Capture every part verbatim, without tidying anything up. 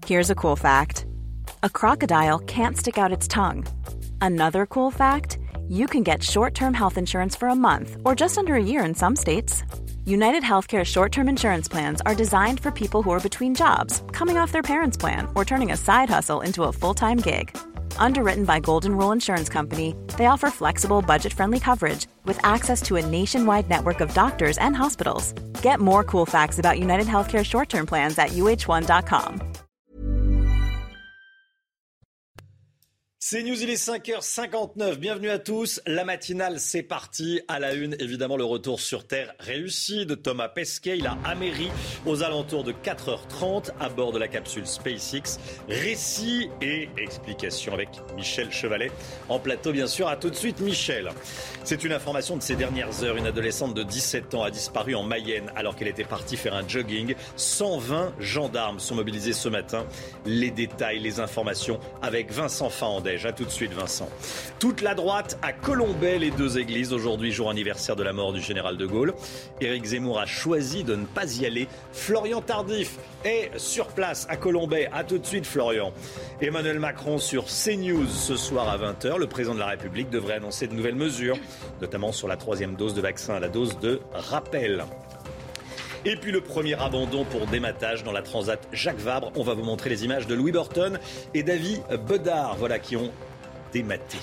Here's a cool fact. A crocodile can't stick out its tongue. Another cool fact, you can get short-term health insurance for a month or just under a year in some states. United Healthcare short-term insurance plans are designed for people who are between jobs, coming off their parents' plan, or turning a side hustle into a full-time gig. Underwritten by Golden Rule Insurance Company, they offer flexible, budget-friendly coverage with access to a nationwide network of doctors and hospitals. Get more cool facts about United Healthcare short-term plans at U H one dot com. C'est News, il est cinq heures cinquante-neuf. Bienvenue à tous. La matinale, c'est parti. À la une, évidemment, le retour sur Terre réussi de Thomas Pesquet. Il a améri aux alentours de quatre heures trente à bord de la capsule SpaceX. Récit et explication avec Michel Chevalet en plateau, bien sûr. À tout de suite, Michel. C'est une information de ces dernières heures. Une adolescente de dix-sept ans a disparu en Mayenne alors qu'elle était partie faire un jogging. cent vingt gendarmes sont mobilisés ce matin. Les détails, les informations avec Vincent Fahandège. À tout de suite, Vincent. Toute la droite à Colombey, les deux églises. Aujourd'hui, jour anniversaire de la mort du général de Gaulle. Éric Zemmour a choisi de ne pas y aller. Florian Tardif est sur place à Colombey. À tout de suite, Florian. Emmanuel Macron sur CNews ce soir à vingt heures. Le président de la République devrait annoncer de nouvelles mesures, notamment sur la troisième dose de vaccin, la dose de rappel. Et puis le premier abandon pour dématage dans la Transat Jacques Vabre. On va vous montrer les images de Louis Burton et David Bedard, voilà, qui ont dématé.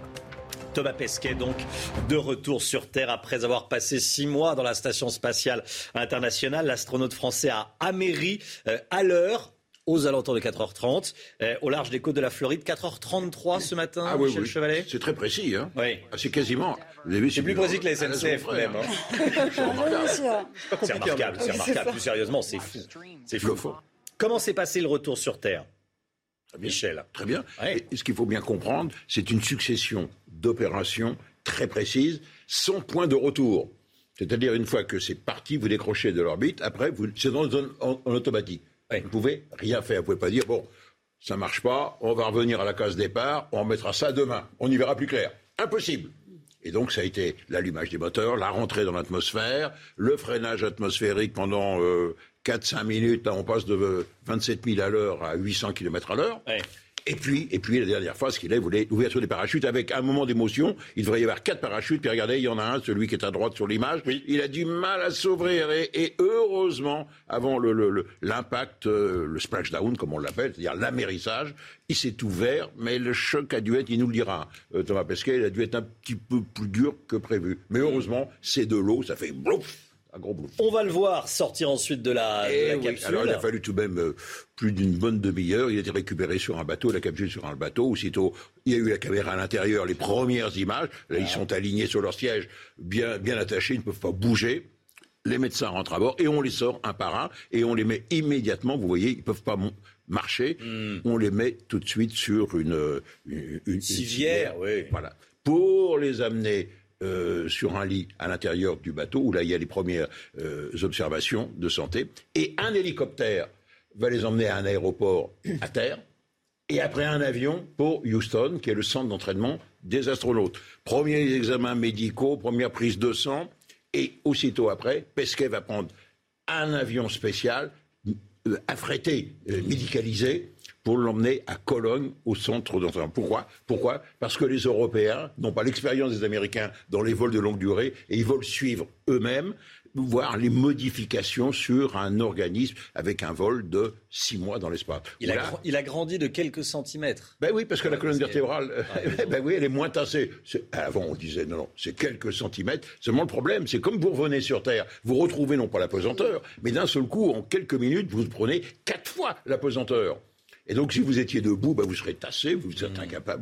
Thomas Pesquet, donc, de retour sur Terre après avoir passé six mois dans la Station spatiale internationale. L'astronaute français a améri euh, à l'heure, aux alentours de quatre heures trente, euh, au large des côtes de la Floride. quatre heures trente-trois ce matin, ah, oui, Michel oui. Chevalet. C'est très précis. Hein. Oui. Ah, c'est quasiment... Vous avez vu, c'est, c'est plus précis que la S N C F, même. Hein. C'est remarquable. C'est remarquable, c'est remarquable. Plus sérieusement, c'est fou. C'est fou. Comment s'est passé le retour sur Terre, Très bien. Michel? Très bien. Ouais. Et ce qu'il faut bien comprendre, c'est une succession d'opérations très précises, sans point de retour. C'est-à-dire, une fois que c'est parti, vous décrochez de l'orbite, après, vous, c'est dans zone en, en automatique. Ouais. Vous ne pouvez rien faire. Vous ne pouvez pas dire, bon, ça ne marche pas, on va revenir à la case départ, on remettra ça demain. On y verra plus clair. Impossible. Et donc, ça a été l'allumage des moteurs, la rentrée dans l'atmosphère, le freinage atmosphérique pendant euh, quatre à cinq minutes. Là, on passe de vingt-sept mille à l'heure à huit cents kilomètres à l'heure. Ouais. Et puis, et puis, la dernière phase qu'il est, vous voulez, l'ouverture des parachutes avec un moment d'émotion. Il devrait y avoir quatre parachutes. Puis regardez, il y en a un, celui qui est à droite sur l'image. Oui. Il a du mal à s'ouvrir. Et, et heureusement, avant le, le, le, l'impact, euh, le splashdown, comme on l'appelle, c'est-à-dire l'amérissage, il s'est ouvert. Mais le choc a dû être, il nous le dira, euh, Thomas Pesquet, il a dû être un petit peu plus dur que prévu. Mais heureusement, c'est de l'eau, ça fait blouf. On va le voir sortir ensuite de la, de la oui. capsule. Alors, il a fallu tout de même euh, plus d'une bonne demi-heure. Il a été récupéré sur un bateau, la capsule sur un bateau. Aussitôt, il y a eu la caméra à l'intérieur, les premières images. Là, ah. Ils sont alignés sur leur siège, bien, bien attachés, ils ne peuvent pas bouger. Les médecins rentrent à bord et on les sort un par un et on les met immédiatement. Vous voyez, ils ne peuvent pas mon- marcher. Mm. On les met tout de suite sur une, une, une civière. Une oui. Voilà. Pour les amener Euh, sur un lit à l'intérieur du bateau, où là, il y a les premières euh, observations de santé. Et un hélicoptère va les emmener à un aéroport à terre. Et après, un avion pour Houston, qui est le centre d'entraînement des astronautes. Premiers examens médicaux, première prise de sang. Et aussitôt après, Pesquet va prendre un avion spécial, euh, affrété, euh, médicalisé, pour l'emmener à Cologne, au centre d'entraînement. Pourquoi Pourquoi Parce que les Européens n'ont pas l'expérience des Américains dans les vols de longue durée et ils veulent suivre eux-mêmes, voir les modifications sur un organisme avec un vol de six mois dans l'espace. Il, voilà. a, il a grandi de quelques centimètres. Ben oui, parce que ouais, la colonne vertébrale, ah, ben oui, elle est moins tassée. C'est, avant, on disait non, non, c'est quelques centimètres. Seulement le problème, c'est comme vous revenez sur Terre, vous retrouvez non pas la pesanteur, mais d'un seul coup, en quelques minutes, vous prenez quatre fois la pesanteur. Et donc, si vous étiez debout, bah, vous serez tassé, vous êtes mmh. incapable.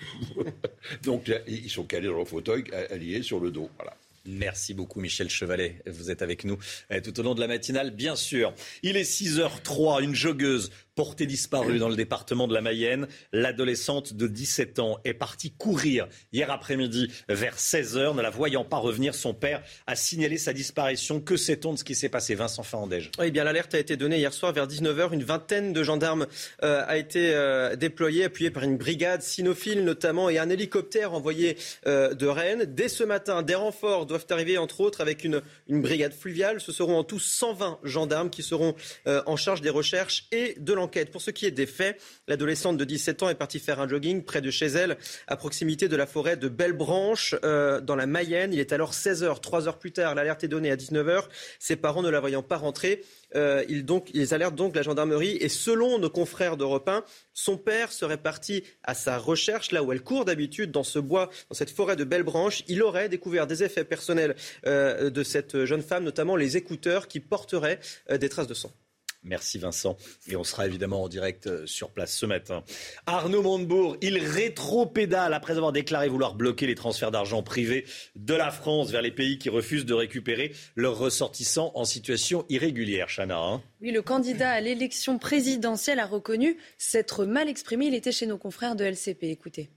Donc, là, ils sont calés dans leur fauteuil, alliés sur le dos. Voilà. Merci beaucoup Michel Chevalet, vous êtes avec nous tout au long de la matinale, bien sûr. Il est six heures trois, une joggeuse portée disparue dans le département de la Mayenne. L'adolescente de dix-sept ans est partie courir hier après-midi vers seize heures. Ne la voyant pas revenir, son père a signalé sa disparition. Que sait-on de ce qui s'est passé, Vincent Fahandège? Eh bien, l'alerte a été donnée hier soir vers dix-neuf heures. Une vingtaine de gendarmes euh, a été euh, déployée, appuyée par une brigade cynophile notamment et un hélicoptère envoyé euh, de Rennes. Dès ce matin, des renforts de doivent arriver entre autres avec une, une brigade fluviale. Ce seront en tout cent vingt gendarmes qui seront euh, en charge des recherches et de l'enquête. Pour ce qui est des faits, l'adolescente de dix-sept ans est partie faire un jogging près de chez elle, à proximité de la forêt de Belle-Branche, euh, dans la Mayenne. Il est alors seize heures. Trois heures plus tard, l'alerte est donnée à dix-neuf heures. Ses parents ne la voyant pas rentrer, euh, ils, donc, ils alertent donc la gendarmerie. Et selon nos confrères d'Europe un, son père serait parti à sa recherche, là où elle court d'habitude, dans ce bois, dans cette forêt de Belle-Branche. Il aurait découvert des effets personnels euh, de cette jeune femme, notamment les écouteurs qui porteraient euh, des traces de sang. Merci Vincent. Et on sera évidemment en direct sur place ce matin. Arnaud Montebourg, il rétropédale après avoir déclaré vouloir bloquer les transferts d'argent privés de la France vers les pays qui refusent de récupérer leurs ressortissants en situation irrégulière. Chana, hein. Oui, le candidat à l'élection présidentielle a reconnu s'être mal exprimé. Il était chez nos confrères de L C P. Écoutez.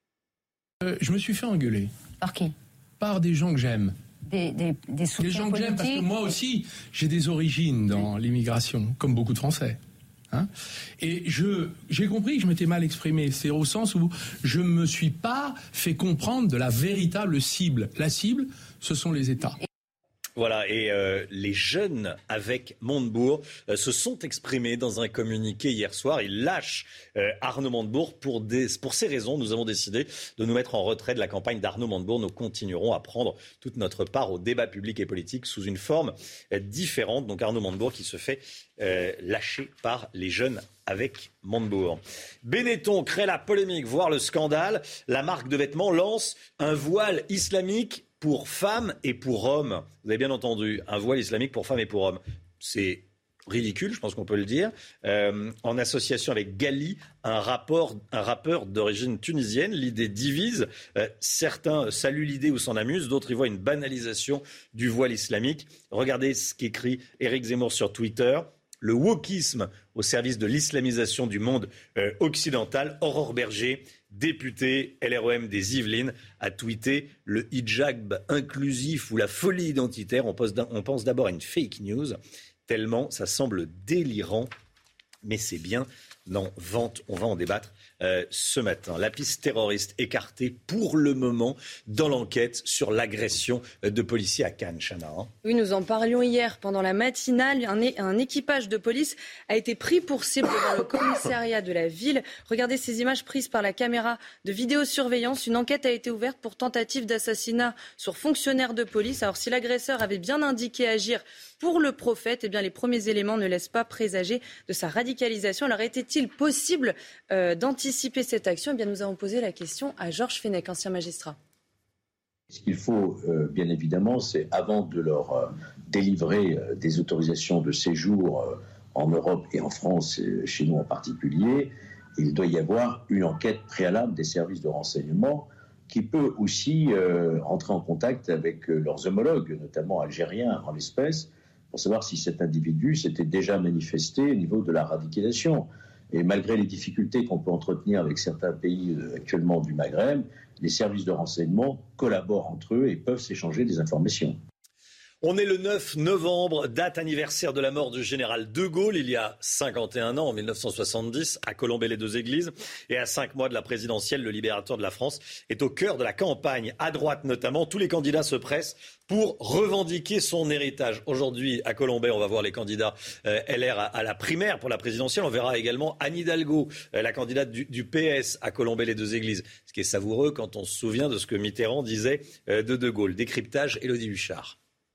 Euh, je me suis fait engueuler. Par qui ? Par des gens que j'aime. Des, des, des soutiens Des gens que j'aime, parce que moi aussi, j'ai des origines dans l'immigration, comme beaucoup de Français. Hein, et je, j'ai compris que je m'étais mal exprimé. C'est au sens où je ne me suis pas fait comprendre de la véritable cible. La cible, ce sont les États. Voilà, et euh, les jeunes avec Montebourg euh, se sont exprimés dans un communiqué hier soir. Ils lâchent euh, Arnaud Montebourg. Pour, des, pour ces raisons, nous avons décidé de nous mettre en retrait de la campagne d'Arnaud Montebourg. Nous continuerons à prendre toute notre part au débat public et politique sous une forme euh, différente. Donc Arnaud Montebourg qui se fait euh, lâcher par les jeunes avec Montebourg. Benetton crée la polémique, voire le scandale. La marque de vêtements lance un voile islamique pour femmes et pour hommes. Vous avez bien entendu, un voile islamique pour femmes et pour hommes. C'est ridicule, je pense qu'on peut le dire. Euh, en association avec Gali, un, rapport, un rappeur d'origine tunisienne, l'idée divise. Euh, certains saluent l'idée ou s'en amusent, d'autres y voient une banalisation du voile islamique. Regardez ce qu'écrit Éric Zemmour sur Twitter. Le wokisme au service de l'islamisation du monde euh, occidental. Aurore Berger, députée L R E M des Yvelines, a tweeté « Le hijab inclusif ou la folie identitaire ». On pense, on pense d'abord à une fake news, tellement ça semble délirant, mais c'est bien n'en vente. On va en débattre euh, ce matin. La piste terroriste écartée pour le moment dans l'enquête sur l'agression de policiers à Cannes. Chana, hein. Oui, nous en parlions hier pendant la matinale. Un, é- un équipage de police a été pris pour cible dans le commissariat de la ville. Regardez ces images prises par la caméra de vidéosurveillance. Une enquête a été ouverte pour tentative d'assassinat sur fonctionnaire de police. Alors si l'agresseur avait bien indiqué agir pour le prophète, eh bien, les premiers éléments ne laissent pas présager de sa radicalisation. Alors était-il possible euh, d'anticiper cette action ? Eh bien, nous avons posé la question à Georges Fenech, ancien magistrat. Ce qu'il faut, euh, bien évidemment, c'est avant de leur euh, délivrer euh, des autorisations de séjour euh, en Europe et en France, et chez nous en particulier, il doit y avoir une enquête préalable des services de renseignement qui peut aussi euh, entrer en contact avec euh, leurs homologues, notamment algériens en l'espèce, pour savoir si cet individu s'était déjà manifesté au niveau de la radicalisation. Et malgré les difficultés qu'on peut entretenir avec certains pays euh, actuellement du Maghreb, les services de renseignement collaborent entre eux et peuvent s'échanger des informations. On est le neuf novembre, date anniversaire de la mort du général de Gaulle, il y a cinquante et un ans, en mille neuf cent soixante-dix, à Colombey-les-Deux-Églises. Et à cinq mois de la présidentielle, le libérateur de la France est au cœur de la campagne. À droite notamment, tous les candidats se pressent pour revendiquer son héritage. Aujourd'hui, à Colombey, on va voir les candidats euh, L R à, à la primaire pour la présidentielle. On verra également Anne Hidalgo, euh, la candidate du, du P S à Colombey-les-Deux-Églises. Ce qui est savoureux quand on se souvient de ce que Mitterrand disait euh, de De Gaulle. Décryptage, Élodie Huchard.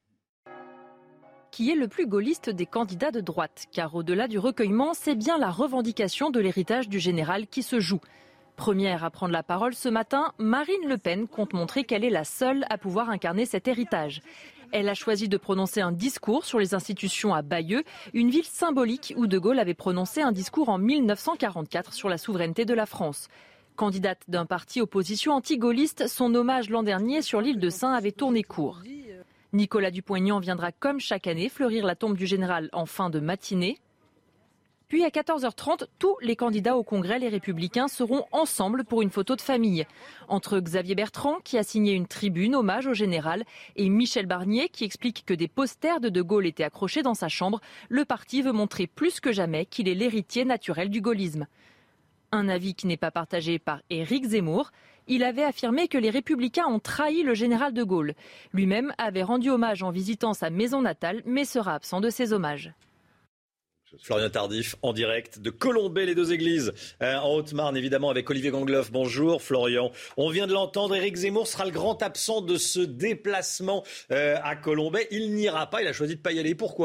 Qui est le plus gaulliste des candidats de droite. Car au-delà du recueillement, c'est bien la revendication de l'héritage du général qui se joue. Première à prendre la parole ce matin, Marine Le Pen compte montrer qu'elle est la seule à pouvoir incarner cet héritage. Elle a choisi de prononcer un discours sur les institutions à Bayeux, une ville symbolique où De Gaulle avait prononcé un discours en mille neuf cent quarante-quatre sur la souveraineté de la France. Candidate d'un parti opposition anti-gaulliste, son hommage l'an dernier sur l'île de Sein avait tourné court. Nicolas Dupont-Aignan viendra comme chaque année fleurir la tombe du général en fin de matinée. Puis à quatorze heures trente, tous les candidats au Congrès, les Républicains, seront ensemble pour une photo de famille. Entre Xavier Bertrand, qui a signé une tribune hommage au général, et Michel Barnier, qui explique que des posters de De Gaulle étaient accrochés dans sa chambre, le parti veut montrer plus que jamais qu'il est l'héritier naturel du gaullisme. Un avis qui n'est pas partagé par Éric Zemmour. Il avait affirmé que les Républicains ont trahi le général de Gaulle. Lui-même avait rendu hommage en visitant sa maison natale, mais sera absent de ces hommages. Florian Tardif en direct de Colombey, les deux églises, euh, en Haute-Marne, évidemment, avec Olivier Gangloff. Bonjour Florian. On vient de l'entendre, Éric Zemmour sera le grand absent de ce déplacement euh, à Colombey. Il n'ira pas, il a choisi de ne pas y aller. Pourquoi ?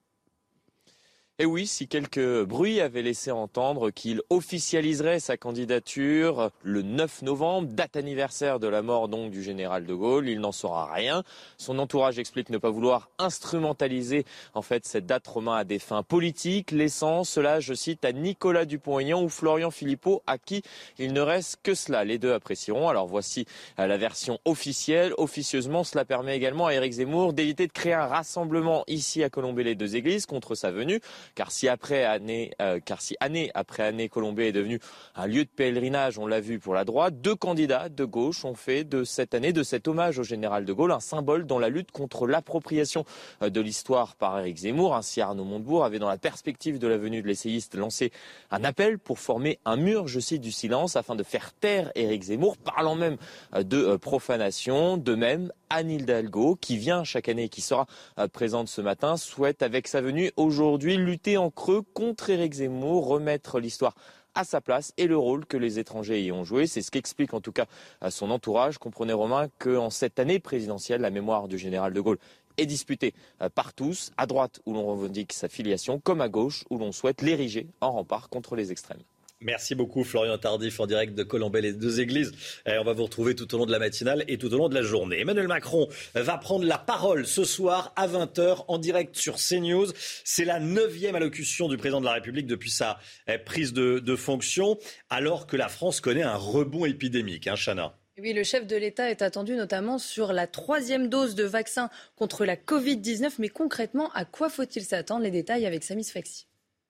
Et oui, si quelques bruits avaient laissé entendre qu'il officialiserait sa candidature le neuf novembre, date anniversaire de la mort donc du général de Gaulle, il n'en saura rien. Son entourage explique ne pas vouloir instrumentaliser en fait cette date romaine à des fins politiques, laissant cela, je cite, à Nicolas Dupont-Aignan ou Florian Philippot, à qui il ne reste que cela. Les deux apprécieront. Alors voici la version officielle. Officieusement, cela permet également à Éric Zemmour d'éviter de créer un rassemblement ici à Colombey, les deux églises, contre sa venue. Car si, après année, euh, car si année après année, Colombey est devenu un lieu de pèlerinage, on l'a vu pour la droite, deux candidats de gauche ont fait de cette année, de cet hommage au général de Gaulle, un symbole dans la lutte contre l'appropriation de l'histoire par Éric Zemmour. Ainsi, Arnaud Montebourg avait, dans la perspective de la venue de l'essayiste, lancé un appel pour former un mur, je cite, du silence, afin de faire taire Éric Zemmour, parlant même de profanation. De même, Anne Hidalgo, qui vient chaque année et qui sera présente ce matin, souhaite, avec sa venue aujourd'hui, lutter en creux contre Éric Zemmour, remettre l'histoire à sa place et le rôle que les étrangers y ont joué. C'est ce qu'explique en tout cas son entourage. Comprenez, Romain, qu'en cette année présidentielle, la mémoire du général de Gaulle est disputée par tous, à droite où l'on revendique sa filiation, comme à gauche où l'on souhaite l'ériger en rempart contre les extrêmes. Merci beaucoup Florian Tardif en direct de Colombey, les deux églises. Et on va vous retrouver tout au long de la matinale et tout au long de la journée. Emmanuel Macron va prendre la parole ce soir à vingt heures en direct sur CNews. C'est la neuvième allocution du président de la République depuis sa prise de, de fonction, alors que la France connaît un rebond épidémique. Hein, Chana ? Oui, le chef de l'État est attendu notamment sur la troisième dose de vaccin contre la covid dix-neuf. Mais concrètement, à quoi faut-il s'attendre ? Les détails avec Samy Sfaxi.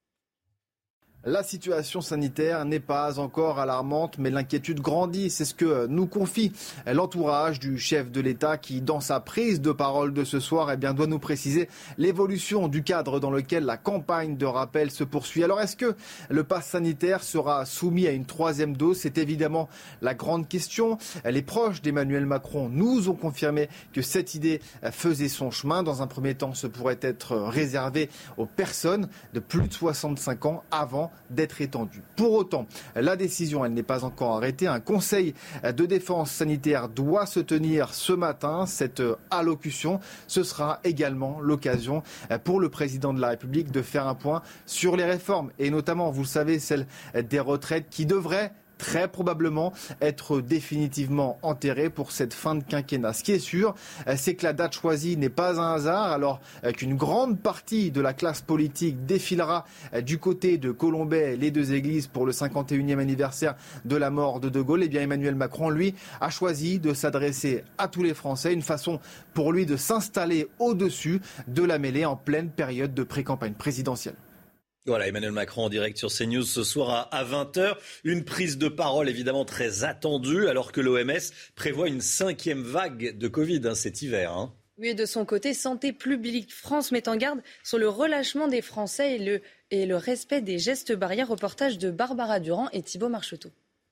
La situation sanitaire n'est pas encore alarmante, mais l'inquiétude grandit. C'est ce que nous confie l'entourage du chef de l'État qui, dans sa prise de parole de ce soir, eh bien, doit nous préciser l'évolution du cadre dans lequel la campagne de rappel se poursuit. Alors, est-ce que le pass sanitaire sera soumis à une troisième dose ? C'est évidemment la grande question. Les proches d'Emmanuel Macron nous ont confirmé que cette idée faisait son chemin. Dans un premier temps, ce pourrait être réservé aux personnes de plus de soixante-cinq ans avant d'être étendue. Pour autant, la décision, elle n'est pas encore arrêtée. Un conseil de défense sanitaire doit se tenir ce matin. Cette allocution, ce sera également l'occasion pour le président de la République de faire un point sur les réformes et notamment, vous le savez, celle des retraites qui devraient très probablement être définitivement enterré pour cette fin de quinquennat. Ce qui est sûr, c'est que la date choisie n'est pas un hasard, alors qu'une grande partie de la classe politique défilera du côté de Colombey, les deux églises, pour le cinquante et unième anniversaire de la mort de De Gaulle. Et bien Emmanuel Macron, lui, a choisi de s'adresser à tous les Français, une façon pour lui de s'installer au-dessus de la mêlée en pleine période de pré-campagne présidentielle. Voilà, Emmanuel Macron en direct sur CNews ce soir à vingt heures. Une prise de parole évidemment très attendue alors que l'O M S prévoit une cinquième vague de Covid hein, cet hiver. Hein. Oui, de son côté, Santé publique France met en garde sur le relâchement des Français et le, et le respect des gestes barrières. Reportage de Barbara Durand et Thibaut Marcheteau.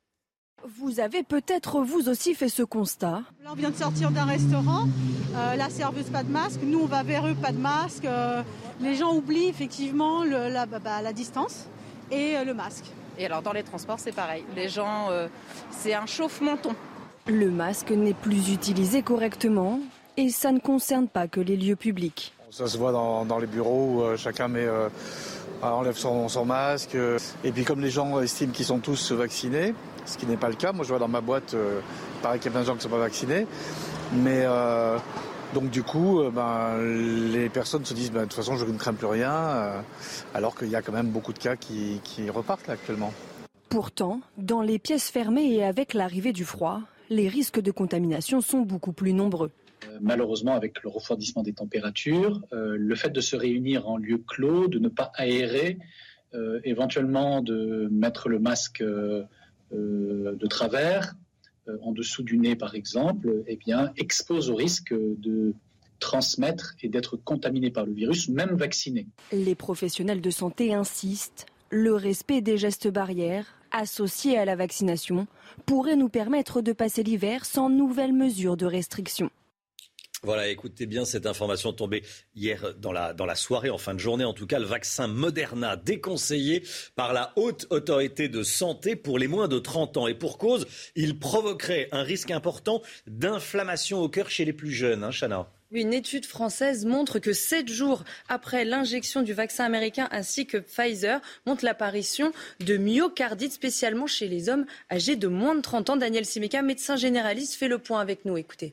Vous avez peut-être vous aussi fait ce constat. Là, on vient de sortir d'un restaurant, euh, la serveuse pas de masque, nous on va vers eux pas de masque. Euh, les gens oublient effectivement le, la, bah, la distance et euh, le masque. Et alors dans les transports c'est pareil, les gens, euh, c'est un chauffe-menton. Le masque n'est plus utilisé correctement et ça ne concerne pas que les lieux publics. Ça se voit dans, dans les bureaux où euh, chacun met, euh, enlève son, son masque. Euh, et puis comme les gens estiment qu'ils sont tous vaccinés, ce qui n'est pas le cas. Moi, je vois dans ma boîte, euh, il paraît qu'il y a plein de gens qui ne sont pas vaccinés. Mais euh, donc, du coup, euh, ben, les personnes se disent, ben, de toute façon, je ne crains plus rien, euh, alors qu'il y a quand même beaucoup de cas qui, qui repartent là, actuellement. Pourtant, dans les pièces fermées et avec l'arrivée du froid, les risques de contamination sont beaucoup plus nombreux. Euh, malheureusement, avec le refroidissement des températures, euh, le fait de se réunir en lieu clos, de ne pas aérer, euh, éventuellement de mettre le masque euh, Euh, de travers, euh, en dessous du nez par exemple, eh bien, expose au risque de transmettre et d'être contaminé par le virus, même vacciné. Les professionnels de santé insistent, le respect des gestes barrières associé à la vaccination, pourrait nous permettre de passer l'hiver sans nouvelles mesures de restriction. Voilà, écoutez bien cette information tombée hier dans la, dans la soirée, en fin de journée. En tout cas, le vaccin Moderna déconseillé par la Haute Autorité de Santé pour les moins de trente ans. Et pour cause, il provoquerait un risque important d'inflammation au cœur chez les plus jeunes. Hein, Chana ? Une étude française montre que sept jours après l'injection du vaccin américain ainsi que Pfizer, montre l'apparition de myocardite, spécialement chez les hommes âgés de moins de trente ans. Daniel Simeka, médecin généraliste, fait le point avec nous. Écoutez.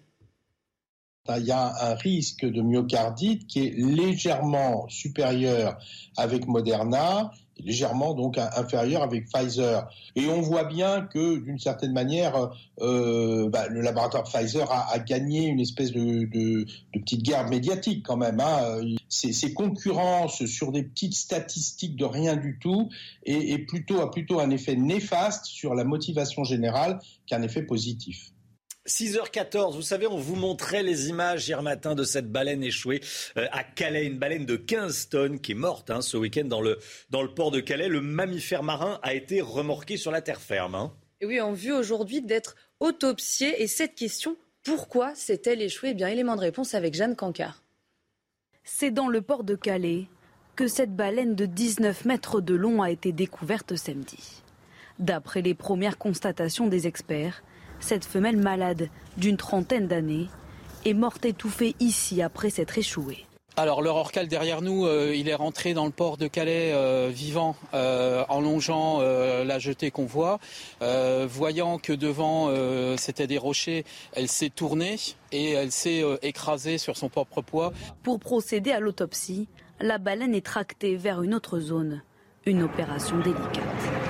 Il y a un risque de myocardite qui est légèrement supérieur avec Moderna, légèrement donc inférieur avec Pfizer. Et on voit bien que d'une certaine manière, euh, bah, le laboratoire Pfizer a, a gagné une espèce de, de, de petite guerre médiatique quand même. Hein. Ces, ces concurrences sur des petites statistiques de rien du tout et, et plutôt, a plutôt un effet néfaste sur la motivation générale qu'un effet positif. six heures quatorze, vous savez, on vous montrait les images hier matin de cette baleine échouée euh, à Calais, une baleine de quinze tonnes qui est morte hein, ce week-end dans le, dans le port de Calais. Le mammifère marin a été remorqué sur la terre ferme. Hein. Et oui, en vue aujourd'hui d'être autopsié. Et cette question, pourquoi s'est-elle échouée ? Eh bien, élément de réponse avec Jeanne Cancard. C'est dans le port de Calais que cette baleine de dix-neuf mètres de long a été découverte samedi. D'après les premières constatations des experts, cette femelle malade d'une trentaine d'années est morte étouffée ici après s'être échouée. Alors le rorqual derrière nous, euh, il est rentré dans le port de Calais euh, vivant euh, en longeant euh, la jetée qu'on voit. Euh, voyant que devant euh, c'était des rochers, elle s'est tournée et elle s'est euh, écrasée sur son propre poids. Pour procéder à l'autopsie, la baleine est tractée vers une autre zone, une opération délicate.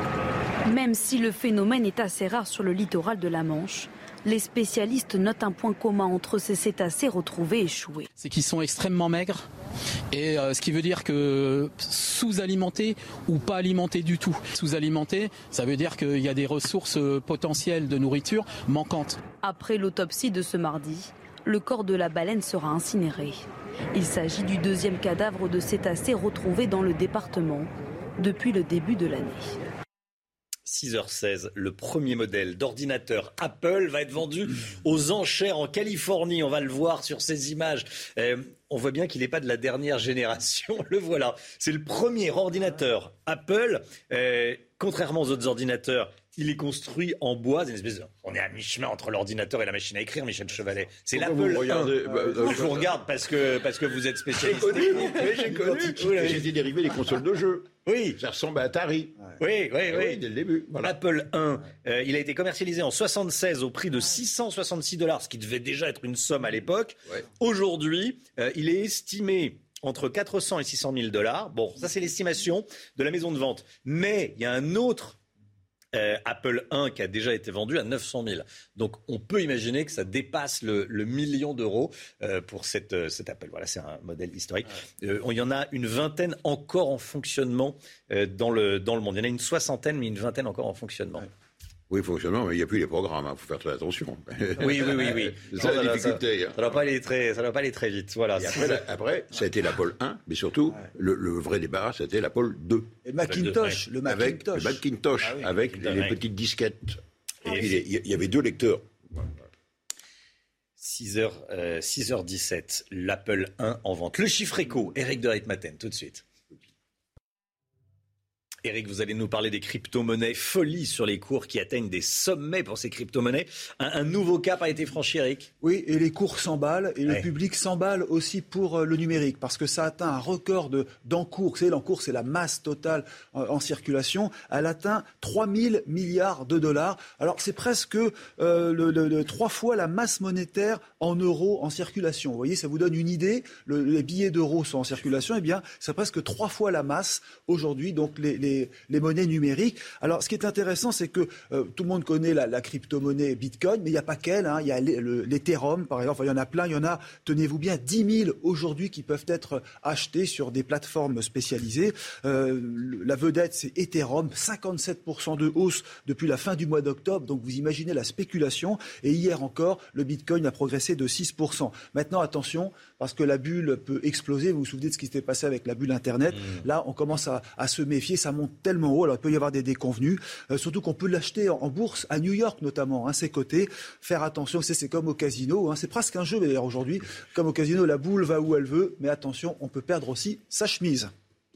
Même si le phénomène est assez rare sur le littoral de la Manche, les spécialistes notent un point commun entre ces cétacés retrouvés échoués. C'est qu'ils sont extrêmement maigres, et euh, ce qui veut dire que sous-alimentés ou pas alimentés du tout. Sous-alimentés, ça veut dire qu'il y a des ressources potentielles de nourriture manquantes. Après l'autopsie de ce mardi, le corps de la baleine sera incinéré. Il s'agit du deuxième cadavre de cétacés retrouvé dans le département depuis le début de l'année. six heures seize, le premier modèle d'ordinateur Apple va être vendu aux enchères en Californie. On va le voir sur ces images. Euh, on voit bien qu'il n'est pas de la dernière génération. Le voilà. C'est le premier ordinateur Apple. Euh, contrairement aux autres ordinateurs, il est construit en bois. C'est une espèce de... On est à mi-chemin entre l'ordinateur et la machine à écrire, Michel Chevalet. C'est l'Apple un. Bah, euh, je vous regarde parce que, parce que vous êtes spécialiste. J'ai connu, mais j'ai connu. J'ai été dérivé des consoles de jeux. Oui. Ça ressemble à Atari. Oui, oui, oui. oui dès le début. Voilà. Apple un, euh, il a été commercialisé en soixante-seize au prix de six cent soixante-six dollars, ce qui devait déjà être une somme à l'époque. Ouais. Aujourd'hui, euh, il est estimé entre quatre cents et six cent mille dollars. Bon, ça c'est l'estimation de la maison de vente. Mais il y a un autre Euh, Apple un qui a déjà été vendu à neuf cent mille. Donc on peut imaginer que ça dépasse le, le million d'euros euh, pour cette, euh, cet Apple. Voilà, c'est un modèle historique. Euh, il y en a une vingtaine encore en fonctionnement euh, dans, le, dans le monde. Il y en a une soixantaine, mais une vingtaine encore en fonctionnement. Ouais. Oui, fonctionnement, mais il n'y a plus les programmes, il hein, faut faire très attention. Oui, oui, oui. oui. C'est ça, ça la difficulté. Ça ne doit pas aller très, ça doit pas aller très vite. Voilà. Et après, la, après, ça a été l'Apple un, mais surtout, ouais. le, le vrai débarras, c'était l'Apple deux. Et Macintosh, le Macintosh. Avec, le Macintosh, ah oui, avec les, les petites disquettes. Ah, et il y, y avait deux lecteurs. six heures dix-sept, l'Apple un en vente. Le chiffre éco, Éric de Ritmaten, tout de suite. Éric, vous allez nous parler des crypto-monnaies. Folie sur les cours qui atteignent des sommets pour ces crypto-monnaies. Un, un nouveau cap a été franchi, Éric. Oui, et les cours s'emballent et ouais. le public s'emballe aussi pour le numérique parce que ça atteint un record de, d'encours. Vous savez, l'encours, c'est la masse totale en, en circulation. Elle atteint trois mille milliards de dollars. Alors, c'est presque euh, le, le, le, trois fois la masse monétaire en euros en circulation. Vous voyez, ça vous donne une idée. Le, les billets d'euros sont en circulation. Eh bien, c'est presque trois fois la masse aujourd'hui. Donc, les, les Les, les monnaies numériques. Alors, ce qui est intéressant, c'est que euh, tout le monde connaît la, la crypto-monnaie Bitcoin, mais il n'y a pas qu'elle. Hein. Il y a l'Ethereum, par exemple. Enfin, il y en a plein. Il y en a, tenez-vous bien, dix mille aujourd'hui qui peuvent être achetés sur des plateformes spécialisées. Euh, la vedette, c'est Ethereum. cinquante-sept pour cent de hausse depuis la fin du mois d'octobre. Donc, vous imaginez la spéculation. Et hier encore, le Bitcoin a progressé de six pour cent. Maintenant, attention, parce que la bulle peut exploser. Vous vous souvenez de ce qui s'était passé avec la bulle Internet. Mmh. Là, on commence à, à se méfier. Ça monte tellement haut, alors il peut y avoir des déconvenues, euh, surtout qu'on peut l'acheter en, en bourse à New York notamment, hein, ses côtés. Faire attention, c'est, c'est comme au casino, hein, c'est presque un jeu d'ailleurs aujourd'hui, comme au casino, la boule va où elle veut, mais attention, on peut perdre aussi sa chemise.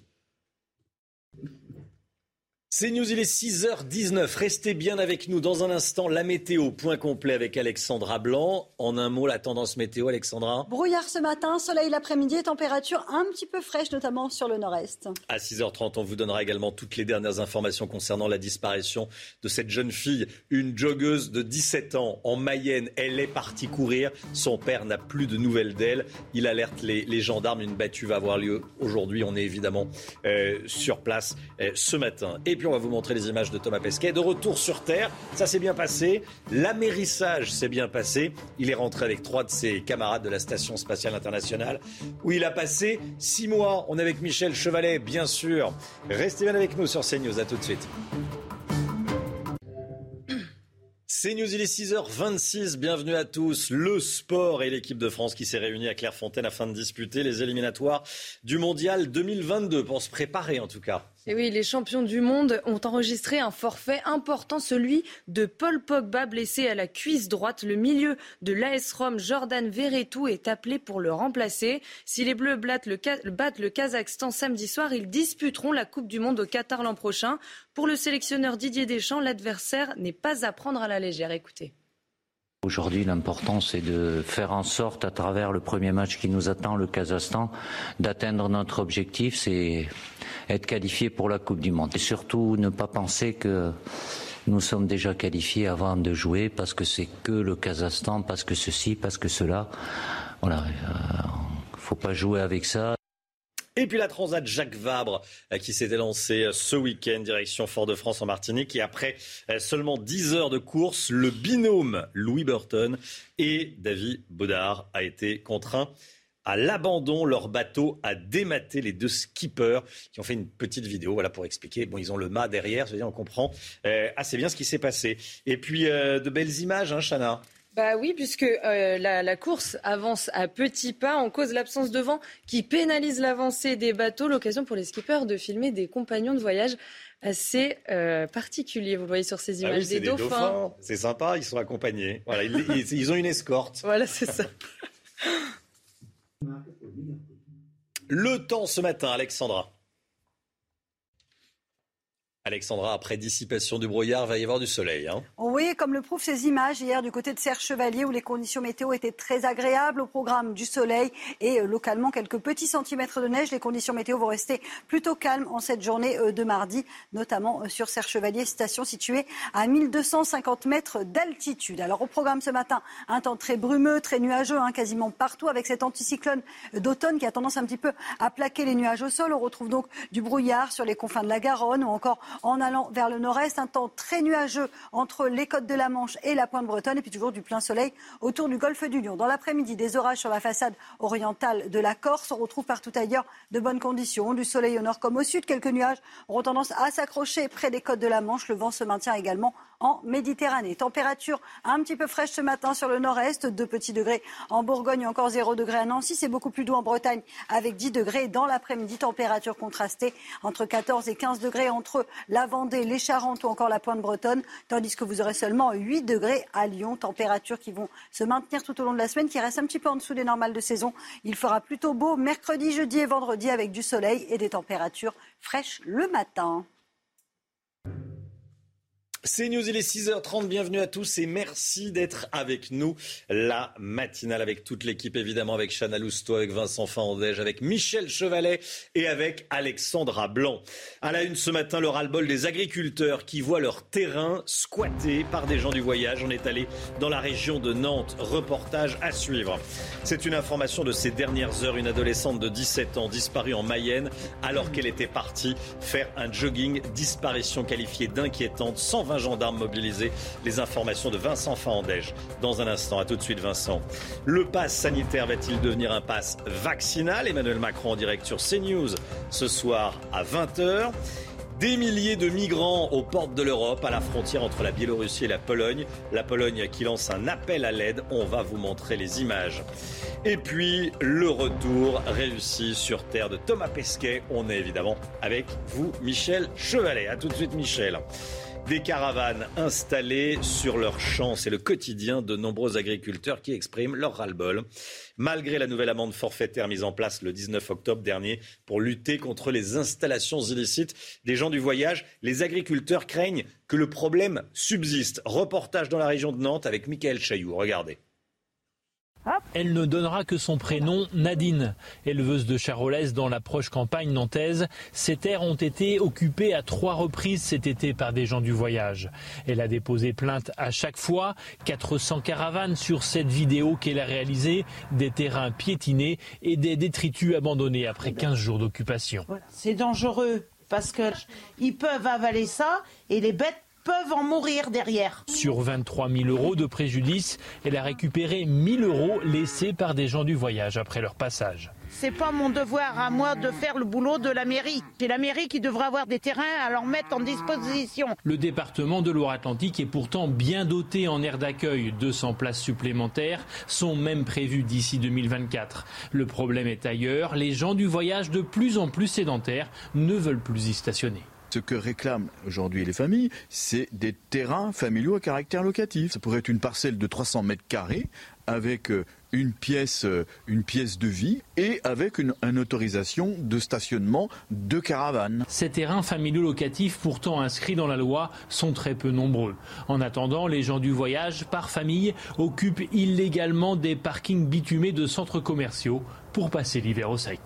C'est News, il est six heures dix-neuf. Restez bien avec nous. Dans un instant, la météo, point complet avec Alexandra Blanc. En un mot, la tendance météo, Alexandra. Brouillard ce matin, soleil l'après-midi et température un petit peu fraîche, notamment sur le nord-est. À six heures trente, on vous donnera également toutes les dernières informations concernant la disparition de cette jeune fille, une joggeuse de dix-sept ans en Mayenne. Elle est partie courir. Son père n'a plus de nouvelles d'elle. Il alerte les, les gendarmes. Une battue va avoir lieu aujourd'hui. On est évidemment euh, sur place euh, ce matin. Et puis on va vous montrer les images de Thomas Pesquet. De retour sur Terre, ça s'est bien passé. L'amérissage s'est bien passé. Il est rentré avec trois de ses camarades de la Station Spatiale Internationale où il a passé six mois. On est avec Michel Chevalet, bien sûr. Restez bien avec nous sur CNews. À tout de suite. CNews, il est six heures vingt-six, bienvenue à tous. Le sport et l'équipe de France qui s'est réunie à Clairefontaine afin de disputer les éliminatoires du Mondial deux mille vingt-deux, pour se préparer en tout cas. Et oui, les champions du monde ont enregistré un forfait important, celui de Paul Pogba, blessé à la cuisse droite. Le milieu de l'A S Rome, Jordan Verretou, est appelé pour le remplacer. Si les Bleus battent le, battent le Kazakhstan samedi soir, ils disputeront la Coupe du Monde au Qatar l'an prochain. Pour le sélectionneur Didier Deschamps, l'adversaire n'est pas à prendre à la légère. Écoutez. Aujourd'hui, l'important, c'est de faire en sorte, à travers le premier match qui nous attend, le Kazakhstan, d'atteindre notre objectif, c'est être qualifié pour la Coupe du Monde. Et surtout, ne pas penser que nous sommes déjà qualifiés avant de jouer, parce que c'est que le Kazakhstan, parce que ceci, parce que cela. Voilà, il euh, faut pas jouer avec ça. Et puis la Transat Jacques Vabre qui s'était lancée ce week-end direction Fort-de-France en Martinique. Et après seulement dix heures de course, le binôme Louis Burton et David Baudard a été contraint à l'abandon. Leur bateau a dématé les deux skippers qui ont fait une petite vidéo voilà, pour expliquer. Bon, ils ont le mât derrière, c'est-à-dire on comprend euh, assez bien ce qui s'est passé. Et puis euh, de belles images, hein, Chana. Bah oui, puisque euh, la, la course avance à petits pas en cause de l'absence de vent qui pénalise l'avancée des bateaux. L'occasion pour les skippers de filmer des compagnons de voyage assez euh, particuliers. Vous le voyez sur ces images, ah oui, c'est des, des dauphins. dauphins. C'est sympa, ils sont accompagnés. Voilà, ils, ils, ils ont une escorte. Voilà, c'est ça. Le temps ce matin, Alexandra. Alexandra, après dissipation du brouillard, va y avoir du soleil. Hein. Oui, comme le prouvent ces images hier du côté de Serre-Chevalier où les conditions météo étaient très agréables. Au programme du soleil et euh, localement quelques petits centimètres de neige. Les conditions météo vont rester plutôt calmes en cette journée euh, de mardi, notamment euh, sur Serre-Chevalier, station située à mille deux cent cinquante mètres d'altitude. Alors au programme ce matin, un temps très brumeux, très nuageux, hein, quasiment partout avec cet anticyclone d'automne qui a tendance un petit peu à plaquer les nuages au sol. On retrouve donc du brouillard sur les confins de la Garonne ou encore en allant vers le nord-est, un temps très nuageux entre les côtes de la Manche et la pointe bretonne et puis toujours du plein soleil autour du golfe du Lion. Dans l'après-midi, des orages sur la façade orientale de la Corse. On retrouve partout ailleurs de bonnes conditions, du soleil au nord comme au sud. Quelques nuages auront tendance à s'accrocher près des côtes de la Manche. Le vent se maintient également en Méditerranée. Température un petit peu fraîche ce matin sur le nord-est, deux petits degrés en Bourgogne, encore zéro degré à Nancy. C'est beaucoup plus doux en Bretagne avec dix degrés. Dans l'après-midi, température contrastée entre quatorze et quinze degrés entre la Vendée, les Charentes ou encore la pointe bretonne, tandis que vous aurez seulement huit degrés à Lyon. Températures qui vont se maintenir tout au long de la semaine, qui reste un petit peu en dessous des normales de saison. Il fera plutôt beau mercredi, jeudi et vendredi avec du soleil et des températures fraîches le matin. C'est News, il est six heures trente, bienvenue à tous et merci d'être avec nous. La matinale avec toute l'équipe, évidemment avec Chana Lousteau, avec Vincent Fandège, avec Michel Chevalet et avec Alexandra Blanc. À la une ce matin, le ras-le-bol des agriculteurs qui voient leur terrain squatté par des gens du voyage. On est allé dans la région de Nantes, reportage à suivre. C'est une information de ces dernières heures, une adolescente de dix-sept ans disparue en Mayenne alors qu'elle était partie faire un jogging. Disparition qualifiée d'inquiétante, cent vingt gendarmes mobilisés. Les informations de Vincent Fandège. Dans un instant, à tout de suite Vincent. Le pass sanitaire va-t-il devenir un pass vaccinal ? Emmanuel Macron en direct sur CNews ce soir à vingt heures. Des milliers de migrants aux portes de l'Europe, à la frontière entre la Biélorussie et la Pologne. La Pologne qui lance un appel à l'aide. On va vous montrer les images. Et puis, le retour réussi sur terre de Thomas Pesquet. On est évidemment avec vous, Michel Chevalet. A tout de suite, Michel. Des caravanes installées sur leurs champs, c'est le quotidien de nombreux agriculteurs qui expriment leur ras-le-bol. Malgré la nouvelle amende forfaitaire mise en place le dix-neuf octobre dernier pour lutter contre les installations illicites des gens du voyage, les agriculteurs craignent que le problème subsiste. Reportage dans la région de Nantes avec Mickaël Chailloux. Regardez. Elle ne donnera que son prénom, Nadine. Éleveuse de charolaises dans la proche campagne nantaise, ces terres ont été occupées à trois reprises cet été par des gens du voyage. Elle a déposé plainte à chaque fois. quatre cents caravanes sur cette vidéo qu'elle a réalisée, des terrains piétinés et des détritus abandonnés après quinze jours d'occupation. C'est dangereux parce qu'ils peuvent avaler ça et les bêtes peuvent en mourir derrière. Sur vingt-trois mille euros de préjudice, elle a récupéré mille euros laissés par des gens du voyage après leur passage. C'est pas mon devoir à moi de faire le boulot de la mairie. C'est la mairie qui devra avoir des terrains à leur mettre en disposition. Le département de Loire-Atlantique est pourtant bien doté en aires d'accueil. deux cents places supplémentaires sont même prévues d'ici deux mille vingt-quatre. Le problème est ailleurs. Les gens du voyage de plus en plus sédentaires ne veulent plus y stationner. Ce que réclament aujourd'hui les familles, c'est des terrains familiaux à caractère locatif. Ça pourrait être une parcelle de trois cents mètres carrés avec une pièce, une pièce de vie et avec une, une autorisation de stationnement de caravanes. Ces terrains familiaux locatifs, pourtant inscrits dans la loi, sont très peu nombreux. En attendant, les gens du voyage, par famille, occupent illégalement des parkings bitumés de centres commerciaux pour passer l'hiver au sec.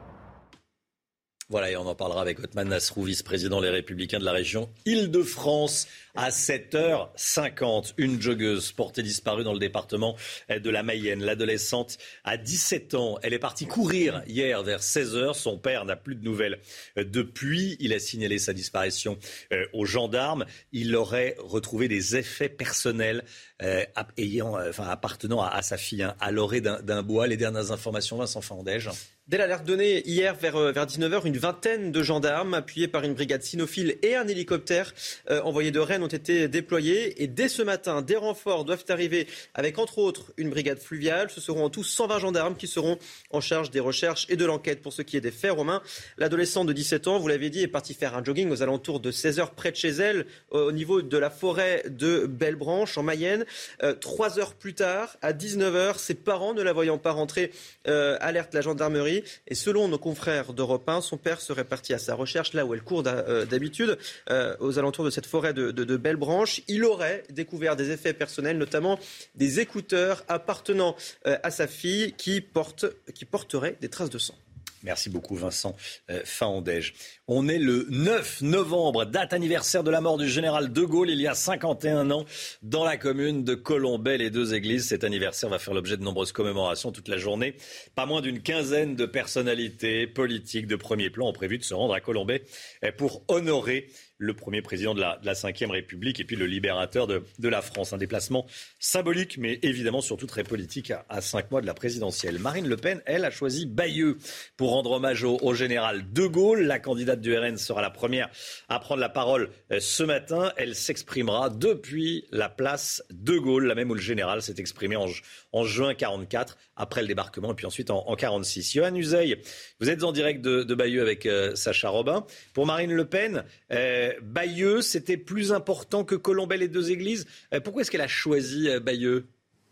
Voilà, et on en parlera avec Othman Nasrou, vice-président Les Républicains de la région Île-de-France. À sept heures cinquante, une joggeuse portée disparue dans le département de la Mayenne. L'adolescente a dix-sept ans. Elle est partie courir hier vers seize heures. Son père n'a plus de nouvelles depuis. Il a signalé sa disparition aux gendarmes. Il aurait retrouvé des effets personnels euh, ayant, euh, enfin, appartenant à, à sa fille, hein, à l'orée d'un, d'un bois. Les dernières informations, Vincent Fandège. Dès l'alerte donnée hier vers, vers dix-neuf heures, une vingtaine de gendarmes appuyés par une brigade cynophile et un hélicoptère euh, envoyé de Rennes ont été déployés. Et dès ce matin, des renforts doivent arriver avec entre autres une brigade fluviale. Ce seront en tout cent vingt gendarmes qui seront en charge des recherches et de l'enquête pour ce qui est des faits, Romain. L'adolescente de dix-sept ans, vous l'avez dit, est partie faire un jogging aux alentours de seize heures près de chez elle, au niveau de la forêt de Bellebranche en Mayenne. Euh, trois heures plus tard, à dix-neuf heures, ses parents, ne la voyant pas rentrer, euh, alertent la gendarmerie. Et selon nos confrères d'Europe un, son père serait parti à sa recherche, là où elle court d'habitude, euh, aux alentours de cette forêt de, de, de Bellebranche. Il aurait découvert des effets personnels, notamment des écouteurs appartenant euh, à sa fille qui, porte, qui porteraient des traces de sang. Merci beaucoup Vincent euh, Fandège. On est le neuf novembre, date anniversaire de la mort du général de Gaulle il y a cinquante et un ans dans la commune de Colombey, les deux églises. Cet anniversaire va faire l'objet de nombreuses commémorations toute la journée. Pas moins d'une quinzaine de personnalités politiques de premier plan ont prévu de se rendre à Colombey pour honorer le premier président de la, de la cinquième République et puis le libérateur de, de la France. Un déplacement symbolique, mais évidemment surtout très politique à, à cinq mois de la présidentielle. Marine Le Pen, elle, a choisi Bayeux pour rendre hommage au, au général de Gaulle. La candidate du R N sera la première à prendre la parole ce matin. Elle s'exprimera depuis la place de Gaulle, la même où le général s'est exprimé en, en juin quarante-quatre, après le débarquement, et puis ensuite en, en quarante-six. Yohann Uzeil, vous êtes en direct de, de Bayeux avec euh, Sacha Robin. Pour Marine Le Pen, euh, Bayeux, c'était plus important que Colombey, les deux églises. Euh, pourquoi est-ce qu'elle a choisi euh, Bayeux ?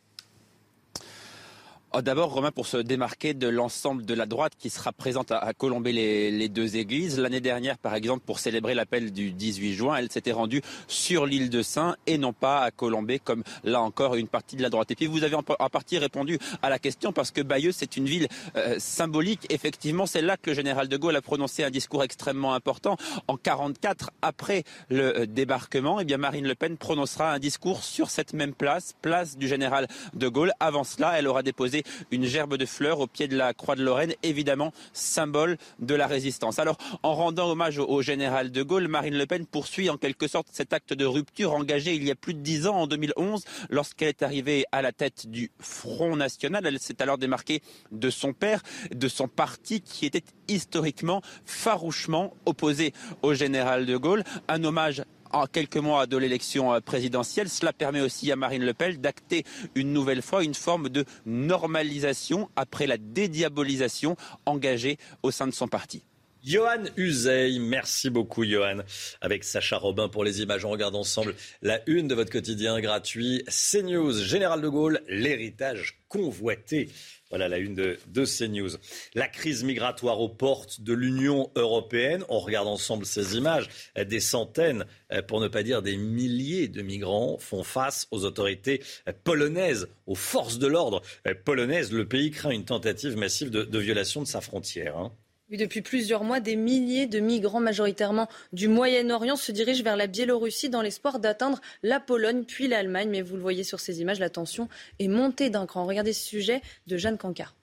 Oh, d'abord, Romain, pour se démarquer de l'ensemble de la droite qui sera présente à, à Colombey les, les deux églises. L'année dernière, par exemple, pour célébrer l'appel du dix-huit juin, elle s'était rendue sur l'île de Sein et non pas à Colombey, comme là encore une partie de la droite. Et puis vous avez en, en partie répondu à la question parce que Bayeux, c'est une ville euh, symbolique. Effectivement, c'est là que le général de Gaulle a prononcé un discours extrêmement important. En quarante-quatre, après le euh, débarquement, eh bien Marine Le Pen prononcera un discours sur cette même place, place du général de Gaulle. Avant cela, elle aura déposé planté une gerbe de fleurs au pied de la Croix de Lorraine, évidemment symbole de la résistance. Alors, en rendant hommage au, au général de Gaulle, Marine Le Pen poursuit en quelque sorte cet acte de rupture engagé il y a plus de dix ans, en deux mille onze, lorsqu'elle est arrivée à la tête du Front National. Elle s'est alors démarquée de son père, de son parti qui était historiquement farouchement opposé au général de Gaulle. Un hommage en quelques mois de l'élection présidentielle. Cela permet aussi à Marine Le Pen d'acter une nouvelle fois une forme de normalisation après la dédiabolisation engagée au sein de son parti. Johan Uzey, merci beaucoup Johan. Avec Sacha Robin pour les images, on regarde ensemble la une de votre quotidien gratuit. CNews, Général de Gaulle, l'héritage convoité. Voilà la une de, de CNews. La crise migratoire aux portes de l'Union européenne. On regarde ensemble ces images. Des centaines, pour ne pas dire des milliers de migrants font face aux autorités polonaises, aux forces de l'ordre polonaises. Le pays craint une tentative massive de, de violation de sa frontière. Hein. Oui, depuis plusieurs mois, des milliers de migrants majoritairement du Moyen-Orient se dirigent vers la Biélorussie dans l'espoir d'atteindre la Pologne puis l'Allemagne. Mais vous le voyez sur ces images, la tension est montée d'un cran. Regardez ce sujet de Jeanne Cancard.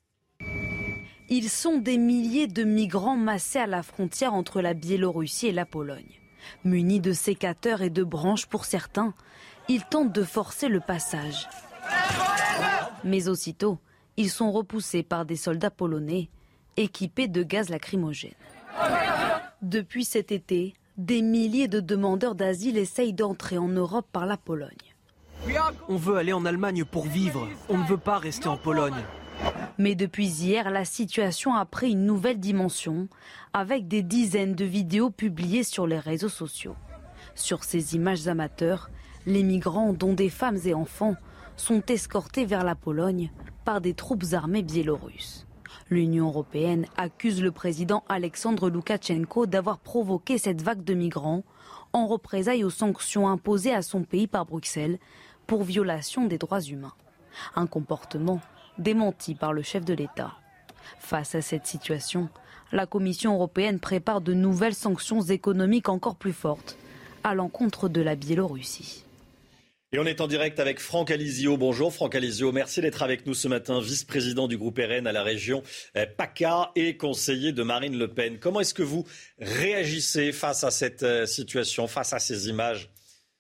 Ils sont des milliers de migrants massés à la frontière entre la Biélorussie et la Pologne. Munis de sécateurs et de branches pour certains, ils tentent de forcer le passage. Mais aussitôt, ils sont repoussés par des soldats polonais équipés de gaz lacrymogène. Depuis cet été, des milliers de demandeurs d'asile essayent d'entrer en Europe par la Pologne. On veut aller en Allemagne pour vivre, on ne veut pas rester en Pologne. Mais depuis hier, la situation a pris une nouvelle dimension, avec des dizaines de vidéos publiées sur les réseaux sociaux. Sur ces images amateurs, les migrants, dont des femmes et enfants, sont escortés vers la Pologne par des troupes armées biélorusses. L'Union européenne accuse le président Alexandre Loukachenko d'avoir provoqué cette vague de migrants en représailles aux sanctions imposées à son pays par Bruxelles pour violation des droits humains. Un comportement démenti par le chef de l'État. Face à cette situation, la Commission européenne prépare de nouvelles sanctions économiques encore plus fortes à l'encontre de la Biélorussie. Et on est en direct avec Franck Alizio. Bonjour Franck Alizio, merci d'être avec nous ce matin, vice-président du groupe R N à la région PACA et conseiller de Marine Le Pen. Comment est-ce que vous réagissez face à cette situation, face à ces images ?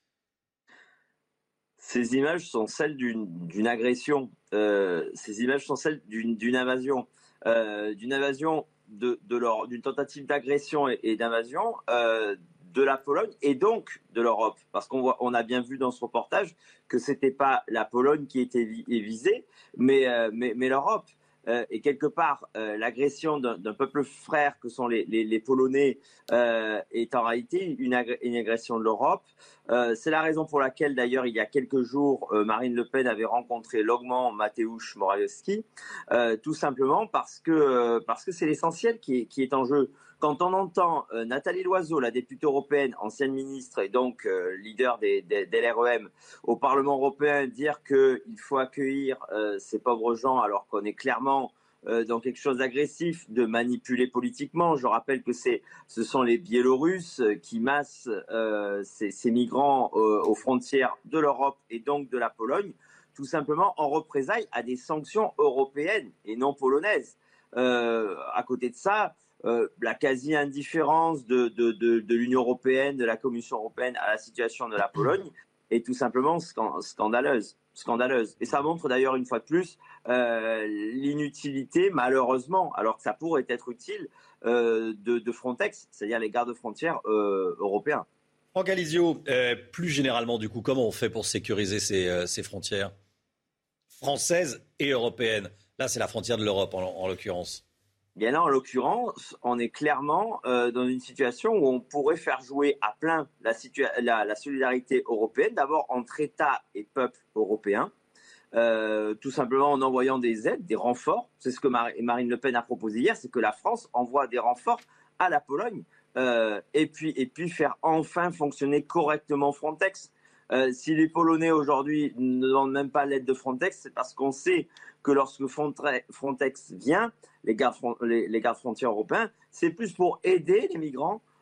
Ces images sont celles d'une, d'une agression, euh, ces images sont celles d'une, d'une invasion, euh, d'une invasion, de, de leur, d'une tentative d'agression et, et d'invasion euh, de la Pologne et donc de l'Europe. Parce qu'on voit, on a bien vu dans ce reportage que ce n'était pas la Pologne qui était visée, mais, euh, mais, mais l'Europe. Euh, et quelque part, euh, l'agression d'un, d'un peuple frère que sont les, les, les Polonais euh, est en réalité une, ag- une agression de l'Europe. Euh, c'est la raison pour laquelle, d'ailleurs, il y a quelques jours, euh, Marine Le Pen avait rencontré l'augment Mateusz Morawiecki, euh, tout simplement parce que, euh, parce que c'est l'essentiel qui est, qui est en jeu. Quand on entend euh, Nathalie Loiseau, la députée européenne, ancienne ministre et donc euh, leader des, des, des L R E M au Parlement européen, dire qu'il faut accueillir euh, ces pauvres gens alors qu'on est clairement euh, dans quelque chose d'agressif, de manipuler politiquement. Je rappelle que c'est, ce sont les Biélorusses qui massent euh, ces, ces migrants euh, aux frontières de l'Europe et donc de la Pologne, tout simplement en représailles à des sanctions européennes et non polonaises. Euh, à côté de ça, Euh, la quasi-indifférence de, de, de, de l'Union européenne, de la Commission européenne à la situation de la Pologne est tout simplement scandaleuse. scandaleuse. Et ça montre d'ailleurs une fois de plus euh, l'inutilité, malheureusement, alors que ça pourrait être utile, euh, de, de Frontex, c'est-à-dire les gardes-frontières euh, européens. Franck Alizio, euh, plus généralement, du coup, comment on fait pour sécuriser ces, euh, ces frontières françaises et européennes ? Là, c'est la frontière de l'Europe, en, en l'occurrence. Bien là, en l'occurrence, on est clairement euh, dans une situation où on pourrait faire jouer à plein la, situa- la, la solidarité européenne, d'abord entre États et peuples européens, euh, tout simplement en envoyant des aides, des renforts. C'est ce que Mar- Marine Le Pen a proposé hier, c'est que la France envoie des renforts à la Pologne euh, et, puis, et puis faire enfin fonctionner correctement Frontex. Euh, si les Polonais aujourd'hui ne demandent même pas l'aide de Frontex, c'est parce qu'on sait que lorsque Frontex vient, les gardes, les, les gardes frontières européens, c'est plus pour aider les migrants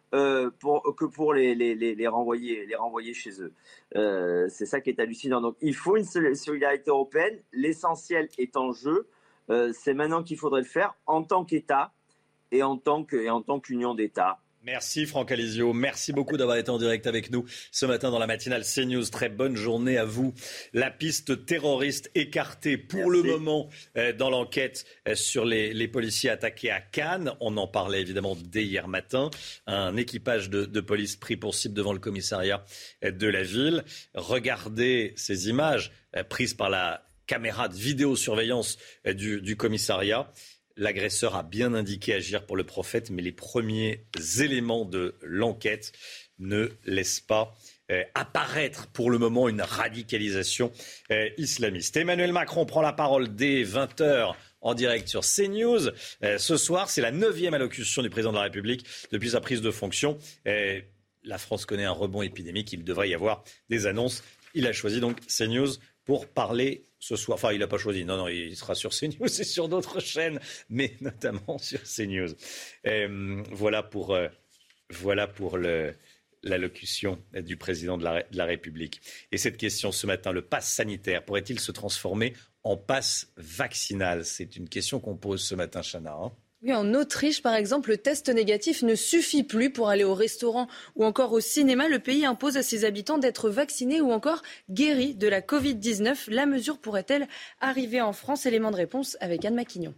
euh, pour, que pour les, les, les, les, renvoyer, les renvoyer chez eux. Euh, c'est ça qui est hallucinant. Donc il faut une solidarité européenne. L'essentiel est en jeu. Euh, c'est maintenant qu'il faudrait le faire en tant qu'État et en tant que, et en tant qu'union d'États. Merci Franck Alizio, merci beaucoup d'avoir été en direct avec nous ce matin dans la matinale CNews. Très bonne journée à vous. La piste terroriste écartée pour merci. le moment euh, dans l'enquête euh, sur les, les policiers attaqués à Cannes. On en parlait évidemment dès hier matin. Un équipage de, de police pris pour cible devant le commissariat euh, de la ville. Regardez ces images euh, prises par la caméra de vidéosurveillance euh, du, du commissariat. L'agresseur a bien indiqué agir pour le prophète, mais les premiers éléments de l'enquête ne laissent pas euh, apparaître pour le moment une radicalisation euh, islamiste. Emmanuel Macron prend la parole dès vingt heures en direct sur CNews. Euh, ce soir, c'est la neuvième allocution du président de la République depuis sa prise de fonction. Euh, la France connaît un rebond épidémique, il devrait y avoir des annonces. Il a choisi donc CNews pour parler ce soir. Enfin, il n'a pas choisi. Non, non, il sera sur CNews et sur d'autres chaînes, mais notamment sur CNews. Euh, voilà pour, euh, voilà pour le, l'allocution du président de la, de la République. Et cette question ce matin, le pass sanitaire pourrait-il se transformer en pass vaccinal ? C'est une question qu'on pose ce matin, Chana. Hein. Oui, en Autriche, par exemple, le test négatif ne suffit plus pour aller au restaurant ou encore au cinéma. Le pays impose à ses habitants d'être vaccinés ou encore guéris de la covid dix-neuf. La mesure pourrait-elle arriver en France ? Élément de réponse avec Anne Maquignon.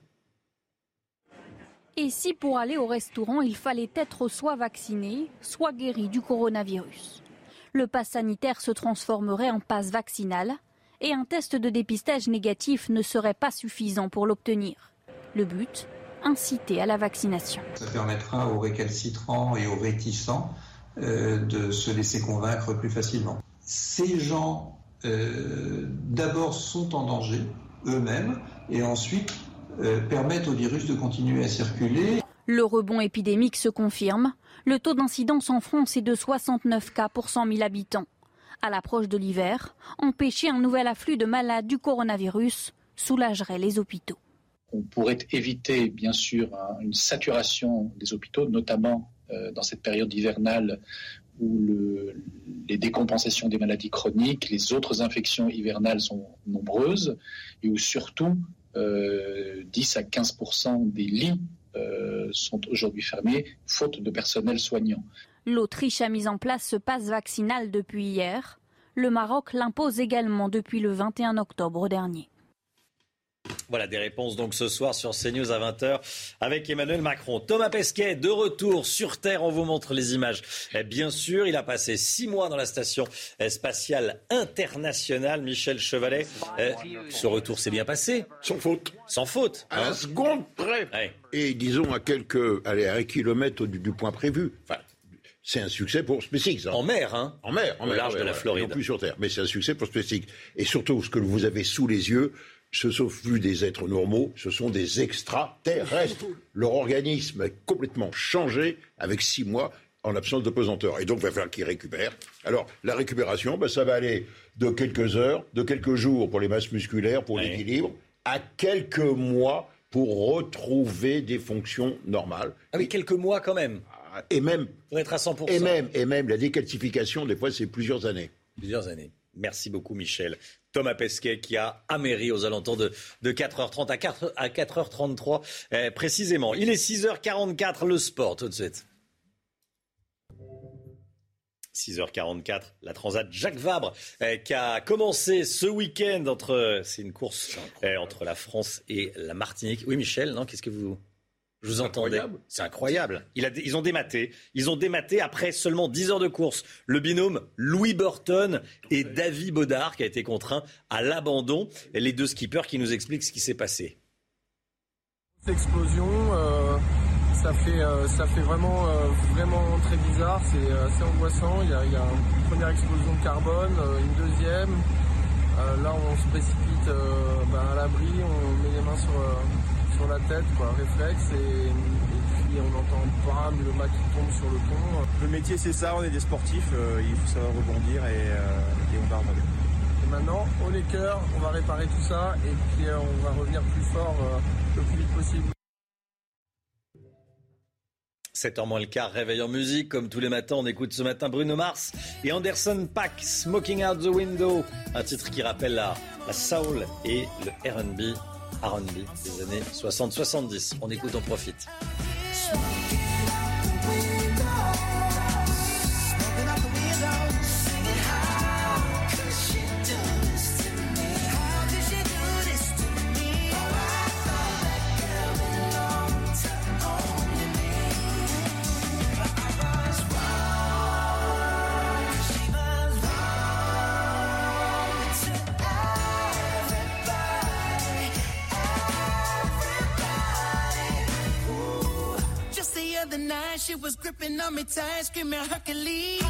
Et si pour aller au restaurant, il fallait être soit vacciné, soit guéri du coronavirus ? Le pass sanitaire se transformerait en pass vaccinal et un test de dépistage négatif ne serait pas suffisant pour l'obtenir. Le but ? Inciter à la vaccination. Ça permettra aux récalcitrants et aux réticents euh, de se laisser convaincre plus facilement. Ces gens, euh, d'abord, sont en danger eux-mêmes et ensuite euh, permettent au virus de continuer à circuler. Le rebond épidémique se confirme. Le taux d'incidence en France est de soixante-neuf cas pour cent mille habitants. À l'approche de l'hiver, empêcher un nouvel afflux de malades du coronavirus soulagerait les hôpitaux. On pourrait éviter, bien sûr, une saturation des hôpitaux, notamment euh, dans cette période hivernale où le, les décompensations des maladies chroniques, les autres infections hivernales sont nombreuses et où surtout euh, dix à quinze pour cent des lits euh, sont aujourd'hui fermés, faute de personnel soignant. L'Autriche a mis en place ce pass vaccinal depuis hier. Le Maroc l'impose également depuis le vingt et un octobre dernier. Voilà des réponses donc ce soir sur CNews à vingt heures avec Emmanuel Macron. Thomas Pesquet de retour sur Terre, on vous montre les images. Et bien sûr, il a passé six mois dans la station spatiale internationale. Michel Chevalet, euh, ce retour s'est bien passé. Sans faute. Sans faute. À la seconde près. Ouais. Et disons à quelques, allez, à un kilomètre du, du point prévu. Enfin, c'est un succès pour SpaceX. Hein. En mer, hein. En mer, en Au mer, large ouais, de la ouais, Floride. Non plus sur Terre, mais c'est un succès pour SpaceX. Et surtout, ce que vous avez sous les yeux, ce ne sont plus des êtres normaux, ce sont des extraterrestres. Leur organisme est complètement changé avec six mois en absence de pesanteur. Et donc, il va falloir qu'ils récupèrent. Alors, la récupération, ben, ça va aller de quelques heures, de quelques jours pour les masses musculaires, pour oui. l'équilibre, à quelques mois pour retrouver des fonctions normales. Ah oui, quelques mois quand même. Et même, pour être à cent pour cent. Et même, et même la décalcification, des fois, c'est plusieurs années. Plusieurs années. Merci beaucoup, Michel. Thomas Pesquet qui a améri aux alentours de, de quatre heures trente à, quatre, à quatre heures trente-trois euh, précisément. Il est six heures quarante-quatre, le sport tout de suite. six heures quarante-quatre, la Transat Jacques Vabre euh, qui a commencé ce week-end entre, c'est une course euh, entre la France et la Martinique. Oui, Michel, non, qu'est-ce que vous... Je vous entendais. C'est incroyable. Il a, ils ont dématé. Ils ont dématé après seulement dix heures de course. Le binôme Louis Burton et David Baudard qui a été contraint à l'abandon. Et les deux skippers qui nous expliquent ce qui s'est passé. Cette explosion, euh, ça fait, euh, ça fait vraiment, euh, vraiment très bizarre. C'est assez angoissant. Il y a, il y a une première explosion de carbone, euh, une deuxième. Euh, là, on se précipite euh, ben, à l'abri. On met les mains sur... Euh, sur la tête, quoi, réflexe, et, et puis on entend bam, le mât qui tombe sur le pont. Le métier c'est ça, on est des sportifs, euh, il faut savoir rebondir et, euh, et on va remonter. Et maintenant, au les cœurs, on va réparer tout ça et puis euh, on va revenir plus fort euh, le plus vite possible. sept heures moins le quart, réveil en musique. Comme tous les matins, on écoute ce matin Bruno Mars et Anderson .Paak, Smoking Out the Window. Un titre qui rappelle la, la soul et le R and B, R and B des années soixante soixante-dix. On écoute, on profite. She was gripping on me tight, screaming Hercules.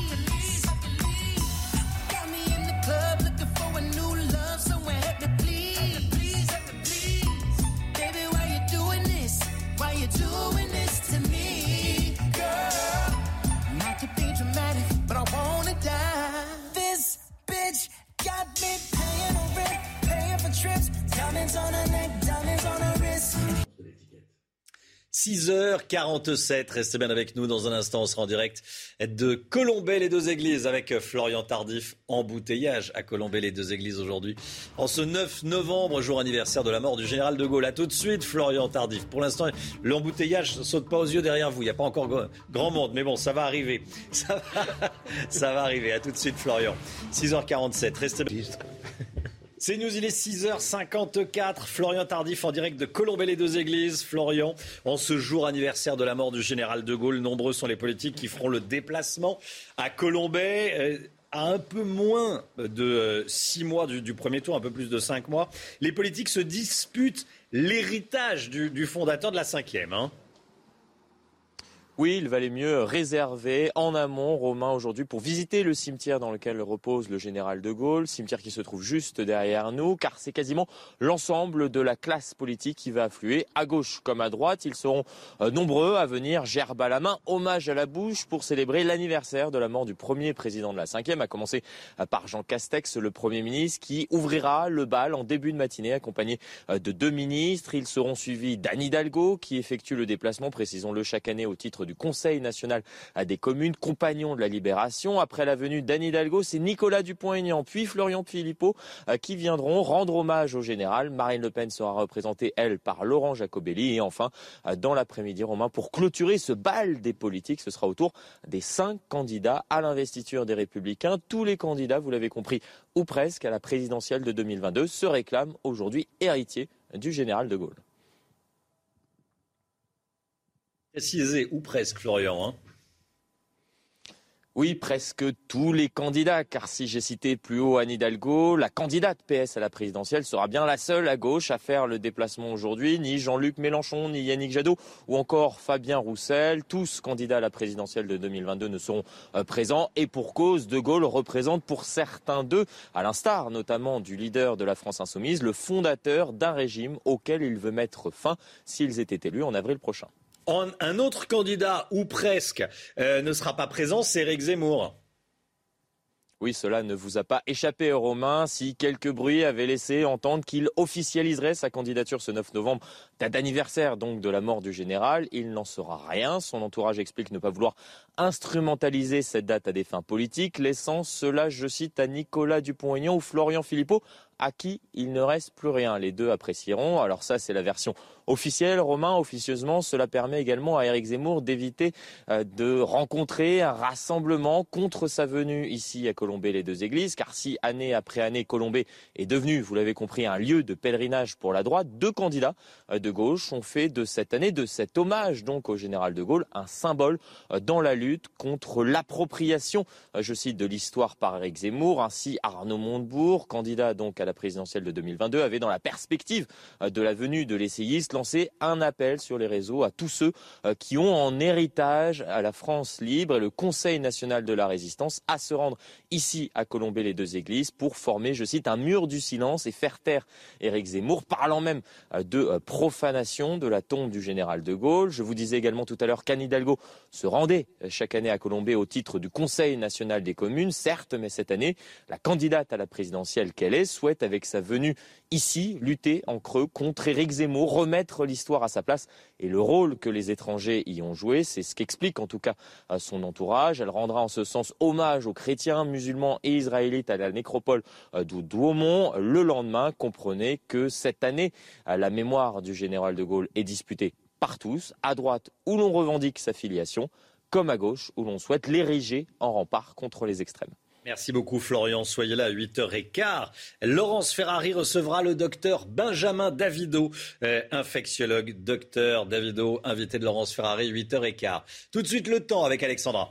Got me in the club looking for a new love, someone help me please. Baby, why you doing this? Why you doing this to me, girl? Not to be dramatic, but I wanna die. This bitch got me paying on rent, paying for trips, diamonds on her neck, diamonds on her wrist. six heures quarante-sept, restez bien avec nous. Dans un instant, on sera en direct de Colombey-les-Deux-Églises avec Florian Tardif. Embouteillage à Colombey-les-Deux-Églises aujourd'hui. En ce neuf novembre, jour anniversaire de la mort du général de Gaulle. A tout de suite, Florian Tardif. Pour l'instant, l'embouteillage ne saute pas aux yeux derrière vous. Il n'y a pas encore grand monde, mais bon, ça va arriver. Ça va, ça va arriver. A tout de suite, Florian. six heures quarante-sept, restez bien. C'est News, il est six heures cinquante-quatre. Florian Tardif en direct de Colombey-les-Deux-Églises. Florian, en ce jour anniversaire de la mort du général de Gaulle, nombreux sont les politiques qui feront le déplacement à Colombey. Euh, à un peu moins de six mois du, du premier tour, un peu plus de cinq mois, les politiques se disputent l'héritage du, du fondateur de la cinquième. Hein. Oui, il valait mieux réserver en amont, Romain, aujourd'hui, pour visiter le cimetière dans lequel repose le général de Gaulle, cimetière qui se trouve juste derrière nous, car c'est quasiment l'ensemble de la classe politique qui va affluer, à gauche comme à droite. Ils seront euh, nombreux à venir, gerbe à la main, hommage à la bouche, pour célébrer l'anniversaire de la mort du premier président de la cinquième, à commencer euh, par Jean Castex, le Premier ministre, qui ouvrira le bal en début de matinée, accompagné euh, de deux ministres. Ils seront suivis d'Anne Hidalgo, qui effectue le déplacement, précisons-le, chaque année au titre du Conseil national des communes, compagnon de la Libération. Après la venue d'Anne Hidalgo, c'est Nicolas Dupont-Aignan puis Florian Philippot euh, qui viendront rendre hommage au général. Marine Le Pen sera représentée, elle, par Laurent Jacobelli. Et enfin, euh, dans l'après-midi, Romain, pour clôturer ce bal des politiques, ce sera au tour des cinq candidats à l'investiture des Républicains. Tous les candidats, vous l'avez compris, ou presque, à la présidentielle de deux mille vingt-deux, se réclament aujourd'hui héritiers du général de Gaulle. Précisé ou presque, Florian. Hein. Oui, presque tous les candidats, car si j'ai cité plus haut Anne Hidalgo, la candidate P S à la présidentielle sera bien la seule à gauche à faire le déplacement aujourd'hui. Ni Jean-Luc Mélenchon, ni Yannick Jadot, ou encore Fabien Roussel, tous candidats à la présidentielle de deux mille vingt-deux ne seront euh, présents. Et pour cause, De Gaulle représente pour certains d'eux, à l'instar notamment du leader de la France Insoumise, le fondateur d'un régime auquel il veut mettre fin s'ils étaient élus en avril prochain. Un autre candidat, ou presque, euh, ne sera pas présent, c'est Éric Zemmour. Oui, cela ne vous a pas échappé, Romain. Si quelques bruits avaient laissé entendre qu'il officialiserait sa candidature ce neuf novembre, date d'anniversaire donc de la mort du général, il n'en sera rien. Son entourage explique ne pas vouloir instrumentaliser cette date à des fins politiques, laissant cela, je cite, à Nicolas Dupont-Aignan ou Florian Philippot, à qui il ne reste plus rien. Les deux apprécieront. Alors ça, c'est la version officielle. Romain, officieusement, cela permet également à Éric Zemmour d'éviter euh, de rencontrer un rassemblement contre sa venue ici à Colombey-les-Deux-Églises. Car si année après année, Colombey est devenu, vous l'avez compris, un lieu de pèlerinage pour la droite, deux candidats euh, de gauche ont fait de cette année, de cet hommage donc au général de Gaulle, un symbole euh, dans la lutte contre l'appropriation, euh, je cite, de l'histoire par Éric Zemmour. Ainsi, Arnaud Montebourg, candidat donc à la présidentielle de deux mille vingt-deux, avait dans la perspective de la venue de l'essayiste lancé un appel sur les réseaux à tous ceux qui ont en héritage à la France libre et le Conseil national de la résistance à se rendre ici à Colombey-les-Deux-Églises pour former, je cite, un mur du silence et faire taire Éric Zemmour, parlant même de profanation de la tombe du général de Gaulle. Je vous disais également tout à l'heure qu'Anne Hidalgo se rendait chaque année à Colombey au titre du Conseil national des communes, certes, mais cette année, la candidate à la présidentielle qu'elle est souhaite souhaite, avec sa venue ici, lutter en creux contre Éric Zemmour, remettre l'histoire à sa place et le rôle que les étrangers y ont joué. C'est ce qu'explique en tout cas son entourage. Elle rendra en ce sens hommage aux chrétiens, musulmans et israélites à la nécropole du Douaumont le lendemain. Comprenez que cette année, la mémoire du général de Gaulle est disputée par tous, à droite où l'on revendique sa filiation, comme à gauche où l'on souhaite l'ériger en rempart contre les extrêmes. Merci beaucoup Florian, soyez là à huit heures quinze. Laurence Ferrari recevra le docteur Benjamin Davido, euh, infectiologue. Docteur Davido, invité de Laurence Ferrari, huit heures quinze. Tout de suite le temps avec Alexandra.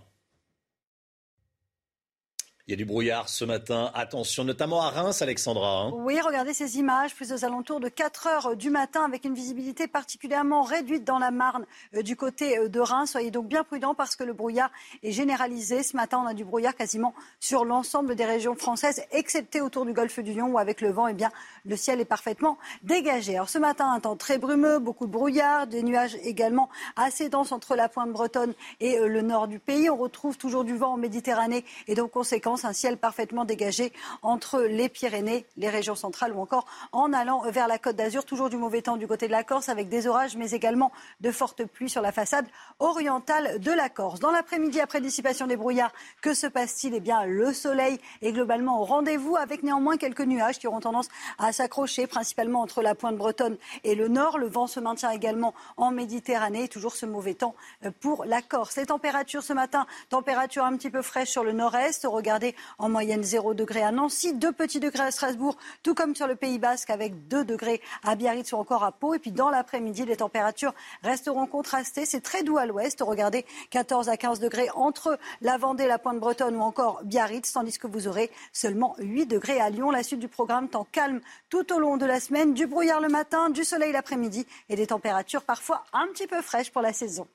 Il y a du brouillard ce matin, attention, notamment à Reims, Alexandra. Hein. Oui, regardez ces images, plus aux alentours de quatre heures du matin, avec une visibilité particulièrement réduite dans la Marne euh, du côté euh, de Reims. Soyez donc bien prudents parce que le brouillard est généralisé. Ce matin, on a du brouillard quasiment sur l'ensemble des régions françaises, excepté autour du golfe du Lion, où avec le vent, eh bien, le ciel est parfaitement dégagé. Alors ce matin, un temps très brumeux, beaucoup de brouillard, des nuages également assez denses entre la pointe bretonne et euh, le nord du pays. On retrouve toujours du vent en Méditerranée et donc, conséquence, un ciel parfaitement dégagé entre les Pyrénées, les régions centrales ou encore en allant vers la Côte d'Azur. Toujours du mauvais temps du côté de la Corse avec des orages mais également de fortes pluies sur la façade orientale de la Corse. Dans l'après-midi, après dissipation des brouillards, que se passe-t-il ? Eh bien, le soleil est globalement au rendez-vous avec néanmoins quelques nuages qui auront tendance à s'accrocher principalement entre la pointe bretonne et le nord. Le vent se maintient également en Méditerranée. Toujours ce mauvais temps pour la Corse. Les températures ce matin, température un petit peu fraîche sur le nord-est. Regardez en moyenne zéro degré à Nancy, deux petits degrés à Strasbourg, tout comme sur le Pays Basque avec deux degrés à Biarritz ou encore à Pau. Et puis dans l'après-midi, les températures resteront contrastées. C'est très doux à l'ouest. Regardez, quatorze à quinze degrés entre la Vendée, la Pointe Bretonne ou encore Biarritz, tandis que vous aurez seulement huit degrés à Lyon. La suite du programme, temps calme tout au long de la semaine, du brouillard le matin, du soleil l'après-midi et des températures parfois un petit peu fraîches pour la saison.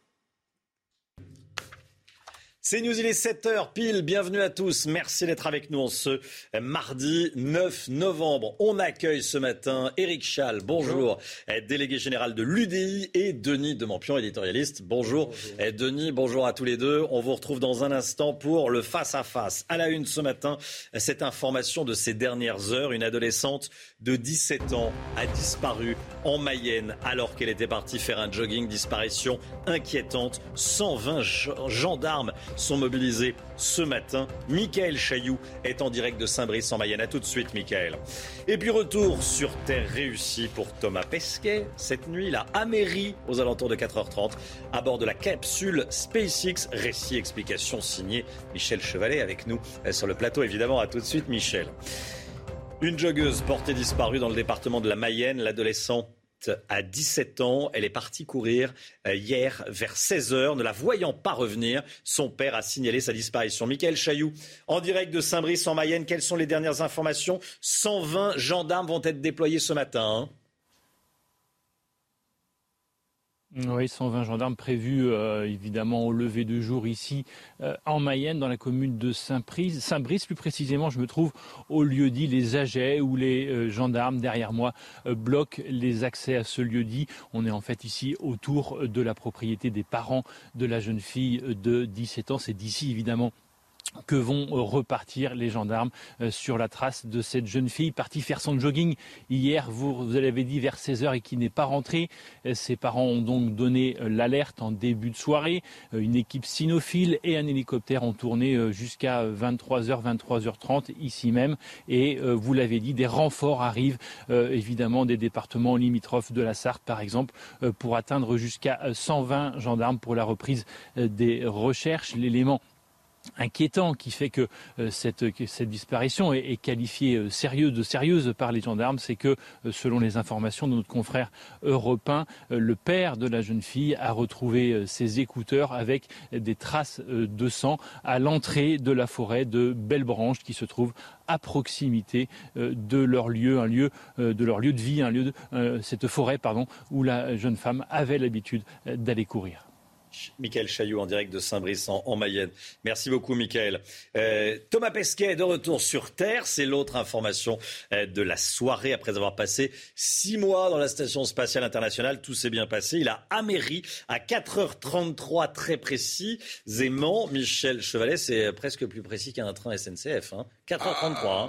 C'est News, il est sept heures pile, bienvenue à tous, merci d'être avec nous en ce mardi neuf novembre. On accueille ce matin Éric Schall, bonjour, bonjour. Délégué général de l'U D I et Denis Demampion, éditorialiste. Bonjour. bonjour Denis, bonjour à tous les deux. On vous retrouve dans un instant pour le face-à-face. À la une ce matin, cette information de ces dernières heures, une adolescente de dix-sept ans a disparu en Mayenne alors qu'elle était partie faire un jogging. Disparition inquiétante, cent vingt gendarmes sont mobilisés ce matin. Michael Chailloux est en direct de Saint-Brice en Mayenne. A tout de suite, Michael. Et puis retour sur terre réussie pour Thomas Pesquet. Cette nuit, la Améry, aux alentours de quatre heures trente, à bord de la capsule SpaceX. Récit, explication signée Michel Chevalet avec nous sur le plateau. Évidemment, à tout de suite, Michel. Une joggeuse portée disparue dans le département de la Mayenne. L'adolescent à dix-sept ans, elle est partie courir hier vers seize heures. Ne la voyant pas revenir, son père a signalé sa disparition. Michael Chailloux, en direct de Saint-Brice en Mayenne, quelles sont les dernières informations ? cent vingt gendarmes vont être déployés ce matin. Hein. Oui, cent vingt gendarmes prévus euh, évidemment au lever de jour ici euh, en Mayenne, dans la commune de Saint-Brice. Saint-Brice, plus précisément, je me trouve au lieu-dit Les Agets, où les euh, gendarmes derrière moi euh, bloquent les accès à ce lieu-dit. On est en fait ici autour de la propriété des parents de la jeune fille de dix-sept ans. C'est d'ici évidemment que vont repartir les gendarmes sur la trace de cette jeune fille partie faire son jogging hier, vous, vous l'avez dit, vers seize heures et qui n'est pas rentrée. Ses parents ont donc donné l'alerte en début de soirée. Une équipe cynophile et un hélicoptère ont tourné jusqu'à vingt-trois heures, vingt-trois heures trente ici même. Et vous l'avez dit, des renforts arrivent évidemment des départements limitrophes de la Sarthe par exemple pour atteindre jusqu'à cent vingt gendarmes pour la reprise des recherches. L'élément inquiétant qui fait que euh, cette, que cette disparition est, est qualifiée euh, sérieuse, de sérieuse par les gendarmes, c'est que euh, selon les informations de notre confrère Europe un, euh, le père de la jeune fille a retrouvé euh, ses écouteurs avec euh, des traces euh, de sang à l'entrée de la forêt de Bellebranche qui se trouve à proximité euh, de leur lieu, un lieu euh, de leur lieu de vie, un lieu de, euh, cette forêt pardon, où la jeune femme avait l'habitude euh, d'aller courir. Michael Chailloux en direct de Saint-Brice en, en Mayenne. Merci beaucoup Michael. Euh, Thomas Pesquet est de retour sur Terre. C'est l'autre information euh, de la soirée. Après avoir passé six mois dans la Station Spatiale Internationale, tout s'est bien passé. Il a améri à quatre heures trente-trois très précisément. Michel Chevalet, c'est presque plus précis qu'un train S N C F. Hein. quatre heures trente-trois. Hein.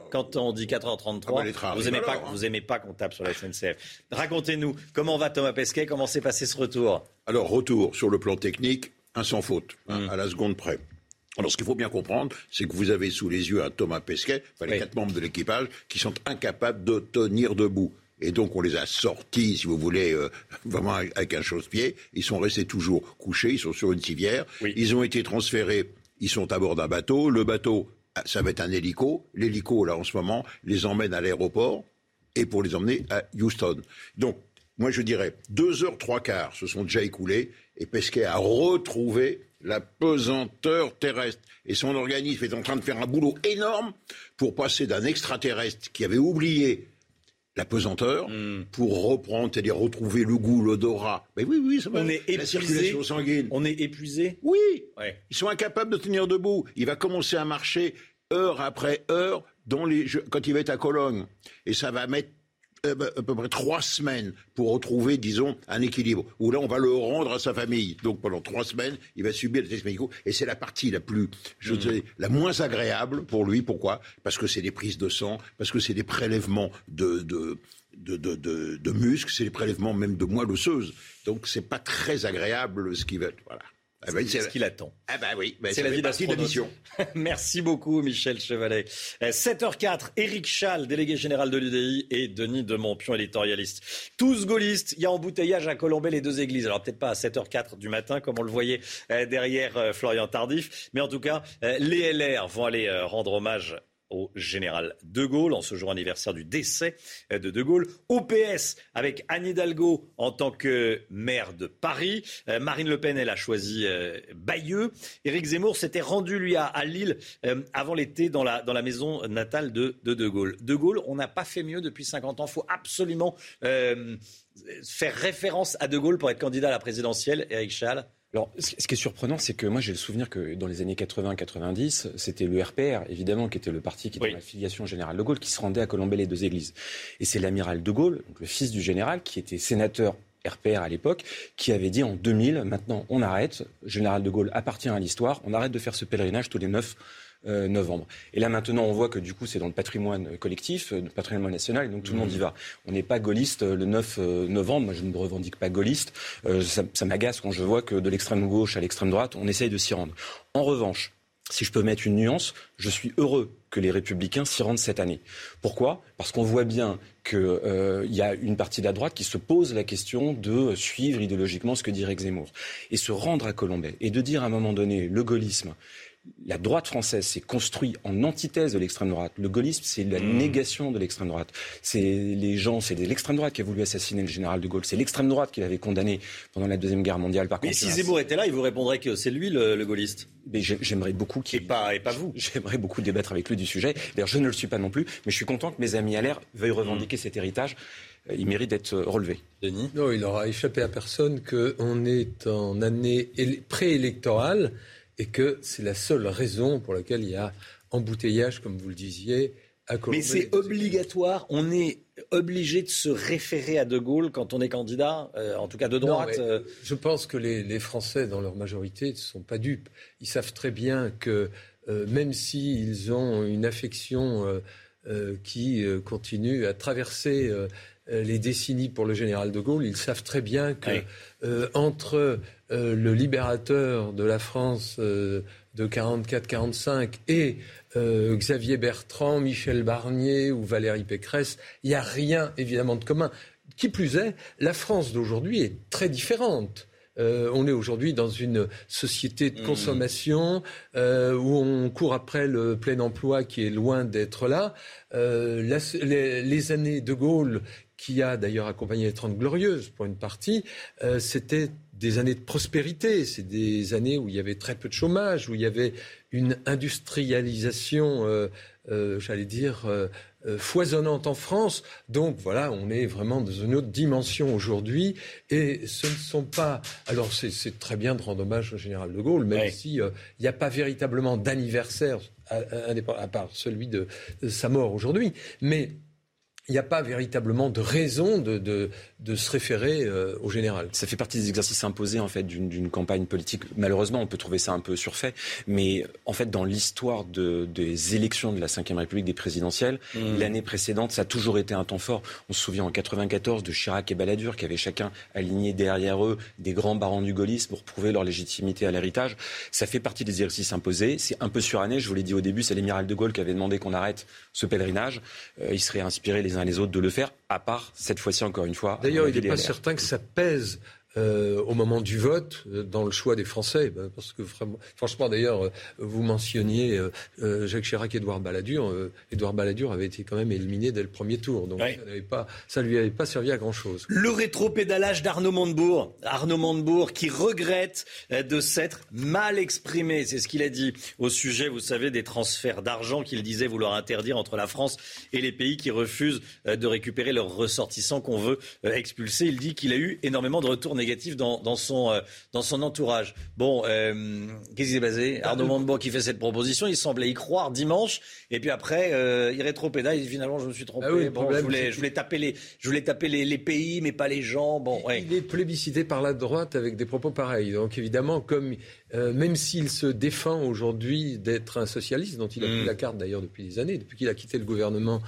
quand on dit quatre heures trente-trois, Ah bah, les trains vous n'aimez arrivent pas, alors, hein. vous aimez pas qu'on tape sur la S N C F. Racontez-nous, comment va Thomas Pesquet? Comment s'est passé ce retour? Alors, retour sur le plan technique, un sans faute, hein, Mm. à la seconde près. Alors, ce qu'il faut bien comprendre, c'est que vous avez sous les yeux un Thomas Pesquet, enfin, les Oui. quatre membres de l'équipage, qui sont incapables de tenir debout. Et donc, on les a sortis, si vous voulez, euh, vraiment avec un chausse-pied. Ils sont restés toujours couchés, ils sont sur une civière. Oui. Ils ont été transférés, ils sont à bord d'un bateau. Le bateau, ça va être un hélico. L'hélico, là, en ce moment, les emmène à l'aéroport et pour les emmener à Houston. Donc, moi, je dirais, deux heures, trois quarts se sont déjà écoulés et Pesquet a retrouvé la pesanteur terrestre. Et son organisme est en train de faire un boulot énorme pour passer d'un extraterrestre qui avait oublié la pesanteur Mm. pour reprendre, c'est-à-dire retrouver le goût, l'odorat. Mais oui, oui, ça va. On est La épuisé. circulation sanguine. On est épuisé. Oui. Ouais. Ils sont incapables de tenir debout. Il va commencer à marcher heure après heure dans les jeux- quand il va être à Cologne. Et ça va mettre euh, à peu près trois semaines pour retrouver, disons, un équilibre. Où là, on va le rendre à sa famille. Donc pendant trois semaines, il va subir les tests médicaux. Et c'est la partie la plus, je Mmh. dirais, la moins agréable pour lui. Pourquoi? Parce que c'est des prises de sang, parce que c'est des prélèvements de, de, de, de, de, de muscles, c'est des prélèvements même de moelle osseuse. Donc c'est pas très agréable ce qui va. Voilà. Ah ben, C'est ce qu'il attend. Ah ben oui, ben, C'est ça la fait vie partie de la d'astronaute. mission. Merci beaucoup, Michel Chevalet. Euh, sept heures quatre, Éric Schall, délégué général de l'U D I, et Denis de Montpion, éditorialiste. Tous gaullistes, il y a embouteillage à Colombey, les deux églises. Alors peut-être pas à sept heures quatre du matin, comme on le voyait euh, derrière euh, Florian Tardif, mais en tout cas, euh, les L R vont aller euh, rendre hommage au général de Gaulle en ce jour anniversaire du décès de de Gaulle. O P S avec Anne Hidalgo en tant que maire de Paris. Euh, Marine Le Pen, elle a choisi euh, Bayeux. Éric Zemmour s'était rendu, lui, à, à Lille euh, avant l'été dans la, dans la maison natale de, de De Gaulle. De Gaulle, on n'a pas fait mieux depuis cinquante ans. Il faut absolument euh, faire référence à De Gaulle pour être candidat à la présidentielle. Éric Schall. Alors, ce qui est surprenant, c'est que moi, j'ai le souvenir que dans les années quatre-vingts quatre-vingt-dix, c'était le R P R, évidemment, qui était le parti qui était Oui. dans la filiation générale de Gaulle, qui se rendait à Colombey les deux églises. Et c'est l'amiral de Gaulle, donc le fils du général, qui était sénateur R P R à l'époque, qui avait dit en deux mille, maintenant on arrête, le général de Gaulle appartient à l'histoire, on arrête de faire ce pèlerinage tous les neuf Euh, novembre. Et là maintenant on voit que du coup c'est dans le patrimoine collectif, euh, le patrimoine national, et donc tout le monde y va. On n'est pas gaulliste euh, le neuf novembre, moi je ne me revendique pas gaulliste, euh, ça, ça m'agace quand je vois que de l'extrême gauche à l'extrême droite on essaye de s'y rendre. En revanche, si je peux mettre une nuance, je suis heureux que les Républicains s'y rendent cette année. Pourquoi ? Parce qu'on voit bien qu'il euh, y a une partie de la droite qui se pose la question de suivre idéologiquement ce que dit Éric Zemmour. Et se rendre à Colombey et de dire à un moment donné, le gaullisme, la droite française s'est construite en antithèse de l'extrême droite. Le gaullisme, c'est la mmh. négation de l'extrême droite. C'est les gens, c'est l'extrême droite qui a voulu assassiner le général de Gaulle. C'est l'extrême droite qui l'avait condamné pendant la Deuxième Guerre mondiale. Par Mais contre, si Zemmour était là, il vous répondrait que c'est lui le, le gaulliste. Mais j'aimerais beaucoup qu'il... Et pas, et pas vous. J'aimerais beaucoup débattre avec lui du sujet. D'ailleurs, je ne le suis pas non plus, mais je suis content que mes amis à l'air veuillent revendiquer mmh. cet héritage. Il mérite d'être relevé. Denis ? Non, il n'aura échappé à personne qu'on est en année préélectorale et que c'est la seule raison pour laquelle il y a embouteillage, comme vous le disiez, à Colombey. Mais c'est obligatoire, on est obligé de se référer à De Gaulle quand on est candidat, euh, en tout cas de droite. Non, euh... Je pense que les, les Français, dans leur majorité, ne sont pas dupes. Ils savent très bien que euh, même s'ils ont une affection euh, euh, qui euh, continue à traverser euh, les décennies pour le général de Gaulle, ils savent très bien que oui. euh, entre euh, le libérateur de la France euh, de quarante-quatre quarante-cinq et euh, Xavier Bertrand, Michel Barnier ou Valérie Pécresse, il n'y a rien évidemment de commun. Qui plus est, la France d'aujourd'hui est très différente. Euh, on est aujourd'hui dans une société de consommation euh, où on court après le plein emploi qui est loin d'être là. Euh, la, les, les années de Gaulle, qui a d'ailleurs accompagné les Trente Glorieuses pour une partie, euh, c'était des années de prospérité. C'est des années où il y avait très peu de chômage, où il y avait une industrialisation, euh, euh, j'allais dire, euh, euh, foisonnante en France. Donc voilà, on est vraiment dans une autre dimension aujourd'hui. Et ce ne sont pas... Alors c'est, c'est très bien de rendre hommage au général de Gaulle, même ouais. si il euh, n'y a pas véritablement d'anniversaire à, à, à part celui de, de sa mort aujourd'hui. Mais il n'y a pas véritablement de raison de, de, de se référer euh, au général. Ça fait partie des exercices imposés en fait d'une, d'une campagne politique. Malheureusement, on peut trouver ça un peu surfait, mais en fait, dans l'histoire de, des élections de la cinquième République, des présidentielles, mmh. l'année précédente, ça a toujours été un temps fort. On se souvient en quatre-vingt-quatorze de Chirac et Balladur qui avaient chacun aligné derrière eux des grands barons du gaullisme pour prouver leur légitimité à l'héritage. Ça fait partie des exercices imposés. C'est un peu suranné. Je vous l'ai dit au début, c'est l'amiral de Gaulle qui avait demandé qu'on arrête ce pèlerinage. Euh, il serait inspiré les uns les autres de le faire, à part cette fois-ci encore une fois. D'ailleurs, il n'est pas certain que ça pèse euh, au moment du vote euh, dans le choix des Français, ben, parce que vraiment, franchement, d'ailleurs, euh, vous mentionniez euh, Jacques Chirac et Édouard Balladur. Euh, Édouard Balladur avait été quand même éliminé dès le premier tour, donc ouais. ça n'avait pas, ça lui avait pas servi à grand chose. Le rétropédalage d'Arnaud Montebourg, Arnaud Montebourg qui regrette de s'être mal exprimé, c'est ce qu'il a dit au sujet, vous savez, des transferts d'argent qu'il disait vouloir interdire entre la France et les pays qui refusent de récupérer leurs ressortissants qu'on veut expulser. Il dit qu'il a eu énormément de retours négatif dans, dans, son, euh, dans son entourage. Bon, euh, qu'est-ce qui s'est passé ? Arnaud Montebourg qui fait cette proposition, il semblait y croire dimanche, et puis après, euh, il rétropédale, il dit finalement je me suis trompé. Ah oui, bon, je voulais, je voulais taper, les, je voulais taper les, les pays, mais pas les gens. Bon, ouais. Il est plébiscité par la droite avec des propos pareils. Donc évidemment, comme, euh, même s'il se défend aujourd'hui d'être un socialiste, dont il a mmh. pris la carte d'ailleurs depuis des années, depuis qu'il a quitté le gouvernement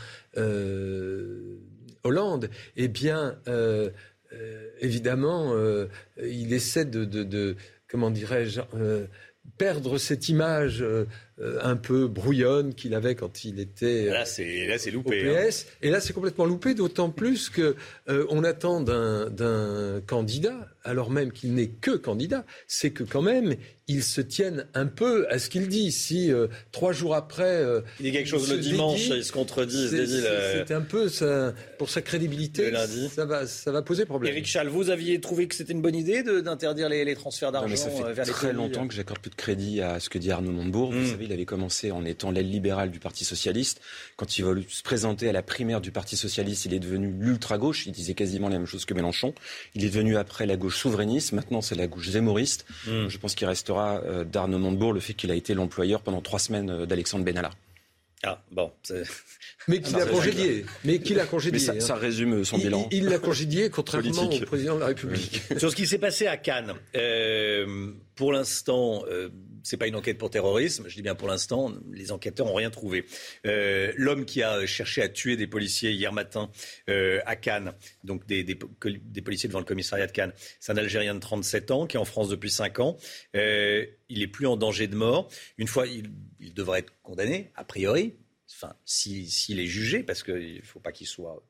euh, Hollande, eh bien... Euh, Euh, évidemment, euh, il essaie de, de, de comment dirais-je, euh, perdre cette image euh, un peu brouillonne qu'il avait quand il était là, c'est, là, c'est loupé, au P S. Hein. Et là, c'est complètement loupé, d'autant plus que euh, on attend d'un, d'un candidat, alors même qu'il n'est que candidat, c'est que quand même, il se tienne un peu à ce qu'il dit. Si euh, trois jours après... Euh, il dit quelque chose le dimanche, dédie, il se contredit, il se dédie. C'est, c'est un peu, ça, pour sa crédibilité, le lundi. Ça, va, ça va poser problème. Éric Chall, vous aviez trouvé que c'était une bonne idée de, d'interdire les, les transferts d'argent non, mais ça fait vers les très longtemps que j'accorde plus de crédit à ce que dit Arnaud Montebourg. Mmh. Vous savez, il avait commencé en étant l'aile libérale du Parti Socialiste. Quand il va se présenter à la primaire du Parti Socialiste, il est devenu l'ultra-gauche. Il disait quasiment la même chose que Mélenchon. Il est devenu après la gauche souverainiste. Maintenant, c'est la gauche zémoriste. Mmh. Je pense qu'il restera euh, d'Arnaud Montebourg le fait qu'il a été l'employeur pendant trois semaines euh, d'Alexandre Benalla. Ah, bon. C'est... Mais qu'il a congédié. Mais qu'il a congédié. Mais ça, hein. ça résume son il, bilan. Il l'a congédié, contrairement politique. Au président de la République. Sur ce qui s'est passé à Cannes, euh, pour l'instant, euh, c'est pas une enquête pour terrorisme. Je dis bien pour l'instant, les enquêteurs n'ont rien trouvé. Euh, l'homme qui a cherché à tuer des policiers hier matin euh, à Cannes, donc des, des, des policiers devant le commissariat de Cannes, c'est un Algérien de trente-sept ans qui est en France depuis cinq ans. Euh, il est plus en danger de mort. Une fois, il, il devrait être condamné, a priori. Enfin, s'il si, si est jugé, parce qu'il ne faut pas qu'il soit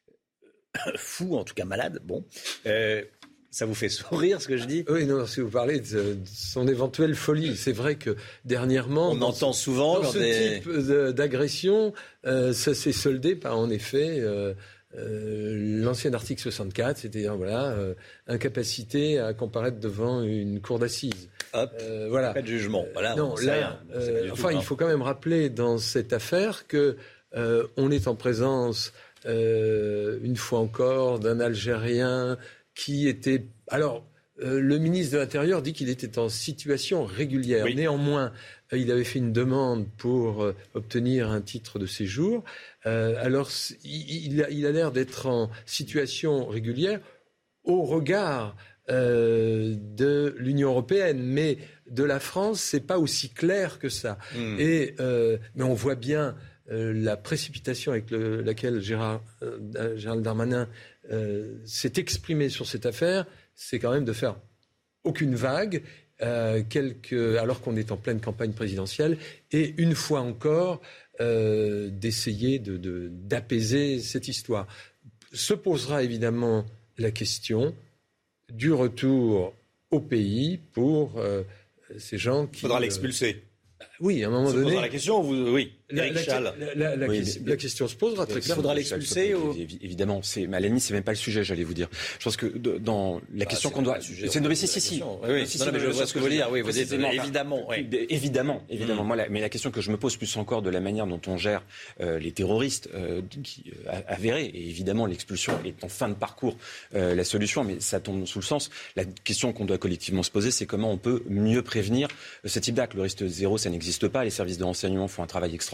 fou, en tout cas malade. Bon, euh, ça vous fait sourire ce que je dis ? Oui, non, si vous parlez de, de son éventuelle folie, c'est vrai que dernièrement, on entend ce, souvent dans ce des... type de, d'agression, euh, ça s'est soldé par en effet euh, euh, l'ancien article soixante-quatre, c'est-à-dire voilà, euh, incapacité à comparaître devant une cour d'assises. Hop, euh, voilà. Pas de jugement. Voilà, non, là, euh, enfin, tout, il faut quand même rappeler dans cette affaire que euh, on est en présence, euh, une fois encore, d'un Algérien qui était. Alors, euh, le ministre de l'Intérieur dit qu'il était en situation régulière. Oui. Néanmoins, euh, il avait fait une demande pour euh, obtenir un titre de séjour. Euh, alors, il, il, a, il a l'air d'être en situation régulière au regard. Euh, de l'Union européenne, mais de la France, c'est pas aussi clair que ça. Mmh. Et euh, mais on voit bien euh, la précipitation avec le, laquelle Gérard, euh, Gérald Darmanin euh, s'est exprimé sur cette affaire. C'est quand même de faire aucune vague, euh, quelque, alors qu'on est en pleine campagne présidentielle, et une fois encore euh, d'essayer de, de, d'apaiser cette histoire. Se posera évidemment la question du retour au pays pour euh, ces gens qui... Il faudra l'expulser. Euh, oui, à un moment se donné... posera la question, vous... oui. La, la, la, la, la, oui, question, mais, la question se posera très clairement. Il faudra l'expulser ou... Évidemment, c'est, mais à la limite, c'est même pas le sujet, j'allais vous dire. Je pense que de, dans la ah, question qu'on doit... Sujet, c'est une si, si, si. Oui, si, non, si, mais je vois ce que vous voulez dire. Oui, vous dites évidemment. Oui. Évidemment, évidemment. Mmh. Moi, la, mais la question que je me pose plus encore de la manière dont on gère euh, les terroristes euh, qui, euh, avérés, et évidemment, l'expulsion est en fin de parcours euh, la solution, mais ça tombe sous le sens. La question qu'on doit collectivement se poser, c'est comment on peut mieux prévenir ce type d'acte. Le risque zéro, ça n'existe pas. Les services de renseignement font un travail extraordinaire.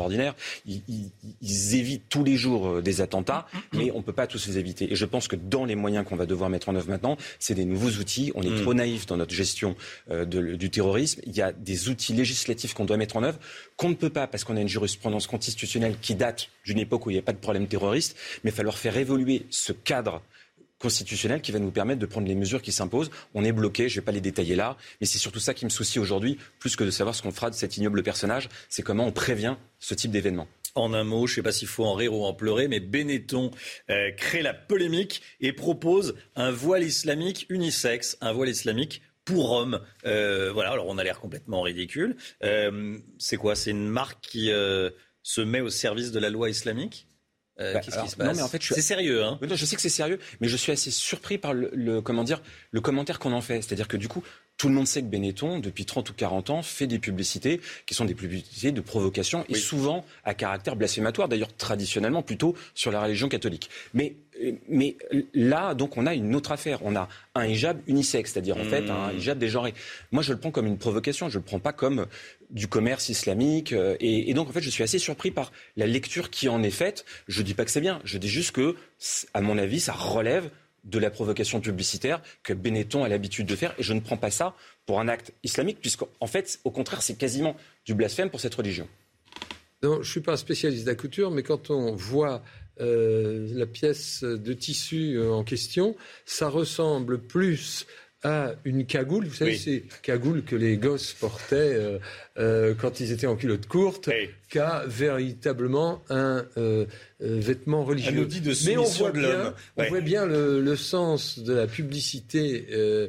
extraordinaires. Ils, ils, ils évitent tous les jours des attentats, mais on ne peut pas tous les éviter. Et je pense que dans les moyens qu'on va devoir mettre en œuvre maintenant, c'est des nouveaux outils. On est mmh. trop naïf dans notre gestion euh, de, du terrorisme. Il y a des outils législatifs qu'on doit mettre en œuvre, qu'on ne peut pas parce qu'on a une jurisprudence constitutionnelle qui date d'une époque où il n'y a pas de problème terroriste, mais il va falloir faire évoluer ce cadre constitutionnel qui va nous permettre de prendre les mesures qui s'imposent. On est bloqué, je ne vais pas les détailler là, mais c'est surtout ça qui me soucie aujourd'hui, plus que de savoir ce qu'on fera de cet ignoble personnage, c'est comment on prévient ce type d'événement. En un mot, je ne sais pas s'il faut en rire ou en pleurer, mais Benetton euh, crée la polémique et propose un voile islamique unisexe, un voile islamique pour hommes. Euh, voilà, alors on a l'air complètement ridicule. Euh, c'est quoi ? C'est une marque qui euh, se met au service de la loi islamique ? Euh, bah, qu'est-ce alors, qui se passe ? Non, mais en fait, je suis... C'est sérieux, hein ? Je sais que c'est sérieux, mais je suis assez surpris par le, le, comment dire, le commentaire qu'on en fait. C'est-à-dire que du coup, tout le monde sait que Benetton, depuis trente ou quarante ans, fait des publicités qui sont des publicités de provocation et oui. souvent à caractère blasphématoire, d'ailleurs traditionnellement plutôt sur la religion catholique. Mais, mais là, donc, on a une autre affaire. On a un hijab unisexe, c'est-à-dire en mmh. fait un hijab dégenré. Moi, je le prends comme une provocation, je le prends pas comme du commerce islamique. Et, et donc, en fait, je suis assez surpris par la lecture qui en est faite. Je dis pas que c'est bien, je dis juste que, à mon avis, ça relève de la provocation publicitaire que Benetton a l'habitude de faire. Et je ne prends pas ça pour un acte islamique, puisqu'en fait, au contraire, c'est quasiment du blasphème pour cette religion. Non, je ne suis pas un spécialiste de la couture, mais quand on voit euh, la pièce de tissu euh, en question, ça ressemble plus à une cagoule. Vous savez, oui. ces cagoules que les gosses portaient euh, euh, quand ils étaient en culotte courte, oui. qu'à véritablement un euh, euh, vêtement religieux. Un outil de Mais on voit de bien, l'homme. on ouais. voit bien le, le sens de la publicité euh,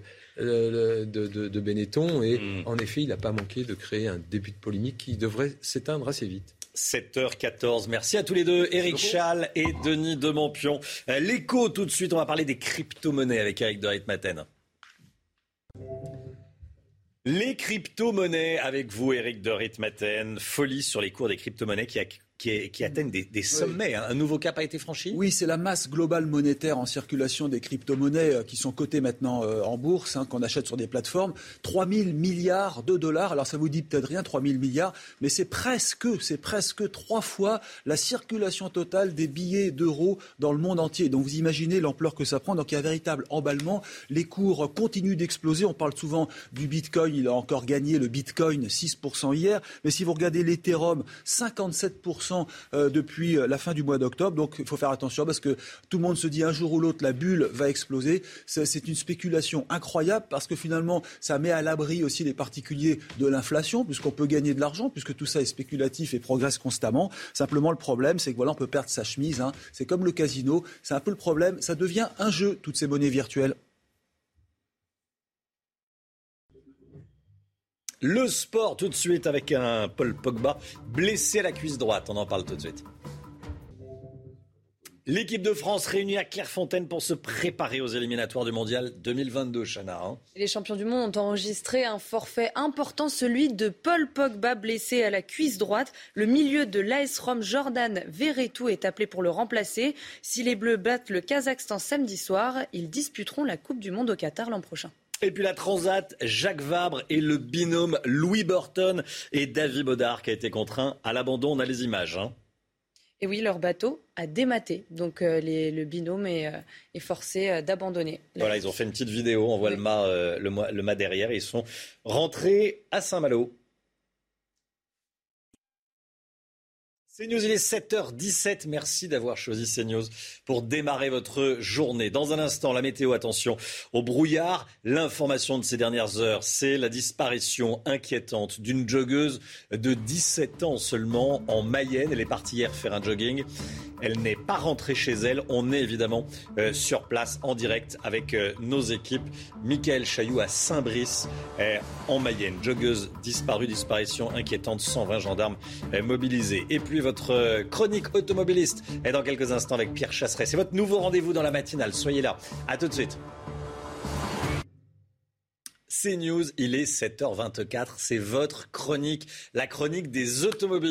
de, de, de Benetton. Et mm. en effet, il n'a pas manqué de créer un début de polémique qui devrait s'éteindre assez vite. sept heures quatorze, merci à tous les deux, Éric Schall et Denis Demontpion. L'écho tout de suite, on va parler des crypto-monnaies avec Éric de Ritmaten. Les crypto-monnaies avec vous, Éric de Ritmaten. Folie sur les cours des crypto-monnaies qui, a, qui, qui atteignent des, des sommets. Oui. Hein. Un nouveau cap a été franchi ? Oui, c'est la masse globale monétaire en circulation des crypto-monnaies euh, qui sont cotées maintenant euh, en bourse, hein, qu'on achète sur des plateformes. trois mille milliards de dollars. Alors ça vous dit peut-être rien, trois mille milliards, mais c'est presque, c'est presque trois fois la circulation totale des billets d'euros dans le monde entier. Donc vous imaginez l'ampleur que ça prend. Donc il y a un véritable emballement. Les cours continuent d'exploser. On parle souvent du Bitcoin. Il a encore gagné le Bitcoin six pour cent hier. Mais si vous regardez l'Ethereum, cinquante-sept pour cent depuis la fin du mois d'octobre. Donc il faut faire attention parce que tout le monde se dit un jour ou l'autre la bulle va exploser. C'est, c'est une spéculation incroyable parce que finalement ça met à l'abri aussi les particuliers de l'inflation puisqu'on peut gagner de l'argent puisque tout ça est spéculatif et progresse constamment. Simplement le problème c'est que voilà on peut perdre sa chemise. Hein. C'est comme le casino. C'est un peu le problème. Ça devient un jeu toutes ces monnaies virtuelles. Le sport tout de suite avec un Paul Pogba blessé à la cuisse droite. On en parle tout de suite. L'équipe de France réunie à Clairefontaine pour se préparer aux éliminatoires du Mondial deux mille vingt-deux, Chana. Hein. Les champions du monde ont enregistré un forfait important, celui de Paul Pogba, blessé à la cuisse droite. Le milieu de l'A S Rome, Jordan Verretou, est appelé pour le remplacer. Si les Bleus battent le Kazakhstan samedi soir, ils disputeront la Coupe du Monde au Qatar l'an prochain. Et puis la Transat, Jacques Vabre et le binôme Louis Burton et David Baudard qui a été contraint à l'abandon. On a les images. Hein. Et oui, leur bateau a dématé. Donc euh, les, le binôme est, euh, est forcé euh, d'abandonner. Voilà, ils ont fait une petite vidéo. On voit oui. le, mât, euh, le, le mât derrière. Ils sont rentrés à Saint-Malo. CNews, il est sept heures dix-sept. Merci d'avoir choisi CNews pour démarrer votre journée. Dans un instant, la météo, attention au brouillard. L'information de ces dernières heures, c'est la disparition inquiétante d'une joggeuse de dix-sept ans seulement en Mayenne. Elle est partie hier faire un jogging. Elle n'est pas rentrée chez elle. On est évidemment euh, sur place en direct avec euh, nos équipes. Michael Chailloux à Saint-Brice euh, en Mayenne. Joggeuse disparue, disparition inquiétante, cent vingt gendarmes euh, mobilisés. Et puis votre euh, chronique automobiliste est dans quelques instants avec Pierre Chasseret. C'est votre nouveau rendez-vous dans la matinale. Soyez là. À tout de suite. CNews, il est sept heures vingt-quatre. C'est votre chronique, la chronique des automobilistes.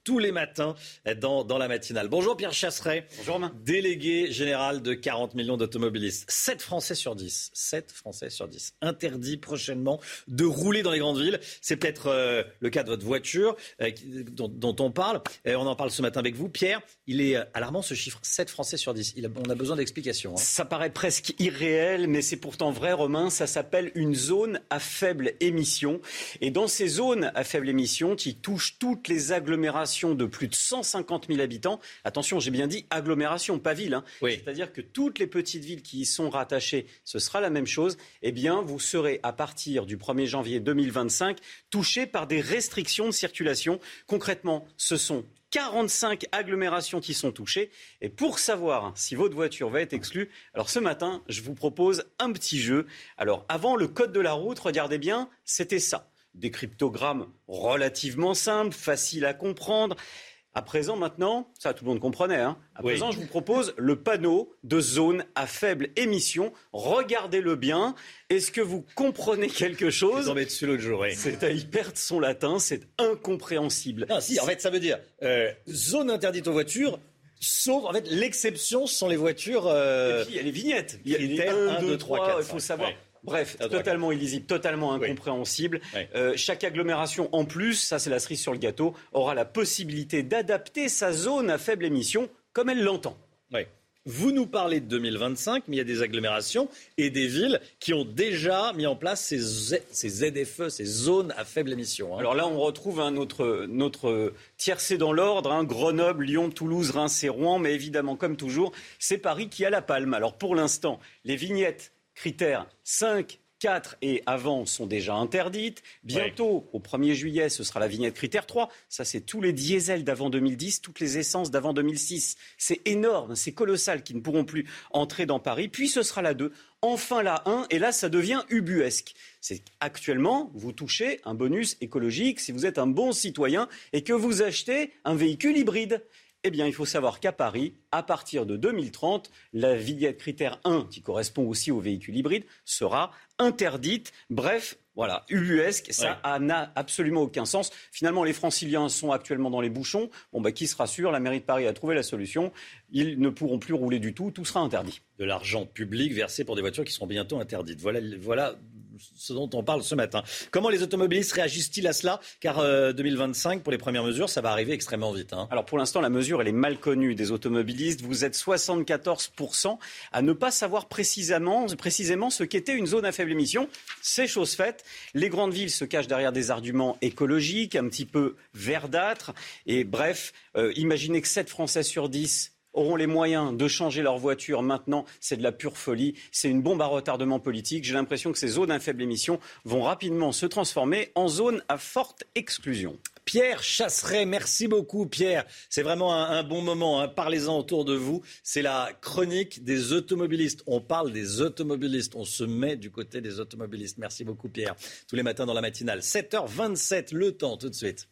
tous les matins dans, dans la matinale. Bonjour Pierre Chasseret. Bonjour Romain. Délégué général de quarante millions d'automobilistes. sept Français sur dix. sept Français sur dix. Interdit prochainement de rouler dans les grandes villes. C'est peut-être euh, le cas de votre voiture euh, dont, dont on parle. Euh, on en parle ce matin avec vous. Pierre, il est alarmant ce chiffre. sept Français sur dix. Il a, on a besoin d'explications. Hein. Ça paraît presque irréel, mais c'est pourtant vrai, Romain. Ça s'appelle une zone à faible émission. Et dans ces zones à faible émission qui touchent toutes les agglomérations de plus de cent cinquante mille habitants. Attention, j'ai bien dit agglomération, pas ville. Hein. Oui. C'est-à-dire que toutes les petites villes qui y sont rattachées, ce sera la même chose. Eh bien, vous serez à partir du premier janvier deux mille vingt-cinq touchés par des restrictions de circulation. Concrètement, ce sont quarante-cinq agglomérations qui sont touchées. Et pour savoir si votre voiture va être exclue, alors ce matin, je vous propose un petit jeu. Alors, avant le code de la route, regardez bien, c'était ça. Des cryptogrammes relativement simples, faciles à comprendre. À présent, maintenant, ça tout le monde comprenait. Hein. À oui. présent, je vous propose le panneau de zone à faible émission. Regardez-le bien. Est-ce que vous comprenez quelque chose ? Je suis tombé dessus l'autre jour. Oui. C'est à y perdre son latin, c'est incompréhensible. Non, si, en fait, ça veut dire euh, zone interdite aux voitures. Sauf, en fait, l'exception, ce sont les voitures. Euh, Et puis, il y a les vignettes. Il y a les un, un, deux, trois, il faut savoir. Ouais. Bref, totalement illisible, totalement incompréhensible. Oui. Oui. Euh, chaque agglomération, en plus, ça c'est la cerise sur le gâteau, aura la possibilité d'adapter sa zone à faible émission comme elle l'entend. Oui. Vous nous parlez de deux mille vingt-cinq, mais il y a des agglomérations et des villes qui ont déjà mis en place ces, Z, ces Z F E, ces zones à faible émission. Hein. Alors là, on retrouve hein, notre, notre tiercé dans l'ordre, hein, Grenoble, Lyon, Toulouse, Reims et Rouen, mais évidemment, comme toujours, c'est Paris qui a la palme. Alors pour l'instant, les vignettes critères cinq, quatre et avant sont déjà interdites. Bientôt, ouais. au premier juillet, ce sera la vignette critère trois. Ça, c'est tous les diesels d'avant deux mille dix, toutes les essences d'avant deux mille six. C'est énorme, c'est colossal, qui ne pourront plus entrer dans Paris. Puis ce sera la deux. Enfin la un, et là, ça devient ubuesque. C'est actuellement, vous touchez un bonus écologique si vous êtes un bon citoyen et que vous achetez un véhicule hybride. Eh bien, il faut savoir qu'à Paris, à partir de deux mille trente, la vignette critère un, qui correspond aussi aux véhicules hybrides, sera interdite. Bref, voilà, ubuesque, ça ouais. n'a absolument aucun sens. Finalement, les franciliens sont actuellement dans les bouchons. Bon, bah, qui se rassure, la mairie de Paris a trouvé la solution. Ils ne pourront plus rouler du tout, tout sera interdit. De l'argent public versé pour des voitures qui seront bientôt interdites. Voilà, voilà ce dont on parle ce matin. Comment les automobilistes réagissent-ils à cela ? Car euh, deux mille vingt-cinq, pour les premières mesures, ça va arriver extrêmement vite. Hein. Alors pour l'instant, la mesure, elle est mal connue des automobilistes. Vous êtes soixante-quatorze pour cent à ne pas savoir précisément, précisément ce qu'était une zone à faible émission. C'est chose faite. Les grandes villes se cachent derrière des arguments écologiques, un petit peu verdâtres. Et bref, euh, imaginez que sept Français sur dix auront les moyens de changer leur voiture maintenant, c'est de la pure folie. C'est une bombe à retardement politique. J'ai l'impression que ces zones à faible émission vont rapidement se transformer en zones à forte exclusion. Pierre Chasseret, merci beaucoup Pierre. C'est vraiment un, un bon moment, hein. Parlez-en autour de vous. C'est la chronique des automobilistes. On parle des automobilistes, on se met du côté des automobilistes. Merci beaucoup Pierre. Tous les matins dans la matinale, sept heures vingt-sept, le temps tout de suite.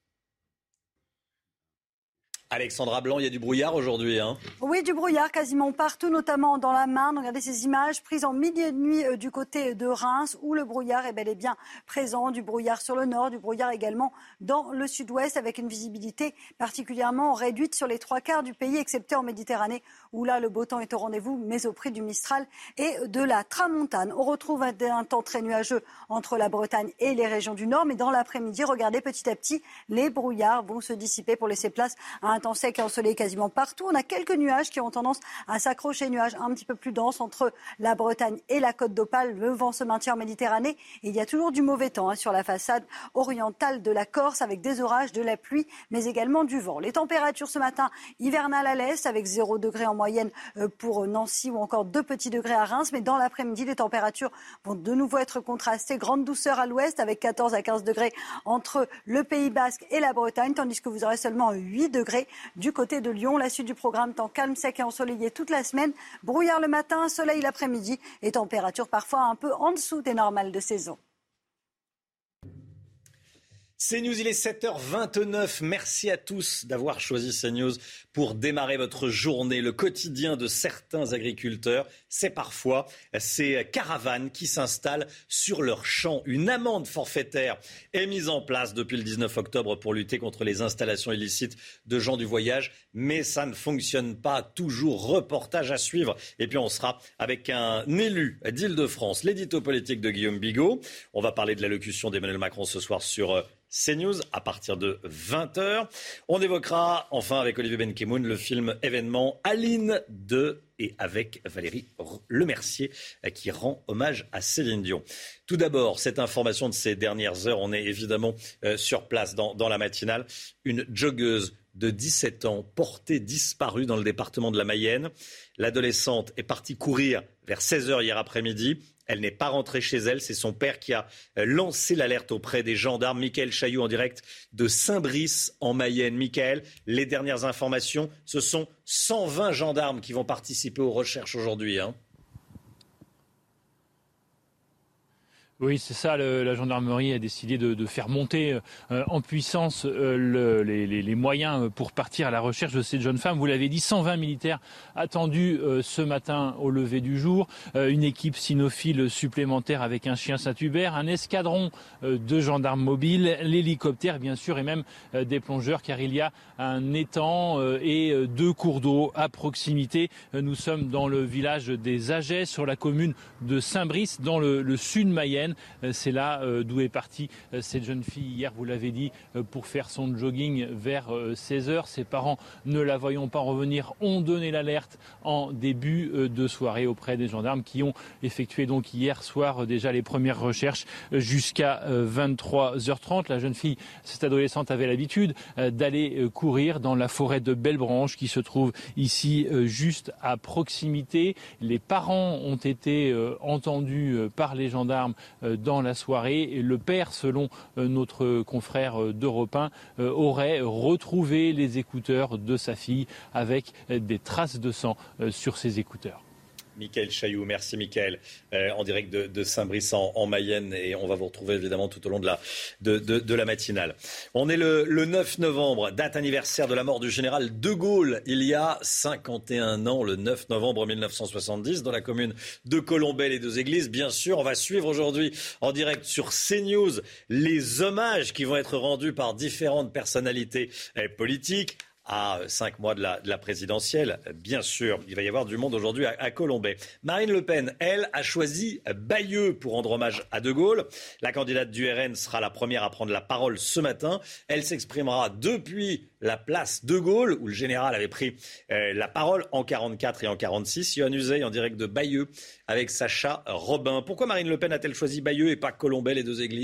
Alexandra Blanc, il y a du brouillard aujourd'hui. Hein. Oui, du brouillard quasiment partout, notamment dans la Marne. Regardez ces images prises en milieu de nuit euh, du côté de Reims, où le brouillard est bel et bien présent. Du brouillard sur le nord, du brouillard également dans le sud-ouest, avec une visibilité particulièrement réduite sur les trois quarts du pays, excepté en Méditerranée, où là, le beau temps est au rendez-vous, mais au prix du Mistral et de la Tramontane. On retrouve un, un temps très nuageux entre la Bretagne et les régions du nord, mais dans l'après-midi, regardez, petit à petit, les brouillards vont se dissiper pour laisser place à un temps sec et ensoleillé quasiment partout. On a quelques nuages qui ont tendance à s'accrocher, nuages un petit peu plus denses entre la Bretagne et la Côte d'Opale. Le vent se maintient en Méditerranée et il y a toujours du mauvais temps hein, sur la façade orientale de la Corse avec des orages, de la pluie, mais également du vent. Les températures ce matin hivernales à l'est avec zéro degré en moyenne pour Nancy ou encore deux petits degrés à Reims. Mais dans l'après-midi, les températures vont de nouveau être contrastées. Grande douceur à l'ouest avec quatorze à quinze degrés entre le Pays Basque et la Bretagne, tandis que vous aurez seulement huit degrés du côté de Lyon. La suite du programme, temps calme, sec et ensoleillé toute la semaine. Brouillard le matin, soleil l'après-midi et température parfois un peu en dessous des normales de saison. CNews, il est sept heures vingt-neuf. Merci à tous d'avoir choisi CNews pour démarrer votre journée. Le quotidien de certains agriculteurs, c'est parfois ces caravanes qui s'installent sur leurs champs. Une amende forfaitaire est mise en place depuis le dix-neuf octobre pour lutter contre les installations illicites de gens du voyage. Mais ça ne fonctionne pas toujours. Reportage à suivre. Et puis on sera avec un élu d'Île-de-France, l'édito politique de Guillaume Bigot. On va parler de l'allocution d'Emmanuel Macron ce soir sur CNews à partir de vingt heures. On évoquera enfin avec Olivier Benkemoun le film événement Aline de et avec Valérie Lemercier qui rend hommage à Céline Dion. Tout d'abord, cette information de ces dernières heures, on est évidemment euh, sur place dans, dans la matinale. Une joggeuse de dix-sept ans portée disparue dans le département de la Mayenne. L'adolescente est partie courir vers seize heures hier après-midi. Elle n'est pas rentrée chez elle. C'est son père qui a lancé l'alerte auprès des gendarmes. Mickaël Chailloux en direct de Saint-Brice en Mayenne. Mickaël, les dernières informations, ce sont cent vingt gendarmes qui vont participer aux recherches aujourd'hui, hein. Oui, c'est ça. Le, la gendarmerie a décidé de, de faire monter euh, en puissance euh, le, les, les, les moyens pour partir à la recherche de cette jeune femme. Vous l'avez dit, cent vingt militaires attendus euh, ce matin au lever du jour. Euh, une équipe cynophile supplémentaire avec un chien Saint-Hubert, un escadron euh, de gendarmes mobiles, l'hélicoptère bien sûr et même euh, des plongeurs car il y a un étang euh, et euh, deux cours d'eau à proximité. Euh, nous sommes dans le village des Agets sur la commune de Saint-Brice dans le, le sud Mayenne. C'est là euh, d'où est partie euh, cette jeune fille hier, vous l'avez dit, euh, pour faire son jogging vers euh, seize heures. Ses parents, ne la voyant pas revenir, ont donné l'alerte en début euh, de soirée auprès des gendarmes qui ont effectué donc hier soir euh, déjà les premières recherches euh, jusqu'à euh, vingt-trois heures trente. La jeune fille, cette adolescente, avait l'habitude euh, d'aller euh, courir dans la forêt de Bellebranche qui se trouve ici euh, juste à proximité. Les parents ont été euh, entendus euh, par les gendarmes dans la soirée. Et le père, selon notre confrère d'Europe un, aurait retrouvé les écouteurs de sa fille avec des traces de sang sur ses écouteurs. Mickaël Chailloux, merci Mickaël, euh, en direct de, de Saint-Brice en, en Mayenne et on va vous retrouver évidemment tout au long de la, de, de, de la matinale. On est le, le neuf novembre, date anniversaire de la mort du général de Gaulle il y a cinquante et un ans, le neuf novembre mille neuf cent soixante-dix, dans la commune de Colombey-les-Deux-Églises. Bien sûr, on va suivre aujourd'hui en direct sur CNews les hommages qui vont être rendus par différentes personnalités eh, politiques. À cinq mois de la, de la présidentielle, bien sûr. Il va y avoir du monde aujourd'hui à, à Colombey. Marine Le Pen, elle, a choisi Bayeux pour rendre hommage à De Gaulle. La candidate du R N sera la première à prendre la parole ce matin. Elle s'exprimera depuis la place De Gaulle, où le général avait pris euh, la parole en quarante-quatre et en quarante-six. Yohann Usaï en direct de Bayeux avec Sacha Robin. Pourquoi Marine Le Pen a-t-elle choisi Bayeux et pas Colombey, les deux églises ?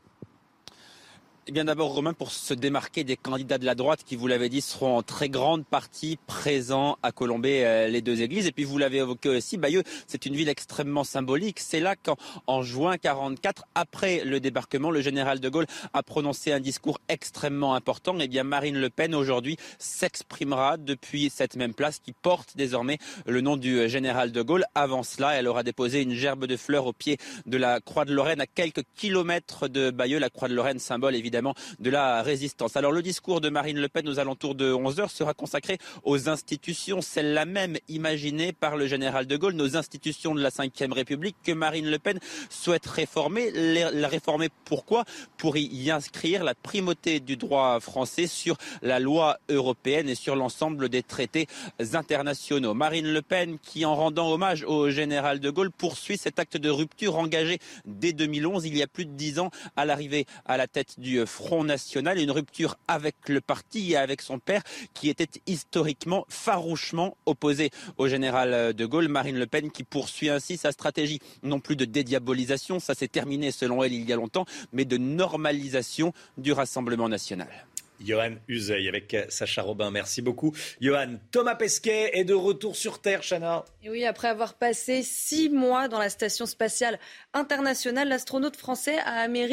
Eh bien d'abord, Romain, pour se démarquer des candidats de la droite qui, vous l'avez dit, seront en très grande partie présents à Colombey, euh, les deux églises. Et puis vous l'avez évoqué aussi, Bayeux, c'est une ville extrêmement symbolique. C'est là qu'en en juin quarante-quatre, après le débarquement, le général de Gaulle a prononcé un discours extrêmement important. Eh bien Marine Le Pen, aujourd'hui, s'exprimera depuis cette même place qui porte désormais le nom du général de Gaulle. Avant cela, elle aura déposé une gerbe de fleurs au pied de la Croix de Lorraine à quelques kilomètres de Bayeux. La Croix de Lorraine, symbole évidemment de la résistance. Alors le discours de Marine Le Pen aux alentours de onze heures sera consacré aux institutions, celles-là même imaginées par le général de Gaulle, nos institutions de la cinquième République que Marine Le Pen souhaite réformer. La réformer pourquoi ? Pour y inscrire la primauté du droit français sur la loi européenne et sur l'ensemble des traités internationaux. Marine Le Pen qui, en rendant hommage au général de Gaulle, poursuit cet acte de rupture engagé dès deux mille onze, il y a plus de dix ans, à l'arrivée à la tête du Front National, une rupture avec le parti et avec son père qui était historiquement farouchement opposé au général de Gaulle. Marine Le Pen qui poursuit ainsi sa stratégie non plus de dédiabolisation, ça s'est terminé selon elle il y a longtemps, mais de normalisation du Rassemblement national. Yohann Usaï avec Sacha Robin, merci beaucoup. Yohann, Thomas Pesquet est de retour sur Terre, Chana. Et oui, après avoir passé six mois dans la Station spatiale internationale, l'astronaute français a améri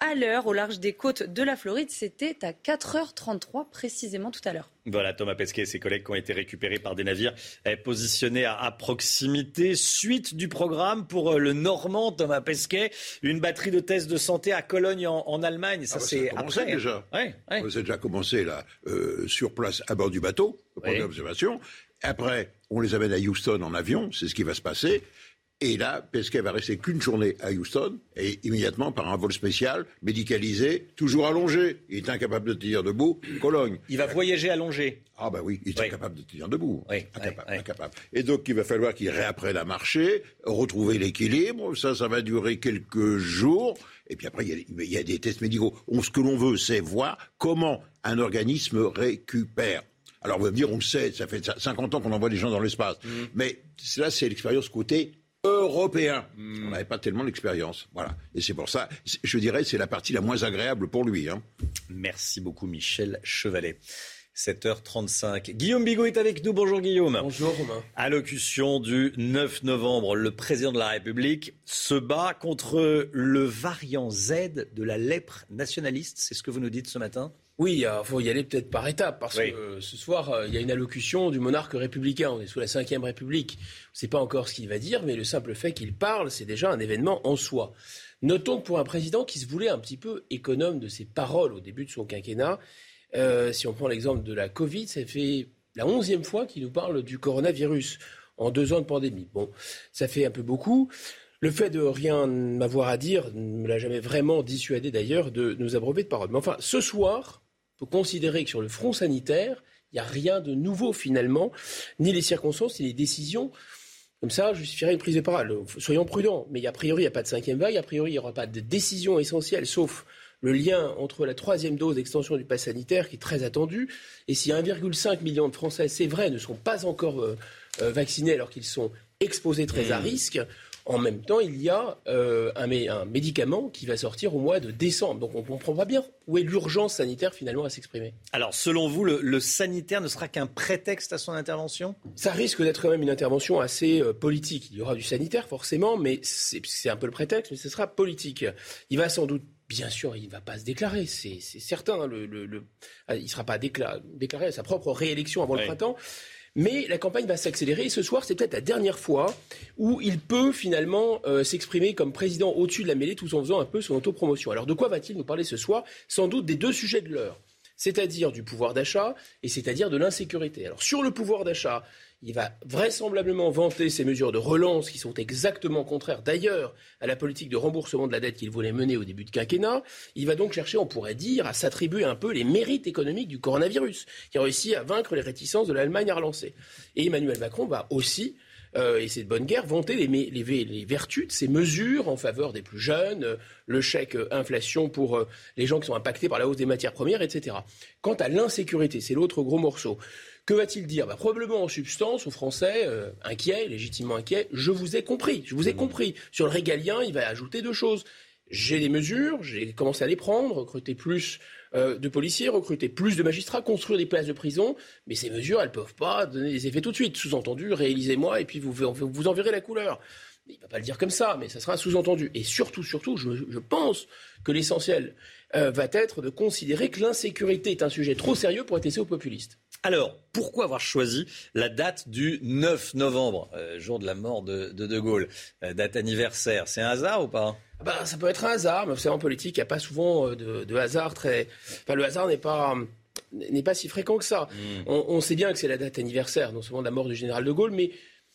à l'heure au large des côtes de la Floride. C'était à quatre heures trente-trois précisément tout à l'heure. Voilà, Thomas Pesquet et ses collègues qui ont été récupérés par des navires positionnés à, à proximité. Suite du programme pour le Normand, Thomas Pesquet, une batterie de tests de santé à Cologne en, en Allemagne. Ça, ah bah, c'est ça a commencé après, déjà. Ouais, ouais. Ça a déjà commencé là, euh, sur place à bord du bateau, au point ouais. d'observation. Après, on les amène à Houston en avion, c'est ce qui va se passer. Et là, Pesquet va rester qu'une journée à Houston et immédiatement par un vol spécial, médicalisé, toujours allongé. Il est incapable de tenir debout. Cologne. Il va voyager allongé. Ah ben oui, il est oui. incapable de tenir debout. Oui. Incapable, oui. incapable. Et donc, il va falloir qu'il réapprenne à marcher, retrouver l'équilibre. Ça, ça va durer quelques jours. Et puis après, il y a, il y a des tests médicaux. On, ce que l'on veut, c'est voir comment un organisme récupère. Alors, on va me dire, on le sait, ça fait cinquante ans qu'on envoie des gens dans l'espace. Mmh. Mais là, c'est l'expérience côté européen. Mmh. On n'avait pas tellement l'expérience. Voilà. Et c'est pour ça, je dirais, c'est la partie la moins agréable pour lui. Hein. Merci beaucoup, Michel Chevalet. sept heures trente-cinq. Guillaume Bigot est avec nous. Bonjour Guillaume. Bonjour Romain. Allocution du neuf novembre. Le président de la République se bat contre le variant Z de la lèpre nationaliste. C'est ce que vous nous dites ce matin ? Oui, il faut y aller peut-être par étapes, parce oui. que euh, ce soir, euh, il y a une allocution du monarque républicain. On est sous la cinquième République. On ne sait pas encore ce qu'il va dire, mais le simple fait qu'il parle, c'est déjà un événement en soi. Notons que pour un président qui se voulait un petit peu économe de ses paroles au début de son quinquennat, euh, si on prend l'exemple de la Covid, ça fait la onzième fois qu'il nous parle du coronavirus en deux ans de pandémie. Bon, ça fait un peu beaucoup. Le fait de rien m'avoir à dire ne me l'a jamais vraiment dissuadé d'ailleurs de nous abreuver de paroles. Mais enfin, ce soir, il faut considérer que sur le front sanitaire, il n'y a rien de nouveau finalement, ni les circonstances, ni les décisions. Comme ça, justifieraient une prise de parole. Soyons prudents, mais a priori, il n'y a pas de cinquième vague, a priori, il n'y aura pas de décision essentielle, sauf le lien entre la troisième dose d'extension du pass sanitaire, qui est très attendue, et si un virgule cinq million de Français, c'est vrai, ne sont pas encore euh, euh, vaccinés alors qu'ils sont exposés très mmh. à risque, en même temps, il y a euh, un, un médicament qui va sortir au mois de décembre. Donc on ne comprend pas bien où est l'urgence sanitaire finalement à s'exprimer. Alors selon vous, le, le sanitaire ne sera qu'un prétexte à son intervention ? Ça risque d'être quand même une intervention assez euh, politique. Il y aura du sanitaire forcément, mais c'est, c'est un peu le prétexte, mais ce sera politique. Il va sans doute, bien sûr, il ne va pas se déclarer, c'est, c'est certain. Le, le, le, il ne sera pas décla- déclaré à sa propre réélection avant ouais. le printemps. Mais la campagne va s'accélérer et ce soir, c'est peut-être la dernière fois où il peut finalement euh, s'exprimer comme président au-dessus de la mêlée tout en faisant un peu son autopromotion. Alors de quoi va-t-il nous parler ce soir ? Sans doute des deux sujets de l'heure, c'est-à-dire du pouvoir d'achat et c'est-à-dire de l'insécurité. Alors sur le pouvoir d'achat, il va vraisemblablement vanter ces mesures de relance qui sont exactement contraires d'ailleurs à la politique de remboursement de la dette qu'il voulait mener au début de quinquennat. Il va donc chercher, on pourrait dire, à s'attribuer un peu les mérites économiques du coronavirus, qui a réussi à vaincre les réticences de l'Allemagne à relancer. Et Emmanuel Macron va aussi, euh, et c'est de bonne guerre, vanter les, les, les vertus de ces mesures en faveur des plus jeunes, euh, le chèque euh, inflation pour euh, les gens qui sont impactés par la hausse des matières premières, et cetera. Quant à l'insécurité, c'est l'autre gros morceau. Que va-t-il dire ? Bah, probablement en substance aux Français, euh, inquiets, légitimement inquiets, je vous ai compris, je vous ai compris. Sur le régalien, il va ajouter deux choses. J'ai des mesures, j'ai commencé à les prendre, recruter plus euh, de policiers, recruter plus de magistrats, construire des places de prison, mais ces mesures, elles ne peuvent pas donner des effets tout de suite. Sous-entendu, réalisez-moi et puis vous, vous en verrez la couleur. Il ne va pas le dire comme ça, mais ça sera un sous-entendu. Et surtout, surtout, je, je pense que l'essentiel euh, va être de considérer que l'insécurité est un sujet trop sérieux pour être laissé aux populistes. Alors, pourquoi avoir choisi la date du neuf novembre, euh, jour de la mort de De, de Gaulle, euh, date anniversaire ? C'est un hasard ou pas ? Ben, ça peut être un hasard, mais vous savez, en politique, il n'y a pas souvent de, de hasard très... Enfin, le hasard n'est pas... n'est pas si fréquent que ça. Mmh. On, on sait bien que c'est la date anniversaire, non seulement de la mort du général de Gaulle, mais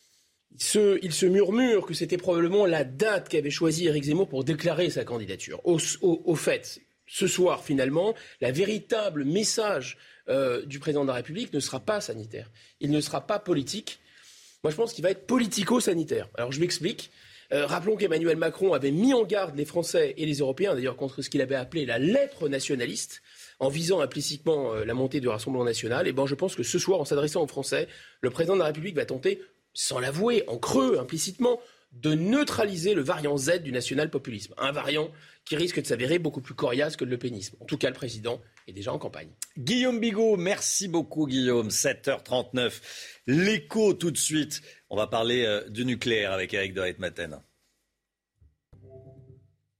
il se, il se murmure que c'était probablement la date qu'avait choisie Éric Zemmour pour déclarer sa candidature. Au, au, au fait, ce soir, finalement, la véritable message euh, du président de la République ne sera pas sanitaire. Il ne sera pas politique. Moi, je pense qu'il va être politico-sanitaire. Alors, je m'explique. Euh, rappelons qu'Emmanuel Macron avait mis en garde les Français et les Européens, d'ailleurs, contre ce qu'il avait appelé la lèpre nationaliste, en visant implicitement euh, la montée du Rassemblement national. Et ben, je pense que ce soir, en s'adressant aux Français, le président de la République va tenter, sans l'avouer, en creux, implicitement, de neutraliser le variant Z du national-populisme. Un variant qui risque de s'avérer beaucoup plus coriace que le lepénisme. En tout cas, le président est déjà en campagne. Guillaume Bigot, merci beaucoup Guillaume. sept heures trente-neuf. L'écho tout de suite. On va parler euh, du nucléaire avec Éric de Ritmaten.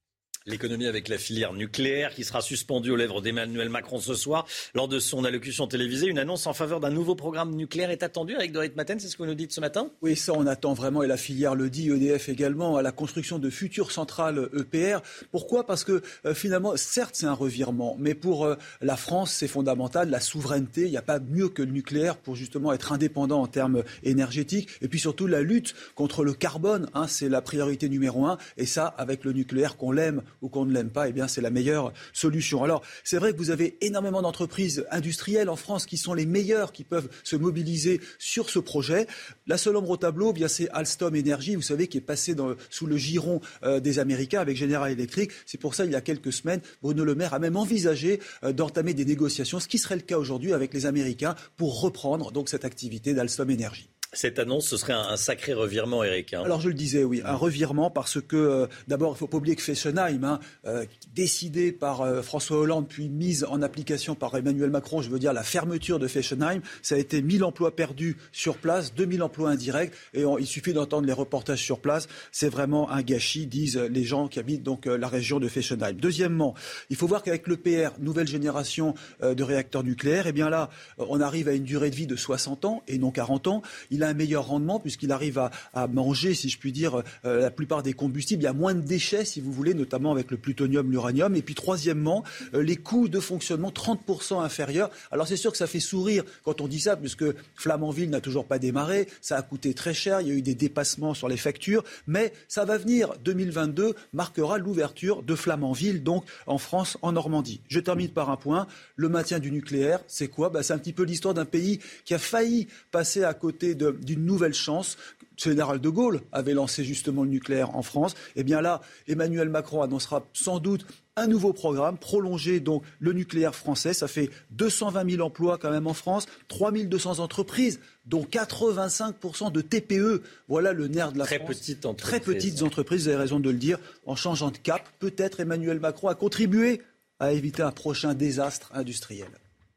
L'économie avec la filière nucléaire qui sera suspendue aux lèvres d'Emmanuel Macron ce soir. Lors de son allocution télévisée, une annonce en faveur d'un nouveau programme nucléaire est attendue. Avec Dorit Maten, c'est ce que vous nous dites ce matin ? Oui, ça on attend vraiment, et la filière le dit, E D F également, à la construction de futures centrales E P R. Pourquoi ? Parce que euh, finalement, certes c'est un revirement, mais pour euh, la France c'est fondamental, la souveraineté. Il n'y a pas mieux que le nucléaire pour justement être indépendant en termes énergétiques. Et puis surtout la lutte contre le carbone, hein, c'est la priorité numéro un. Et ça, avec le nucléaire, qu'on l'aime ou qu'on ne l'aime pas, eh bien, c'est la meilleure solution. Alors, c'est vrai que vous avez énormément d'entreprises industrielles en France qui sont les meilleures, qui peuvent se mobiliser sur ce projet. La seule ombre au tableau, eh bien, c'est Alstom Energy, vous savez, qui est passé dans, sous le giron euh, des Américains avec General Electric. C'est pour ça, il y a quelques semaines, Bruno Le Maire a même envisagé euh, d'entamer des négociations, ce qui serait le cas aujourd'hui avec les Américains, pour reprendre donc cette activité d'Alstom Energy. Cette annonce, ce serait un, un sacré revirement, Eric. Hein. Alors je le disais, oui, un revirement parce que, euh, d'abord, il ne faut pas oublier que Fessenheim, hein, euh, décidé par euh, François Hollande, puis mise en application par Emmanuel Macron, je veux dire la fermeture de Fessenheim, ça a été mille emplois perdus sur place, deux mille emplois indirects, et on, il suffit d'entendre les reportages sur place, c'est vraiment un gâchis, disent les gens qui habitent donc euh, la région de Fessenheim. Deuxièmement, il faut voir qu'avec l'E P R, nouvelle génération euh, de réacteurs nucléaires, eh bien là, euh, on arrive à une durée de vie de soixante ans et non quarante ans. Il a un meilleur rendement puisqu'il arrive à, à manger, si je puis dire, euh, la plupart des combustibles. Il y a moins de déchets, si vous voulez, notamment avec le plutonium, l'uranium. Et puis troisièmement, euh, les coûts de fonctionnement trente pour cent inférieurs. Alors c'est sûr que ça fait sourire quand on dit ça, puisque Flamanville n'a toujours pas démarré. Ça a coûté très cher. Il y a eu des dépassements sur les factures. Mais ça va venir. deux mille vingt-deux marquera l'ouverture de Flamanville, donc en France, en Normandie. Je termine par un point. Le maintien du nucléaire, c'est quoi ? Ben, c'est un petit peu l'histoire d'un pays qui a failli passer à côté de, d'une nouvelle chance. Le général de Gaulle avait lancé justement le nucléaire en France. Et bien là, Emmanuel Macron annoncera sans doute un nouveau programme, prolonger donc le nucléaire français. Ça fait deux cent vingt mille emplois quand même en France, trois mille deux cents entreprises, dont quatre-vingt-cinq pour cent de T P E. Voilà le nerf de la Très France. petites entreprises. Très petites entreprises, vous avez raison de le dire. En changeant de cap, peut-être Emmanuel Macron a contribué à éviter un prochain désastre industriel.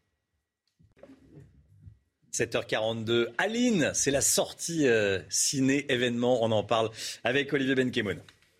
sept heures quarante-deux. Aline, c'est la sortie euh, ciné-événement. On en parle avec Olivier Benkemoun.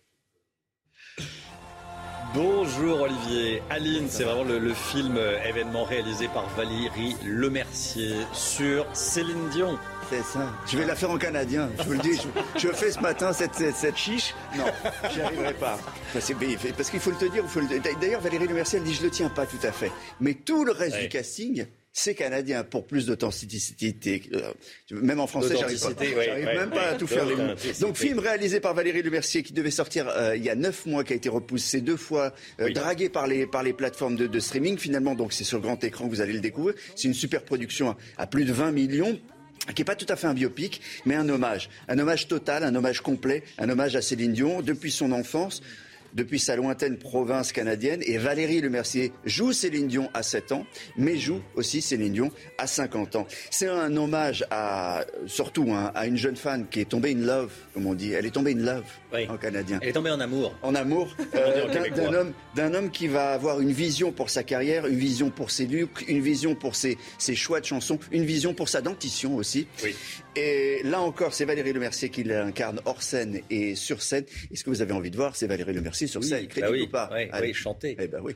Bonjour Olivier. Aline, c'est vraiment le, le film euh, événement réalisé par Valérie Lemercier sur Céline Dion. C'est ça. Je vais la faire en canadien, je vous le dis. Je, je fais ce matin cette, cette, cette chiche. Non, j'y arriverai pas. Parce, que, parce qu'il faut le te dire. Faut le, d'ailleurs, Valérie Lemercier, elle dit je le tiens pas tout à fait. Mais tout le reste ouais. du casting, c'est canadien pour plus d'authenticité. Même en français, j'arrive pas. Ouais, j'arrive ouais, même ouais, pas ouais, à tout faire les mots. Donc, film réalisé par Valérie Lemercier qui devait sortir euh, il y a neuf mois, qui a été repoussé deux fois, euh, oui. dragué par les par les plateformes de, de streaming. Finalement, donc c'est sur le grand écran que vous allez le découvrir. C'est une super production à, à plus de vingt millions. Qui n'est pas tout à fait un biopic, mais un hommage. Un hommage total, un hommage complet, un hommage à Céline Dion depuis son enfance, depuis sa lointaine province canadienne. Et Valérie Lemercier joue Céline Dion à sept ans, mais joue aussi Céline Dion à cinquante ans. C'est un hommage à, surtout hein, à une jeune femme qui est tombée in love, comme on dit. Elle est tombée in love oui. en canadien. Elle est tombée en amour. En amour euh, d'un, d'un, homme, d'un homme qui va avoir une vision pour sa carrière, une vision pour ses looks, une vision pour ses, ses choix de chansons, une vision pour sa dentition aussi. Oui. Et là encore, c'est Valérie Lemercier qui l'incarne hors scène et sur scène. Et ce que vous avez envie de voir, c'est Valérie Lemercier sur scène, oui, crédit bah oui, ou pas oui, oui, chanter. Eh ben oui.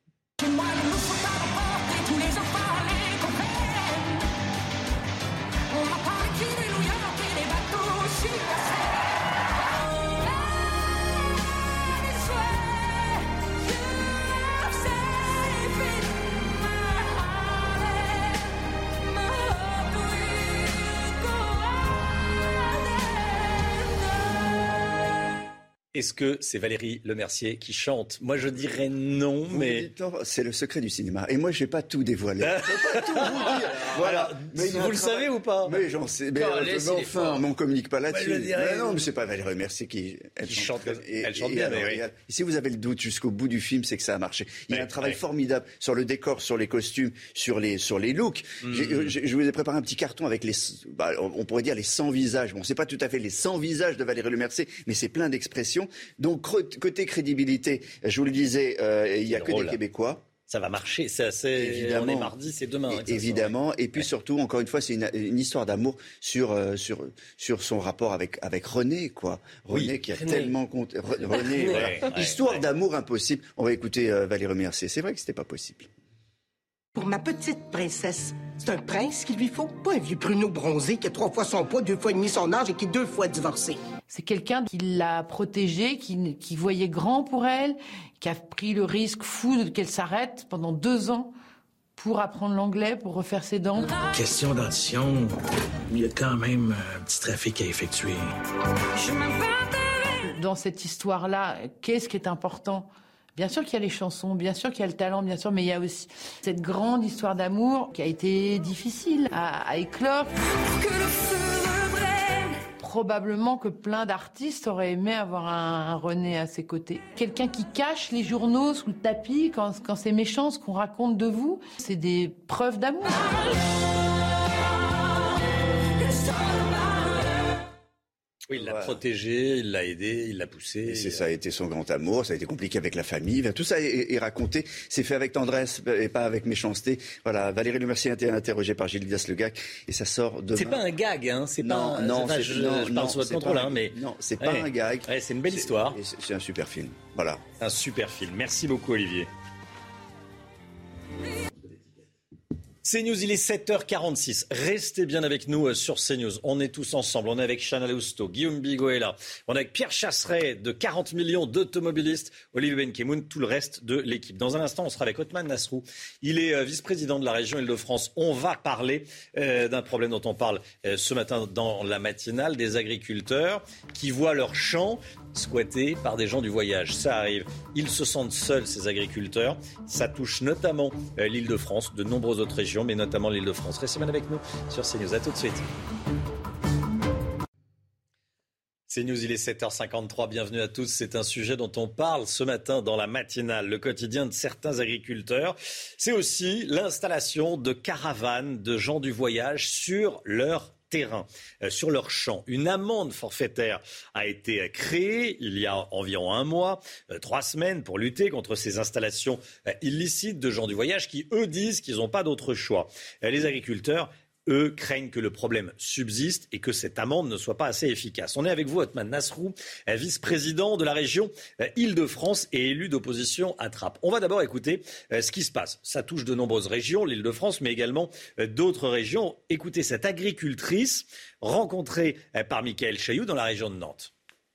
Est-ce que c'est Valérie Lemercier qui chante ? Moi, je dirais non, vous mais... Dites, non, c'est le secret du cinéma. Et moi, je vais pas tout dévoiler. Je vais pas tout vous dire. Voilà. Alors, mais vous le savez ou pas ? Mais j'en sais. Mais, euh, mais enfin, on communique pas là-dessus. Ouais, dirais, mais non, mais c'est pas Valérie Lemercier qui... Elle qui chante, chante, et, elle chante et, bien, alors, mais oui. Et si vous avez le doute jusqu'au bout du film, c'est que ça a marché. Il y a ouais, un travail ouais. formidable sur le décor, sur les costumes, sur les, sur les looks. Mmh. J'ai, j'ai, je vous ai préparé un petit carton avec les... Bah, on pourrait dire les cent visages. Bon, c'est pas tout à fait les cent visages de Valérie Lemercier, mais c'est plein d'expressions. Donc, côté crédibilité, je vous le disais, euh, il n'y a que drôle. Des Québécois. Ça va marcher, c'est assez. Évidemment. On est mardi, c'est demain. Hein, évidemment, et puis ouais. surtout, encore une fois, c'est une, une histoire d'amour sur euh, sur sur son rapport avec avec René, quoi. René oui. qui a René. tellement compté. Re, René, voilà. ouais, ouais, histoire ouais. d'amour impossible. On va écouter euh, Valérie Mercier. C'est vrai que c'était pas possible. Pour ma petite princesse, c'est un prince qu'il lui faut, pas un vieux pruneau bronzé qui a trois fois son poids, deux fois et demi son âge et qui est deux fois divorcé. C'est quelqu'un qui l'a protégée, qui, qui voyait grand pour elle, qui a pris le risque fou qu'elle s'arrête pendant deux ans pour apprendre l'anglais, pour refaire ses dents. Question d'audition, il y a quand même un petit trafic à effectuer. Dans cette histoire-là, qu'est-ce qui est important ? Bien sûr qu'il y a les chansons, bien sûr qu'il y a le talent, bien sûr, mais il y a aussi cette grande histoire d'amour qui a été difficile à, à éclore. Que le feu reprenne. Probablement que plein d'artistes auraient aimé avoir un, un René à ses côtés. Quelqu'un qui cache les journaux sous le tapis quand, quand c'est méchant ce qu'on raconte de vous. C'est des preuves d'amour. Oui, il l'a voilà. protégé, il l'a aidé, il l'a poussé. Et c'est, ça a été son grand amour, ça a été compliqué avec la famille. Tout ça est, est raconté, c'est fait avec tendresse et pas avec méchanceté. Voilà, Valérie Lemercier a été interrogée par Gilles Vias-Legac et ça sort demain. C'est pas un gag, hein, c'est non, pas un... Non, c'est, je, non, non, je parle sous votre contrôle, hein, mais... Non, c'est pas ouais. un gag. Ouais, c'est une belle c'est, histoire. C'est, c'est un super film, voilà. Un super film, merci beaucoup Olivier. CNews, il est sept heures quarante-six. Restez bien avec nous sur CNews. On est tous ensemble. On est avec Chana Lousteau, Guillaume Bigot est là. On est avec Pierre Chasseret de quarante millions d'automobilistes, Olivier Benkemoun, tout le reste de l'équipe. Dans un instant, on sera avec Othman Nasrou. Il est vice-président de la région Île-de-France. On va parler euh, d'un problème dont on parle euh, ce matin dans la matinale, des agriculteurs qui voient leurs champs squattés par des gens du voyage. Ça arrive. Ils se sentent seuls, ces agriculteurs. Ça touche notamment euh, l'Île-de-France, de nombreuses autres régions, mais notamment l'Île-de-France. Restez bien avec nous sur CNews. À tout de suite. CNews, il est sept heures cinquante-trois. Bienvenue à tous. C'est un sujet dont on parle ce matin dans la matinale. Le quotidien de certains agriculteurs, c'est aussi l'installation de caravanes de gens du voyage sur leur terrain, euh, sur leur champ. Une amende forfaitaire a été créée il y a environ un mois, euh, trois semaines, pour lutter contre ces installations euh, illicites de gens du voyage qui, eux, disent qu'ils n'ont pas d'autre choix. Euh, les agriculteurs, eux, craignent que le problème subsiste et que cette amende ne soit pas assez efficace. On est avec vous, Othman Nasrou, vice-président de la région Île-de-France et élu d'opposition à Trappes. On va d'abord écouter ce qui se passe. Ça touche de nombreuses régions, l'Île-de-France, mais également d'autres régions. Écoutez cette agricultrice rencontrée par Michael Chailloux dans la région de Nantes.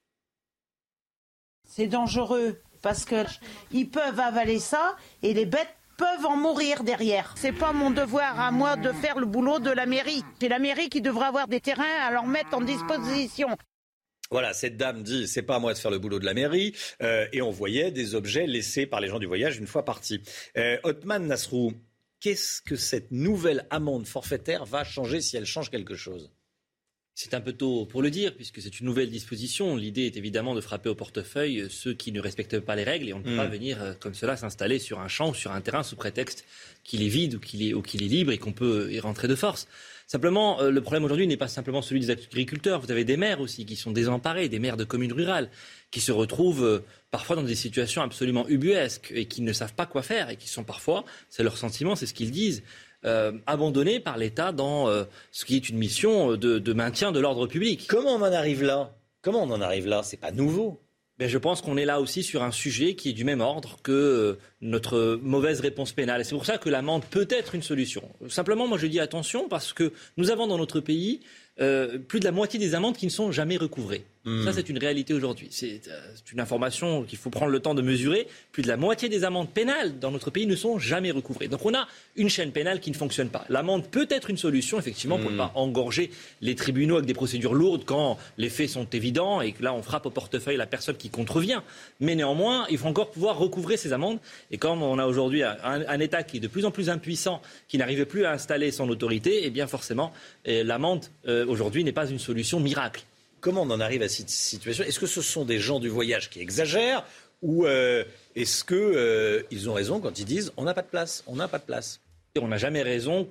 C'est dangereux parce qu'ils peuvent avaler ça et les bêtes peuvent en mourir derrière. C'est pas mon devoir à moi de faire le boulot de la mairie. C'est la mairie qui devrait avoir des terrains à leur mettre en disposition. Voilà, cette dame dit, c'est pas à moi de faire le boulot de la mairie. Euh, et on voyait des objets laissés par les gens du voyage une fois partis. Euh, Othman Nasrou, qu'est-ce que cette nouvelle amende forfaitaire va changer si elle change quelque chose ? C'est un peu tôt pour le dire, puisque c'est une nouvelle disposition. L'idée est évidemment de frapper au portefeuille ceux qui ne respectent pas les règles, et on ne peut mmh. pas venir comme cela s'installer sur un champ ou sur un terrain sous prétexte qu'il est vide ou qu'il est, ou qu'il est libre et qu'on peut y rentrer de force. Simplement, euh, le problème aujourd'hui n'est pas simplement celui des agriculteurs. Vous avez des maires aussi qui sont désemparés, des maires de communes rurales, qui se retrouvent euh, parfois dans des situations absolument ubuesques et qui ne savent pas quoi faire et qui sont parfois, c'est leur sentiment, c'est ce qu'ils disent, Euh, abandonnés par l'État dans euh, ce qui est une mission de, de maintien de l'ordre public. Comment on en arrive là ? Comment on en arrive là ? C'est pas nouveau. Ben, je pense qu'on est là aussi sur un sujet qui est du même ordre que euh, notre mauvaise réponse pénale. Et c'est pour ça que l'amende peut être une solution. Simplement, moi je dis attention parce que nous avons dans notre pays euh, plus de la moitié des amendes qui ne sont jamais recouvrées. Mmh. Ça, c'est une réalité aujourd'hui. C'est, euh, c'est une information qu'il faut prendre le temps de mesurer. Plus de la moitié des amendes pénales dans notre pays ne sont jamais recouvrées. Donc on a une chaîne pénale qui ne fonctionne pas. L'amende peut être une solution, effectivement, pour mmh. ne pas engorger les tribunaux avec des procédures lourdes quand les faits sont évidents et que là, on frappe au portefeuille la personne qui contrevient. Mais néanmoins, il faut encore pouvoir recouvrer ces amendes. Et comme on a aujourd'hui un, un État qui est de plus en plus impuissant, qui n'arrive plus à installer son autorité, eh bien forcément, eh, l'amende euh, aujourd'hui n'est pas une solution miracle. Comment on en arrive à cette situation ? Est-ce que ce sont des gens du voyage qui exagèrent ou euh, est-ce qu'ils euh, ont raison quand ils disent on n'a pas de place, on n'a pas de place ? On n'a jamais raison quand,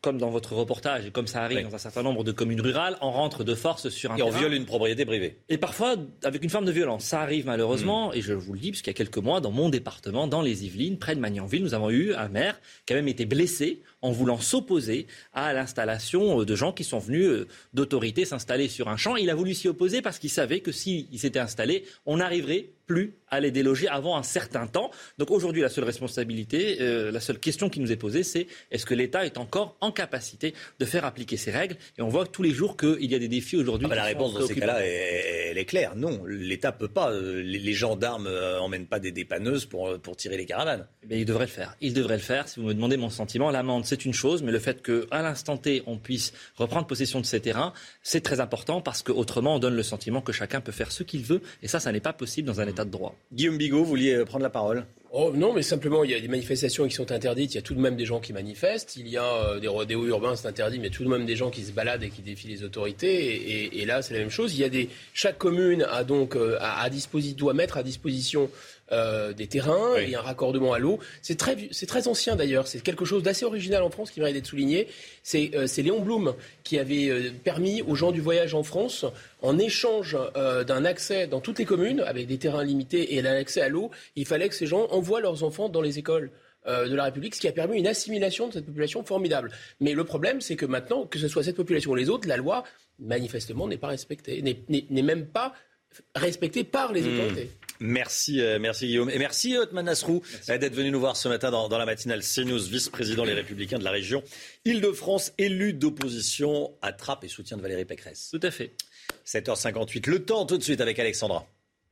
comme dans votre reportage et comme ça arrive oui. dans un certain nombre de communes rurales, on rentre de force sur un et terrain. Et on viole une propriété privée. Et parfois avec une forme de violence. Ça arrive malheureusement, mmh. et je vous le dis, parce qu'il y a quelques mois, dans mon département, dans les Yvelines, près de Magnanville, nous avons eu un maire qui a même été blessé en voulant s'opposer à l'installation de gens qui sont venus d'autorité s'installer sur un champ. Il a voulu s'y opposer parce qu'il savait que s'il s'était installé, on n'arriverait plus à les déloger avant un certain temps. Donc aujourd'hui, la seule responsabilité, euh, la seule question qui nous est posée, c'est est-ce que l'État est encore en capacité de faire appliquer ces règles ? Et on voit tous les jours qu'il y a des défis aujourd'hui. Ah bah la réponse dans ces cas-là, elle, elle est claire. Non, l'État peut pas. Les, les gendarmes euh, emmènent pas des dépanneuses pour, pour tirer les caravanes. Mais il devrait le faire. Il devrait le faire. Si vous me demandez mon sentiment, l'amende, c'est une chose, mais le fait qu'à l'instant T, on puisse reprendre possession de ces terrains, c'est très important parce qu'autrement, on donne le sentiment que chacun peut faire ce qu'il veut. Et ça, ça n'est pas possible dans un État de droit. Guillaume Bigot, vous vouliez prendre la parole ? Oh, non, mais simplement, il y a des manifestations qui sont interdites. Il y a tout de même des gens qui manifestent. Il y a euh, des rodéos urbains, c'est interdit, mais tout de même des gens qui se baladent et qui défient les autorités. Et, et, et là, c'est la même chose. Il y a des, chaque commune a donc euh, à, à disposition, doit mettre à disposition euh, des terrains oui. et un raccordement à l'eau. C'est très, c'est très ancien d'ailleurs. C'est quelque chose d'assez original en France qui mérite d'être souligné. C'est, euh, c'est Léon Blum qui avait euh, permis aux gens du voyage en France, en échange euh, d'un accès dans toutes les communes avec des terrains limités et l'accès à l'eau, il fallait que ces gens envoient leurs enfants dans les écoles euh, de la République, ce qui a permis une assimilation de cette population formidable. Mais le problème, c'est que maintenant, que ce soit cette population ou les autres, la loi, manifestement, n'est pas respectée, n'est, n'est, n'est même pas respectée par les autorités. Mmh. Merci, euh, merci Guillaume. Et merci Othman Nasrou merci. d'être venu nous voir ce matin dans, dans la matinale CNews, vice-président Les Républicains de la région Île-de-France, élu d'opposition à Trappes et soutien de Valérie Pécresse. Tout à fait. sept heures cinquante-huit, le temps tout de suite avec Alexandra.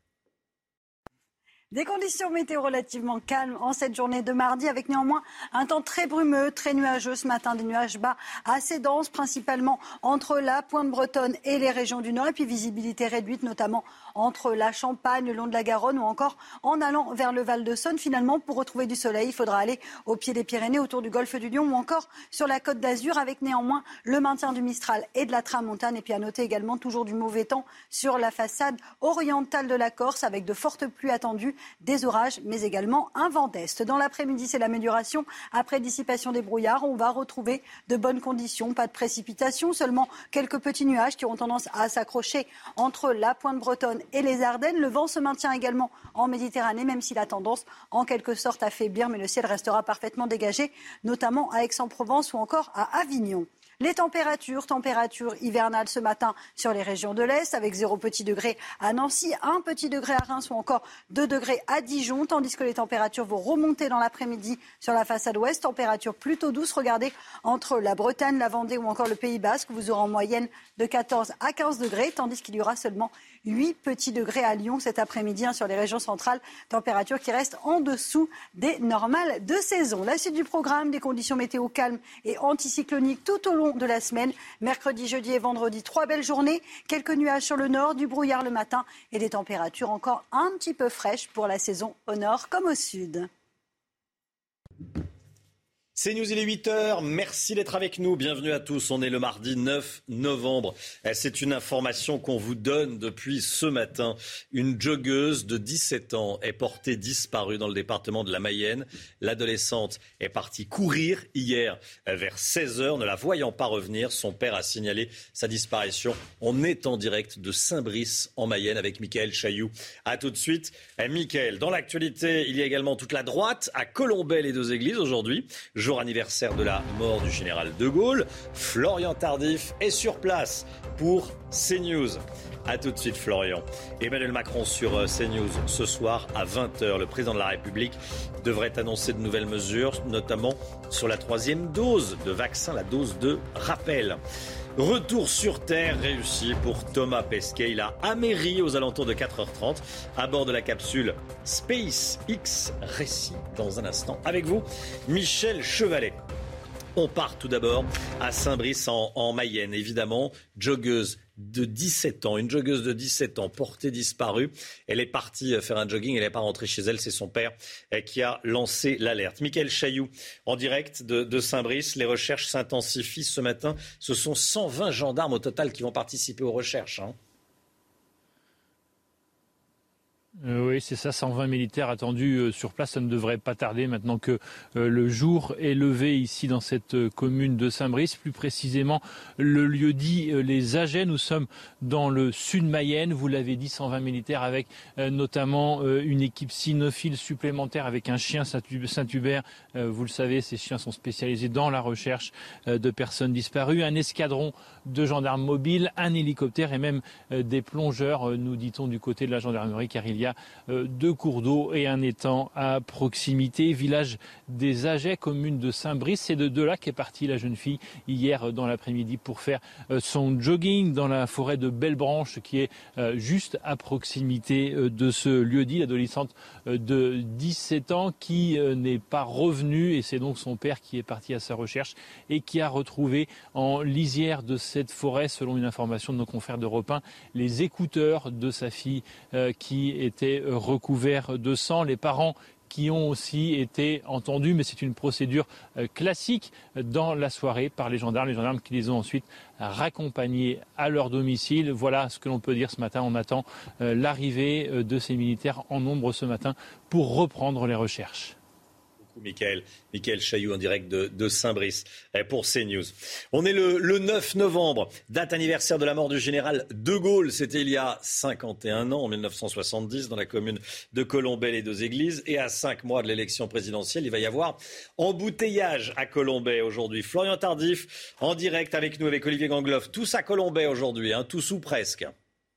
Des conditions météo relativement calmes en cette journée de mardi, avec néanmoins un temps très brumeux, très nuageux ce matin, des nuages bas assez denses, principalement entre la pointe bretonne et les régions du Nord, et puis visibilité réduite, notamment entre la Champagne, le long de la Garonne, ou encore en allant vers le Val-de-Saône. Finalement, pour retrouver du soleil, il faudra aller au pied des Pyrénées, autour du golfe du Lion, ou encore sur la Côte d'Azur, avec néanmoins le maintien du Mistral et de la Tramontane, et puis à noter également toujours du mauvais temps sur la façade orientale de la Corse, avec de fortes pluies attendues, des orages, mais également un vent d'est. Dans l'après-midi, c'est l'amélioration. Après dissipation des brouillards, on va retrouver de bonnes conditions. Pas de précipitations, seulement quelques petits nuages qui auront tendance à s'accrocher entre la pointe bretonne et les Ardennes. Le vent se maintient également en Méditerranée, même s'il a tendance en quelque sorte à faiblir, mais le ciel restera parfaitement dégagé, notamment à Aix-en-Provence ou encore à Avignon. Les températures, températures hivernales ce matin sur les régions de l'Est, avec zéro petit degré à Nancy, un petit degré à Reims ou encore deux degrés à Dijon, tandis que les températures vont remonter dans l'après-midi sur la façade ouest. Températures plutôt douces, regardez, entre la Bretagne, la Vendée ou encore le Pays Basque, vous aurez en moyenne de quatorze à quinze degrés, tandis qu'il y aura seulement huit petits degrés à Lyon cet après-midi hein, sur les régions centrales. Température qui reste en dessous des normales de saison. La suite du programme, des conditions météo calmes et anticycloniques tout au long de la semaine. Mercredi, jeudi et vendredi, trois belles journées. Quelques nuages sur le nord, du brouillard le matin et des températures encore un petit peu fraîches pour la saison au nord comme au sud. C'est News, il est huit heures. Merci d'être avec nous. Bienvenue à tous. On est le mardi neuf novembre. C'est une information qu'on vous donne depuis ce matin. Une joggeuse de dix-sept ans est portée disparue dans le département de la Mayenne. L'adolescente est partie courir hier vers seize heures. Ne la voyant pas revenir, son père a signalé sa disparition. On est en direct de Saint-Brice en Mayenne avec Mickaël Chailloux. A tout de suite. Mickaël, dans l'actualité, il y a également toute la droite à Colombey-les-Deux-Églises aujourd'hui. Jour anniversaire de la mort du général de Gaulle. Florian Tardif est sur place pour CNews. A tout de suite Florian. Emmanuel Macron sur CNews ce soir à vingt heures. Le président de la République devrait annoncer de nouvelles mesures, notamment sur la troisième dose de vaccin, la dose de rappel. Retour sur Terre réussi pour Thomas Pesquet. Il a améri aux alentours de quatre heures trente à bord de la capsule SpaceX. Récit dans un instant. Avec vous, Michel Chevalet. On part tout d'abord à Saint-Brice en, en Mayenne. Évidemment, joggeuse de dix-sept ans, une joggeuse de dix-sept ans portée disparue. Elle est partie faire un jogging, elle n'est pas rentrée chez elle. C'est son père qui a lancé l'alerte. Mickaël Chailloux, en direct de, de Saint-Brice. Les recherches s'intensifient ce matin. Ce sont cent vingt gendarmes au total qui vont participer aux recherches. Hein. Euh, oui, c'est ça, cent vingt militaires attendus euh, sur place. Ça ne devrait pas tarder maintenant que euh, le jour est levé ici dans cette euh, commune de Saint-Brice. Plus précisément, le lieu dit euh, les Aget. Nous sommes dans le sud Mayenne. Vous l'avez dit, cent vingt militaires avec euh, notamment euh, une équipe cynophile supplémentaire avec un chien Saint-Hubert. Euh, vous le savez, ces chiens sont spécialisés dans la recherche euh, de personnes disparues. Un escadron de gendarmes mobiles, un hélicoptère et même euh, des plongeurs, euh, nous dit-on, du côté de la gendarmerie, car il y a Il y a deux cours d'eau et un étang à proximité. Village des Aget, commune de Saint-Brice. C'est de, de là qu'est partie la jeune fille hier dans l'après-midi pour faire son jogging dans la forêt de Belle-Branche qui est juste à proximité de ce lieu-dit. L'adolescente de dix-sept ans qui n'est pas revenue et c'est donc son père qui est parti à sa recherche et qui a retrouvé en lisière de cette forêt, selon une information de nos confrères d'Europe un, les écouteurs de sa fille qui est étaient recouverts de sang. Les parents qui ont aussi été entendus, mais c'est une procédure classique dans la soirée par les gendarmes. Les gendarmes qui les ont ensuite raccompagnés à leur domicile. Voilà ce que l'on peut dire ce matin. On attend l'arrivée de ces militaires en nombre ce matin pour reprendre les recherches. Michael, Michael Chailloux en direct de, de Saint-Brice pour CNews. On est le, le neuf novembre, date anniversaire de la mort du général de Gaulle. C'était il y a cinquante et un ans, en mille neuf cent soixante-dix, dans la commune de Colombey-les-Deux-Églises. Et à cinq mois de l'élection présidentielle, il va y avoir embouteillage à Colombey aujourd'hui. Florian Tardif en direct avec nous, avec Olivier Gangloff. Tous à Colombey aujourd'hui, hein, tous ou presque.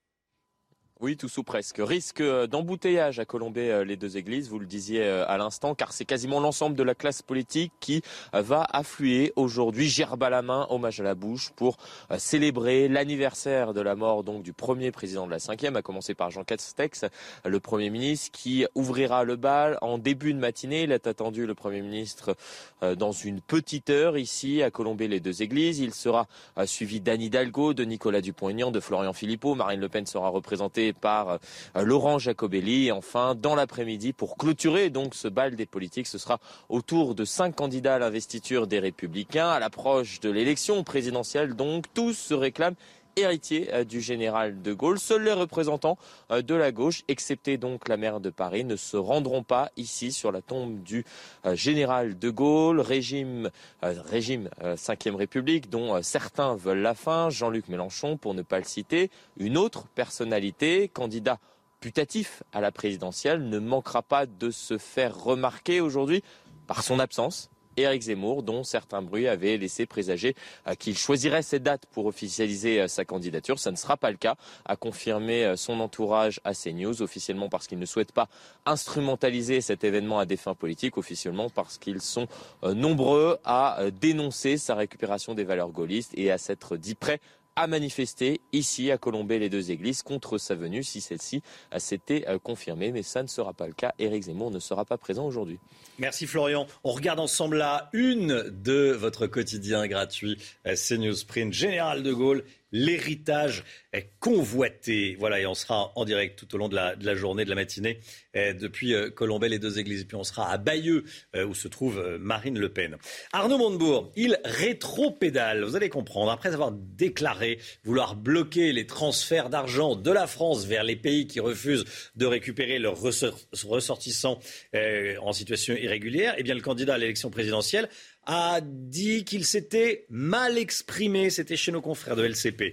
Oui, tout sous presque. Risque d'embouteillage à Colombey-les-Deux-Églises, vous le disiez à l'instant, car c'est quasiment l'ensemble de la classe politique qui va affluer aujourd'hui, gerbe à la main, hommage à la bouche, pour célébrer l'anniversaire de la mort donc du premier président de la cinquième, à commencer par Jean Castex, le Premier ministre, qui ouvrira le bal en début de matinée. Il est attendu, le Premier ministre, dans une petite heure ici à Colombey-les-Deux-Églises. Il sera suivi d'Anne Hidalgo, de Nicolas Dupont-Aignan, de Florian Philippot. Marine Le Pen sera représentée par Laurent Jacobelli. Et enfin, dans l'après-midi, pour clôturer donc ce bal des politiques, ce sera au tour de cinq candidats à l'investiture des Républicains. À l'approche de l'élection présidentielle, donc, tous se réclament héritier du général de Gaulle. Seuls les représentants de la gauche, excepté donc la maire de Paris, ne se rendront pas ici sur la tombe du général de Gaulle. Régime, régime cinquième République dont certains veulent la fin. Jean-Luc Mélenchon, pour ne pas le citer. Une autre personnalité, candidat putatif à la présidentielle, ne manquera pas de se faire remarquer aujourd'hui par son absence. Éric Zemmour, dont certains bruits avaient laissé présager qu'il choisirait cette date pour officialiser sa candidature. Ça ne sera pas le cas, a confirmé son entourage à CNews, officiellement parce qu'il ne souhaite pas instrumentaliser cet événement à des fins politiques, officiellement parce qu'ils sont nombreux à dénoncer sa récupération des valeurs gaullistes et à s'être dit prêts à manifester ici à Colombey-les-Deux-Églises contre sa venue si celle-ci s'était confirmée. Mais ça ne sera pas le cas. Éric Zemmour ne sera pas présent aujourd'hui. Merci Florian. On regarde ensemble la une de votre quotidien gratuit CNews Print. Général de Gaulle, l'héritage est convoité. Voilà, et on sera en direct tout au long de la, de la journée, de la matinée, eh, depuis euh, Colombey-les-Deux-Églises. Et puis on sera à Bayeux, euh, où se trouve euh, Marine Le Pen. Arnaud Montebourg, il rétro-pédale. Vous allez comprendre. Après avoir déclaré vouloir bloquer les transferts d'argent de la France vers les pays qui refusent de récupérer leurs ressortissants euh, en situation irrégulière, eh bien le candidat à l'élection présidentielle a dit qu'il s'était mal exprimé. C'était chez nos confrères de L C P.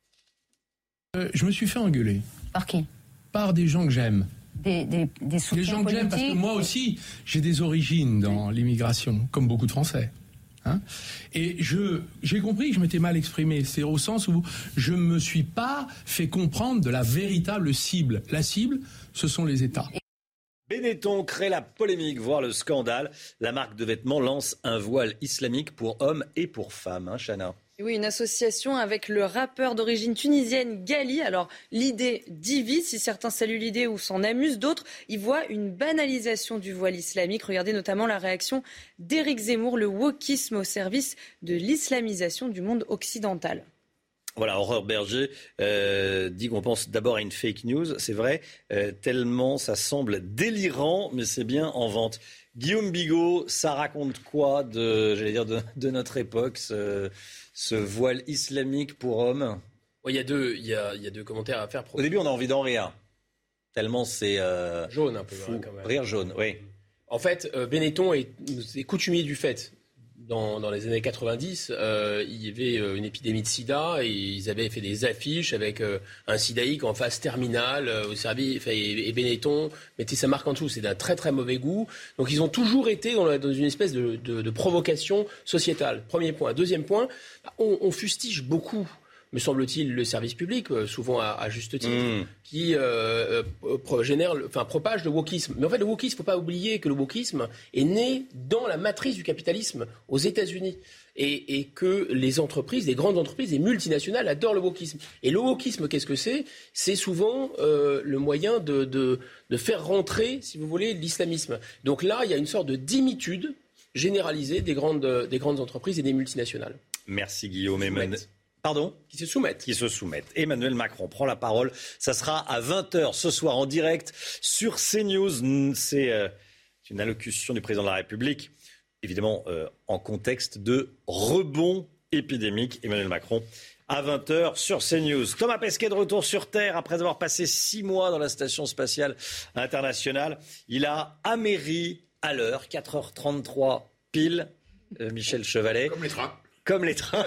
Euh, je me suis fait engueuler. Par qui ? Par des gens que j'aime. Des, des, des soutiens Des gens que j'aime parce que moi aussi, j'ai des origines dans l'immigration, comme beaucoup de Français. Hein, et je, j'ai compris que je m'étais mal exprimé. C'est au sens où je ne me suis pas fait comprendre de la véritable cible. La cible, ce sont les États. Benetton crée la polémique, voire le scandale. La marque de vêtements lance un voile islamique pour hommes et pour femmes. Hein, Chana ? Oui, une association avec le rappeur d'origine tunisienne Gali. Alors, l'idée divise. Si certains saluent l'idée ou s'en amusent, d'autres y voient une banalisation du voile islamique. Regardez notamment la réaction d'Éric Zemmour, le wokisme au service de l'islamisation du monde occidental. Voilà, Aurore Berger euh, dit qu'on pense d'abord à une fake news, c'est vrai, euh, tellement ça semble délirant, mais c'est bien en vente. Guillaume Bigot, ça raconte quoi de, j'allais dire, de, de notre époque, ce, ce voile islamique pour hommes ? Il y a deux, il y a, il y a deux commentaires à faire. Au début, on a envie d'en rire. Tellement c'est... Euh, jaune un peu. Fou. Hein, quand même. Rire jaune, oui. En fait, euh, Benetton est, est coutumier du fait. Dans, dans les années quatre-vingt-dix, euh, il y avait euh, une épidémie de sida et ils avaient fait des affiches avec euh, un sidaïque en phase terminale euh, au service, et, et Benetton mettait sa marque en dessous. C'est d'un très très mauvais goût. Donc ils ont toujours été dans, la, dans une espèce de, de, de provocation sociétale. Premier point. Deuxième point, on, on fustige beaucoup, me semble-t-il, le service public, souvent à, à juste titre, mmh. qui euh, euh, génère, enfin, propage le wokisme. Mais en fait, le wokisme, il ne faut pas oublier que le wokisme est né dans la matrice du capitalisme aux États-Unis. Et, et que les entreprises, les grandes entreprises, les multinationales adorent le wokisme. Et le wokisme, qu'est-ce que c'est ? C'est souvent euh, le moyen de, de, de faire rentrer, si vous voulez, l'islamisme. Donc là, il y a une sorte de dimitude généralisée des grandes, des grandes entreprises et des multinationales. Merci Guillaume. Emmanuel. Pardon ? Qui se soumettent. Qui se soumettent. Emmanuel Macron prend la parole. Ça sera à vingt heures ce soir en direct sur CNews. C'est euh, une allocution du président de la République, évidemment euh, en contexte de rebond épidémique. Emmanuel Macron à vingt heures sur CNews. Thomas Pesquet de retour sur Terre après avoir passé six mois dans la Station spatiale internationale. Il a améri à l'heure, quatre heures trente-trois pile, euh, Michel Chevalet. Comme les trains. Comme les trains.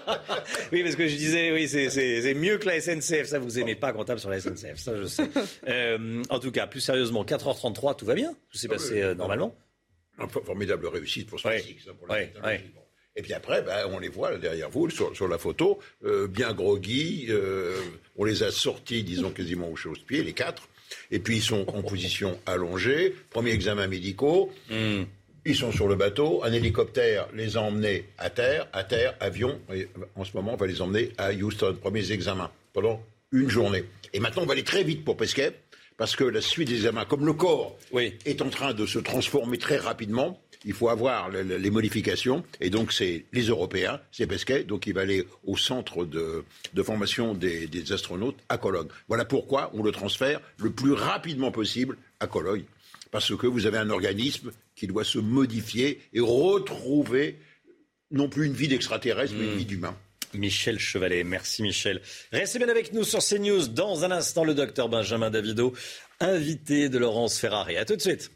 Oui, parce que je disais, oui, c'est, c'est, c'est mieux que la S N C F. Ça, vous aimez pas qu'on tape sur la S N C F. Ça, je sais. Euh, en tout cas, plus sérieusement, quatre heures trente-trois, tout va bien. Tout s'est passé euh, normalement. Une formidable réussite pour SpaceX. Oui. Hein, pour la oui, oui. Bon. Et puis après, ben, on les voit là, derrière vous, sur, sur la photo, euh, bien groggy. Euh, on les a sortis, disons, quasiment au chausse-pied, les quatre. Et puis, ils sont en position allongée. Premier examen médicaux. Mm. Ils sont sur le bateau, un hélicoptère les a emmenés à terre, à terre, avion, et en ce moment on va les emmener à Houston, premiers examens, pendant une journée. Et maintenant on va aller très vite pour Pesquet, parce que la suite des examens, comme le corps oui. est en train de se transformer très rapidement, il faut avoir le, le, les modifications, et donc c'est les Européens, c'est Pesquet, donc il va aller au centre de, de formation des, des astronautes à Cologne. Voilà pourquoi on le transfère le plus rapidement possible à Cologne. Parce que vous avez un organisme qui doit se modifier et retrouver non plus une vie d'extraterrestre, mmh. mais une vie d'humain. Michel Chevalet, merci Michel. Restez bien avec nous sur CNews. Dans un instant, le docteur Benjamin Davido, invité de Laurence Ferrari. A tout de suite.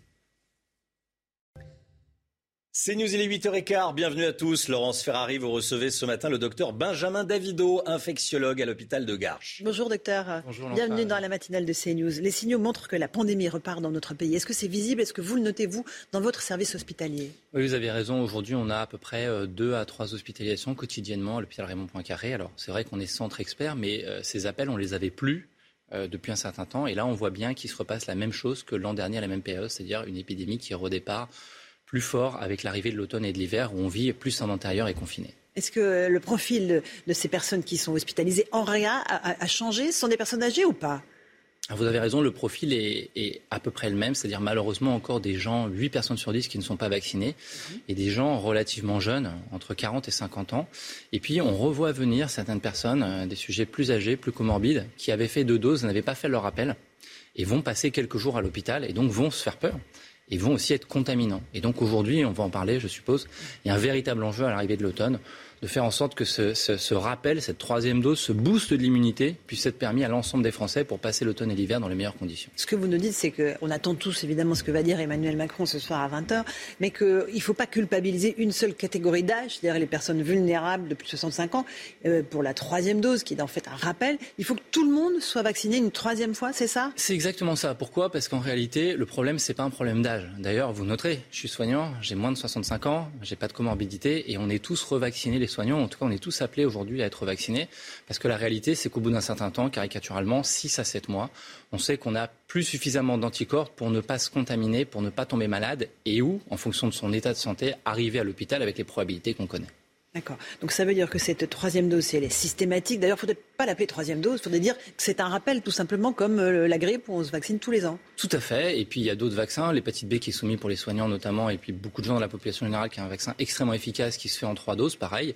CNews, il est huit heures quinze, bienvenue à tous. Laurence Ferrari, vous recevez ce matin le docteur Benjamin Davido, infectiologue à l'hôpital de Garches. Bonjour docteur, Bonjour, bienvenue dans la matinale de CNews. Les signaux montrent que la pandémie repart dans notre pays. Est-ce que c'est visible ? Est-ce que vous le notez-vous dans votre service hospitalier ? Oui, vous avez raison. Aujourd'hui, on a à peu près deux à trois hospitalisations quotidiennement à l'hôpital Raymond Poincaré. Alors, c'est vrai qu'on est centre expert, mais euh, ces appels, on les avait plus euh, depuis un certain temps. Et là, on voit bien qu'il se repasse la même chose que l'an dernier à la même période, c'est-à-dire une épidémie qui redépart plus fort avec l'arrivée de l'automne et de l'hiver où on vit plus en intérieur et confiné. Est-ce que le profil de ces personnes qui sont hospitalisées en réa a, a changé ? Ce sont des personnes âgées ou pas ? Vous avez raison, le profil est, est à peu près le même, c'est-à-dire malheureusement encore des gens, huit personnes sur dix qui ne sont pas vaccinées, mmh. et des gens relativement jeunes, entre quarante et cinquante ans. Et puis on revoit venir certaines personnes, des sujets plus âgés, plus comorbides, qui avaient fait deux doses, n'avaient pas fait leur rappel, et vont passer quelques jours à l'hôpital, et donc vont se faire peur. Et vont aussi être contaminants. Et donc aujourd'hui, on va en parler, je suppose, il y a un véritable enjeu à l'arrivée de l'automne, de faire en sorte que ce, ce, ce rappel, cette troisième dose, ce boost de l'immunité puisse être permis à l'ensemble des Français pour passer l'automne et l'hiver dans les meilleures conditions. Ce que vous nous dites, c'est qu'on attend tous évidemment ce que va dire Emmanuel Macron ce soir à vingt heures, mais qu'il ne faut pas culpabiliser une seule catégorie d'âge, c'est-à-dire les personnes vulnérables de plus de soixante-cinq ans, euh, pour la troisième dose, qui est en fait un rappel. Il faut que tout le monde soit vacciné une troisième fois, c'est ça ? C'est exactement ça. Pourquoi ? Parce qu'en réalité, le problème, ce n'est pas un problème d'âge. D'ailleurs, vous noterez, je suis soignant, j'ai moins de soixante-cinq ans, j'ai pas de comorbidité, et on est tous revaccinés, les soignants. En tout cas, on est tous appelés aujourd'hui à être vaccinés, parce que la réalité, c'est qu'au bout d'un certain temps, caricaturalement, six à sept mois, on sait qu'on n'a plus suffisamment d'anticorps pour ne pas se contaminer, pour ne pas tomber malade, et où, en fonction de son état de santé, arriver à l'hôpital avec les probabilités qu'on connaît. D'accord. Donc ça veut dire que cette troisième dose, si elle est systématique, d'ailleurs, il ne faudrait pas l'appeler troisième dose, il faudrait dire que c'est un rappel tout simplement comme la grippe où on se vaccine tous les ans. Tout à fait. Et puis il y a d'autres vaccins, l'hépatite B qui est soumis pour les soignants notamment, et puis beaucoup de gens dans la population générale qui a un vaccin extrêmement efficace qui se fait en trois doses, pareil.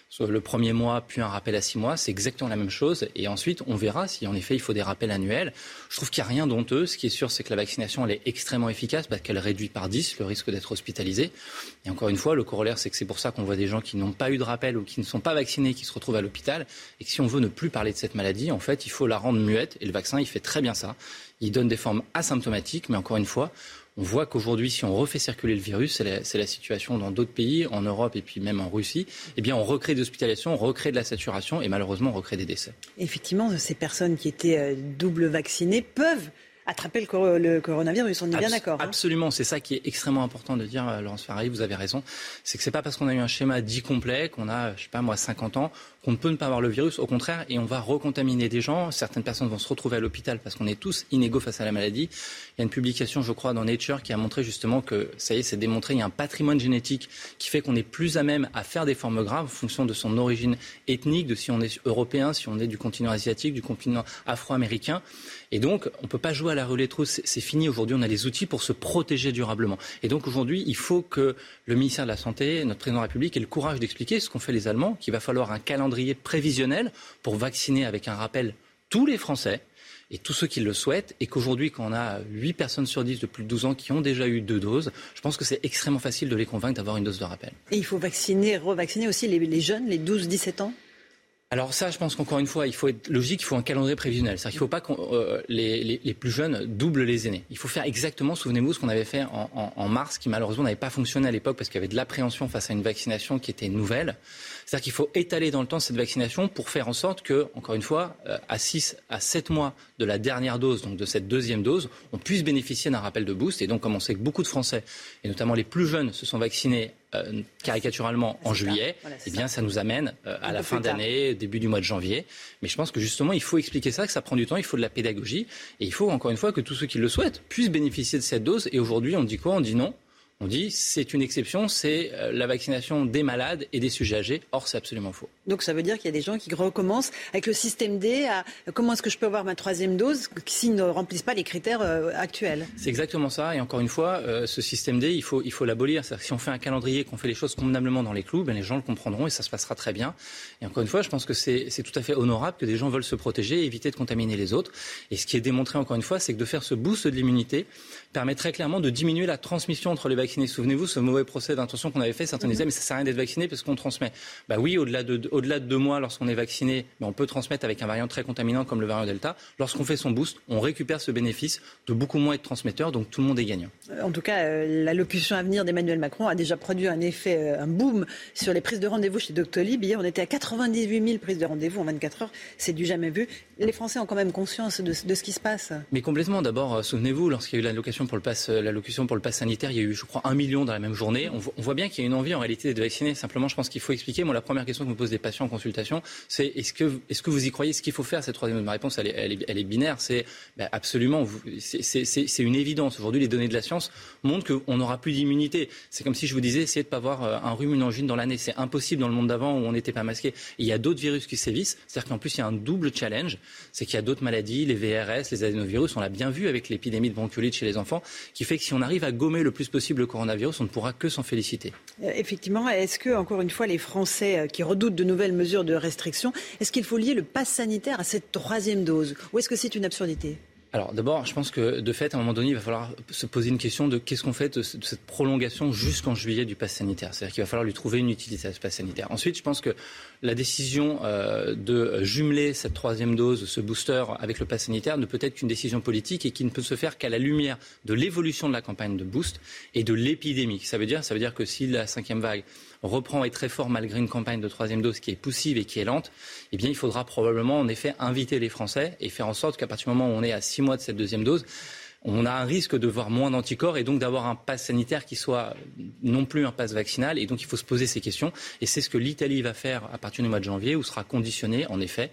le premier mois, puis un rappel à six mois, c'est exactement la même chose. Et ensuite, on verra si en effet il faut des rappels annuels. Je trouve qu'il n'y a rien d'honteux. Ce qui est sûr, c'est que la vaccination, elle est extrêmement efficace parce qu'elle réduit par dix le risque d'être hospitalisé. Et encore une fois, le corollaire, c'est que c'est pour ça qu'on voit des gens qui n'ont pas eu de rappel ou qui ne sont pas vaccinés, qui se retrouvent à l'hôpital. Et que si on veut ne plus parler de cette maladie, en fait, il faut la rendre muette. Et le vaccin, il fait très bien ça. Il donne des formes asymptomatiques, mais encore une fois, on voit qu'aujourd'hui, si on refait circuler le virus, c'est la, c'est la situation dans d'autres pays, en Europe et puis même en Russie, eh bien on recrée des hospitalisations, on recrée de la saturation et malheureusement on recrée des décès. Effectivement, ces personnes qui étaient euh, double vaccinées peuvent attraper le, cor- le coronavirus, on est Abs- bien d'accord. Hein. Absolument, c'est ça qui est extrêmement important de dire, Laurence Ferrari, vous avez raison. C'est que c'est pas parce qu'on a eu un schéma dit complet, qu'on a, je sais pas moi, cinquante ans, qu'on ne peut ne pas avoir le virus, au contraire, et on va recontaminer des gens. Certaines personnes vont se retrouver à l'hôpital parce qu'on est tous inégaux face à la maladie. Il y a une publication, je crois, dans Nature qui a montré justement que, ça y est, c'est démontré, il y a un patrimoine génétique qui fait qu'on est plus à même à faire des formes graves en fonction de son origine ethnique, de si on est européen, si on est du continent asiatique, du continent afro-américain. Et donc, on ne peut pas jouer à la roulette russe, c'est fini. Aujourd'hui, on a les outils pour se protéger durablement. Et donc, aujourd'hui, il faut que le ministère de la Santé, notre président de la République, ait le courage d'expliquer ce qu'ont fait les Allemands, qu'il va falloir un calendrier prévisionnel pour vacciner avec un rappel tous les Français et tous ceux qui le souhaitent, et qu'aujourd'hui, quand on a huit personnes sur dix de plus de douze ans qui ont déjà eu deux doses, je pense que c'est extrêmement facile de les convaincre d'avoir une dose de rappel. Et il faut vacciner, revacciner aussi les, les jeunes, les douze dix-sept ans? Alors ça, je pense qu'encore une fois, il faut être logique, il faut un calendrier prévisionnel. C'est-à-dire qu'il ne faut pas que euh, les, les, les plus jeunes doublent les aînés. Il faut faire exactement, souvenez-vous, ce qu'on avait fait en, en, en mars, qui malheureusement n'avait pas fonctionné à l'époque parce qu'il y avait de l'appréhension face à une vaccination qui était nouvelle. C'est-à-dire qu'il faut étaler dans le temps cette vaccination pour faire en sorte que, encore une fois, euh, à six à sept mois de la dernière dose, donc de cette deuxième dose, on puisse bénéficier d'un rappel de boost. Et donc, comme on sait que beaucoup de Français, et notamment les plus jeunes, se sont vaccinés euh, caricaturalement en juillet, voilà, eh bien, ça. ça nous amène euh, à la fin d'année, début du mois de janvier. Mais je pense que justement, il faut expliquer ça, que ça prend du temps, il faut de la pédagogie. Et il faut, encore une fois, que tous ceux qui le souhaitent puissent bénéficier de cette dose. Et aujourd'hui, on dit quoi? On dit non. On dit c'est une exception, c'est la vaccination des malades et des sujets âgés. Or, c'est absolument faux. Donc ça veut dire qu'il y a des gens qui recommencent avec le système D à comment est-ce que je peux avoir ma troisième dose s'ils ne remplissent pas les critères euh, actuels. C'est exactement ça. Et encore une fois, euh, ce système D, il faut, il faut l'abolir. C'est-à-dire que si on fait un calendrier, qu'on fait les choses convenablement dans les clous, ben les gens le comprendront et ça se passera très bien. Et encore une fois, je pense que c'est, c'est tout à fait honorable que des gens veulent se protéger et éviter de contaminer les autres. Et ce qui est démontré encore une fois, c'est que de faire ce boost de l'immunité permettrait clairement de diminuer la transmission entre les vaccinés. Souvenez-vous, ce mauvais procès d'intention qu'on avait fait, certains disaient mais ça sert à rien d'être vacciné parce qu'on transmet. Bah oui, au-delà de, au-delà de deux mois, lorsqu'on est vacciné, on peut transmettre avec un variant très contaminant comme le variant Delta. Lorsqu'on fait son boost, on récupère ce bénéfice de beaucoup moins être transmetteur, donc tout le monde est gagnant. En tout cas, euh, l'allocution à venir d'Emmanuel Macron a déjà produit un effet, euh, un boom sur les prises de rendez-vous chez Doctolib. Hier, on était à quatre-vingt-dix-huit mille prises de rendez-vous en vingt-quatre heures. C'est du jamais vu. Les Français ont quand même conscience de, de ce qui se passe. Mais complètement. D'abord, euh, souvenez-vous, lorsqu'il y a eu l'allocation pour le pass, euh, l'allocution pour le pass sanitaire, il y a eu, je crois, un million dans la même journée. On, on voit bien qu'il y a une envie en réalité d'être vacciné. Simplement, je pense qu'il faut expliquer. Moi, la première question que me posent des patients en consultation, c'est est-ce que, est-ce que vous y croyez? Ce qu'il faut faire, cette troisième dose? Ma réponse, elle est, elle est, elle est binaire. C'est ben, absolument. Vous, c'est, c'est, c'est, c'est une évidence. Aujourd'hui, les données de la science montrent qu'on n'aura plus d'immunité. C'est comme si je vous disais, essayez de ne pas avoir un rhume, une angine dans l'année. C'est impossible dans le monde d'avant où on n'était pas masqué. Et il y a d'autres virus qui sévissent. C'est-à-dire qu'en plus, il y a un double challenge. C'est qu'il y a d'autres maladies, les V R S, les adénovirus. On l'a bien vu avec l'épidémie de bronchiolite chez les enfants, qui fait que si on arrive à gommer le plus possible le coronavirus, on ne pourra que s'en féliciter. Euh, effectivement, est-ce que, encore une fois, les Français qui redoutent de nouvelles mesures de restriction, est-ce qu'il faut lier le pass sanitaire à cette troisième dose? Ou est-ce que c'est une absurdité? Alors d'abord, je pense que de fait, à un moment donné, il va falloir se poser une question de qu'est-ce qu'on fait de cette prolongation jusqu'en juillet du pass sanitaire. C'est-à-dire qu'il va falloir lui trouver une utilité à ce pass sanitaire. Ensuite, je pense que la décision euh, de jumeler cette troisième dose, ce booster avec le pass sanitaire ne peut être qu'une décision politique et qui ne peut se faire qu'à la lumière de l'évolution de la campagne de boost et de l'épidémie. Ça veut dire, ça veut dire que si la cinquième vague reprend et très fort malgré une campagne de troisième dose qui est poussive et qui est lente, eh bien il faudra probablement en effet inviter les Français et faire en sorte qu'à partir du moment où on est à six mois de cette deuxième dose, on a un risque de voir moins d'anticorps et donc d'avoir un pass sanitaire qui soit non plus un pass vaccinal. Et donc il faut se poser ces questions. Et c'est ce que l'Italie va faire à partir du mois de janvier, où sera conditionné en effet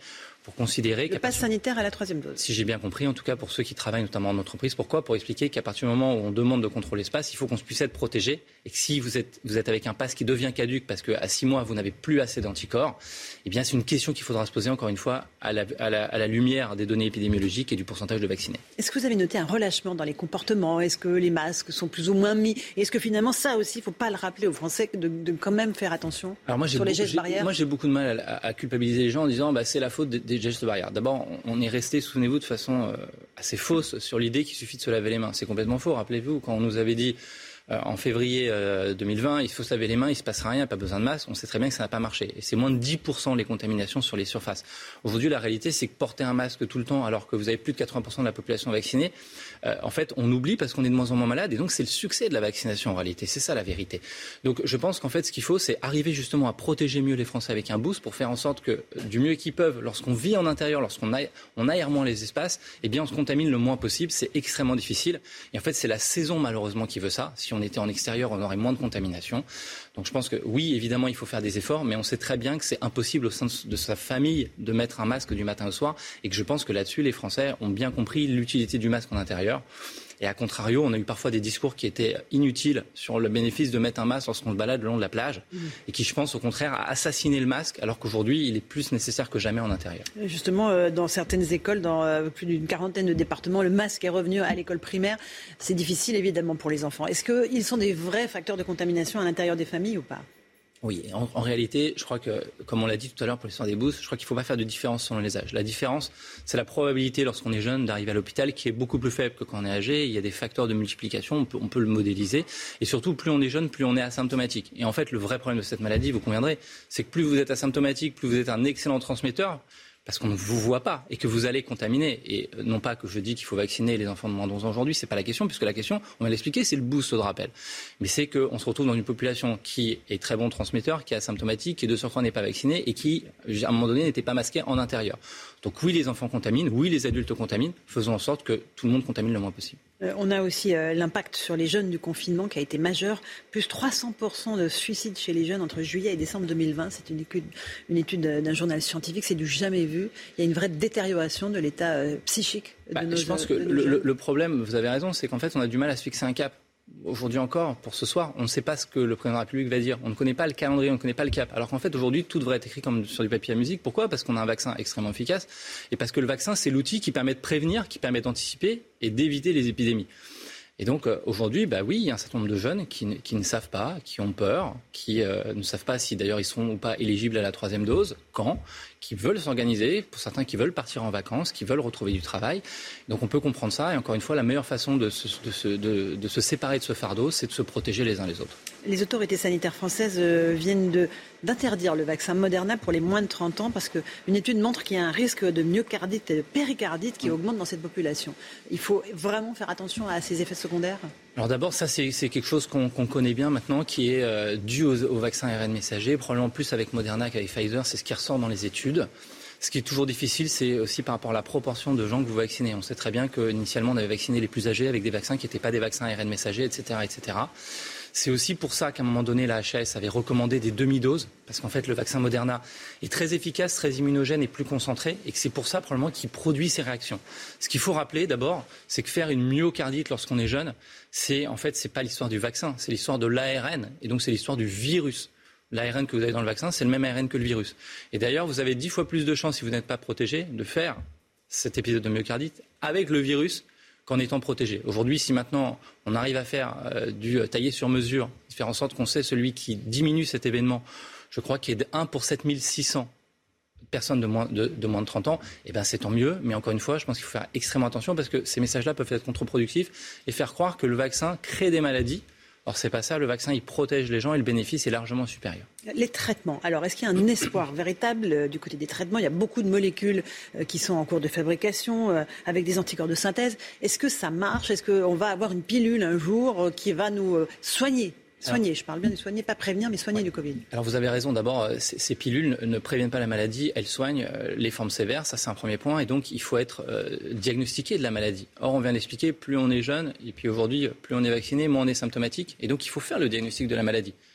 pour considérer... Le pass sanitaire à la troisième dose. Si j'ai bien compris, en tout cas pour ceux qui travaillent notamment en entreprise. Pourquoi ? Pour expliquer qu'à partir du moment où on demande de contrôler ce pass, il faut qu'on puisse être protégé et que si vous êtes, vous êtes avec un pass qui devient caduque parce qu'à six mois vous n'avez plus assez d'anticorps, eh bien c'est une question qu'il faudra se poser encore une fois à la, à la, à la lumière des données épidémiologiques et du pourcentage de vaccinés. Est-ce que vous avez noté un relâchement dans les comportements ? Est-ce que les masques sont plus ou moins mis ? Est-ce que finalement ça aussi, il ne faut pas le rappeler aux Français de, de quand même faire attention Alors moi, sur les gestes barrières ? Moi j'ai beaucoup de mal à, à culpabiliser les gens en disant bah, c'est la faute des, des gestes barrières. D'abord, on est resté, souvenez-vous, de façon euh, assez fausse sur l'idée qu'il suffit de se laver les mains. C'est complètement faux. Rappelez-vous, quand on nous avait dit euh, en février euh, deux mille vingt, il faut se laver les mains, il ne se passera rien, pas besoin de masque, on sait très bien que ça n'a pas marché. Et c'est moins de dix pour cent les contaminations sur les surfaces. Aujourd'hui, la réalité, c'est que porter un masque tout le temps, alors que vous avez plus de quatre-vingts pour cent de la population vaccinée, euh, en fait, on oublie parce qu'on est de moins en moins malade. Et donc, c'est le succès de la vaccination en réalité. C'est ça la vérité. Donc, je pense qu'en fait, ce qu'il faut, c'est arriver justement à protéger mieux les Français avec un boost pour faire en sorte que, du mieux qu'ils peuvent, lorsqu'on vit en intérieur, lorsqu'on aille, on aère moins les espaces, eh bien, on se contamine le moins possible. C'est extrêmement difficile. Et en fait, c'est la saison, malheureusement, qui veut ça. Si on était en extérieur, on aurait moins de contamination. Donc, je pense que, oui, évidemment, il faut faire des efforts, mais on sait très bien que c'est impossible au sein de sa famille de mettre un masque du matin au soir. Et que je pense que là-dessus, les Français ont bien compris l'utilité du masque en intérieur. Et à contrario, on a eu parfois des discours qui étaient inutiles sur le bénéfice de mettre un masque lorsqu'on se balade le long de la plage mmh. et qui, je pense, au contraire, a assassiné le masque alors qu'aujourd'hui, il est plus nécessaire que jamais en intérieur. Justement, euh, dans certaines écoles, dans euh, plus d'une quarantaine de départements, le masque est revenu à l'école primaire. C'est difficile, évidemment, pour les enfants. Est-ce qu'ils sont des vrais facteurs de contamination à l'intérieur des familles ou pas ? Oui, en, en réalité, je crois que, comme on l'a dit tout à l'heure pour l'histoire des boosts, je crois qu'il ne faut pas faire de différence selon les âges. La différence, c'est la probabilité lorsqu'on est jeune d'arriver à l'hôpital qui est beaucoup plus faible que quand on est âgé. Il y a des facteurs de multiplication, on peut, on peut le modéliser. Et surtout, plus on est jeune, plus on est asymptomatique. Et en fait, le vrai problème de cette maladie, vous conviendrez, c'est que plus vous êtes asymptomatique, plus vous êtes un excellent transmetteur, parce qu'on ne vous voit pas et que vous allez contaminer. Et non pas que je dis qu'il faut vacciner les enfants de moins de onze ans aujourd'hui, c'est pas la question, puisque la question, on va l'expliquer, c'est le boost de rappel. Mais c'est qu'on se retrouve dans une population qui est très bon transmetteur, qui est asymptomatique, qui de surcroît n'est pas vacciné et qui, à un moment donné, n'était pas masqué en intérieur. Donc oui, les enfants contaminent, oui, les adultes contaminent, faisons en sorte que tout le monde contamine le moins possible. Euh, on a aussi euh, l'impact sur les jeunes du confinement qui a été majeur. Plus trois cents pour cent de suicides chez les jeunes entre juillet et décembre deux mille vingt. C'est une étude, une étude d'un journal scientifique, c'est du jamais vu. Il y a une vraie détérioration de l'état euh, psychique de bah, nos Je pense que le, le problème, vous avez raison, c'est qu'en fait on a du mal à se fixer un cap. Aujourd'hui encore, pour ce soir, on ne sait pas ce que le président de la République va dire. On ne connaît pas le calendrier, on ne connaît pas le cap. Alors qu'en fait, aujourd'hui, tout devrait être écrit comme sur du papier à musique. Pourquoi ? Parce qu'on a un vaccin extrêmement efficace et parce que le vaccin, c'est l'outil qui permet de prévenir, qui permet d'anticiper et d'éviter les épidémies. Et donc euh, aujourd'hui, bah oui, il y a un certain nombre de jeunes qui, ne, qui ne savent pas, qui ont peur, qui euh, ne savent pas si d'ailleurs ils seront ou pas éligibles à la troisième dose, quand, qui veulent s'organiser, pour certains qui veulent partir en vacances, qui veulent retrouver du travail. Donc on peut comprendre ça. Et encore une fois, la meilleure façon de se, de se, de, de se séparer de ce fardeau, c'est de se protéger les uns les autres. Les autorités sanitaires françaises euh, viennent de, d'interdire le vaccin Moderna pour les moins de trente ans parce qu'une étude montre qu'il y a un risque de myocardite et de péricardite qui mmh. augmente dans cette population. Il faut vraiment faire attention à ces effets secondaires ? Alors d'abord, ça c'est, c'est quelque chose qu'on, qu'on connaît bien maintenant, qui est euh, dû au, au vaccin A R N messager, probablement plus avec Moderna qu'avec Pfizer, c'est ce qui ressort dans les études. Ce qui est toujours difficile, c'est aussi par rapport à la proportion de gens que vous vaccinez. On sait très bien qu'initialement, on avait vacciné les plus âgés avec des vaccins qui n'étaient pas des vaccins A R N messager, et cetera, et cetera. C'est aussi pour ça qu'à un moment donné, la H A S avait recommandé des demi-doses, parce qu'en fait, le vaccin Moderna est très efficace, très immunogène et plus concentré, et que c'est pour ça, probablement, qu'il produit ces réactions. Ce qu'il faut rappeler, d'abord, c'est que faire une myocardite lorsqu'on est jeune, c'est, en fait, c'est pas l'histoire du vaccin, c'est l'histoire de l'A R N, et donc c'est l'histoire du virus. L'A R N que vous avez dans le vaccin, c'est le même A R N que le virus. Et d'ailleurs, vous avez dix fois plus de chances, si vous n'êtes pas protégé, de faire cet épisode de myocardite avec le virus qu'en étant protégé. Aujourd'hui, si maintenant on arrive à faire euh, du taillé sur mesure, faire en sorte qu'on sait celui qui diminue cet événement, je crois qu'il est de un pour sept mille six cents personnes de moins de, de moins de trente ans, eh ben c'est tant mieux. Mais encore une fois, je pense qu'il faut faire extrêmement attention parce que ces messages-là peuvent être contre-productifs et faire croire que le vaccin crée des maladies. Or, c'est pas ça. Le vaccin, il protège les gens et le bénéfice est largement supérieur. Les traitements. Alors, est-ce qu'il y a un espoir véritable euh, du côté des traitements ? Il y a beaucoup de molécules euh, qui sont en cours de fabrication euh, avec des anticorps de synthèse. Est-ce que ça marche ? Est-ce qu'on va avoir une pilule un jour euh, qui va nous euh, soigner ? Soigner, Alors, je parle bien de soigner, pas prévenir, mais soigner ouais. du Covid. Alors vous avez raison, d'abord, ces, ces pilules ne préviennent pas la maladie, elles soignent euh, les formes sévères, ça c'est un premier point, et donc il faut être euh, diagnostiqué de la maladie. Or on vient d'expliquer, plus on est jeune, et puis aujourd'hui, plus on est vacciné, moins on est symptomatique, et donc il faut faire le diagnostic de la maladie.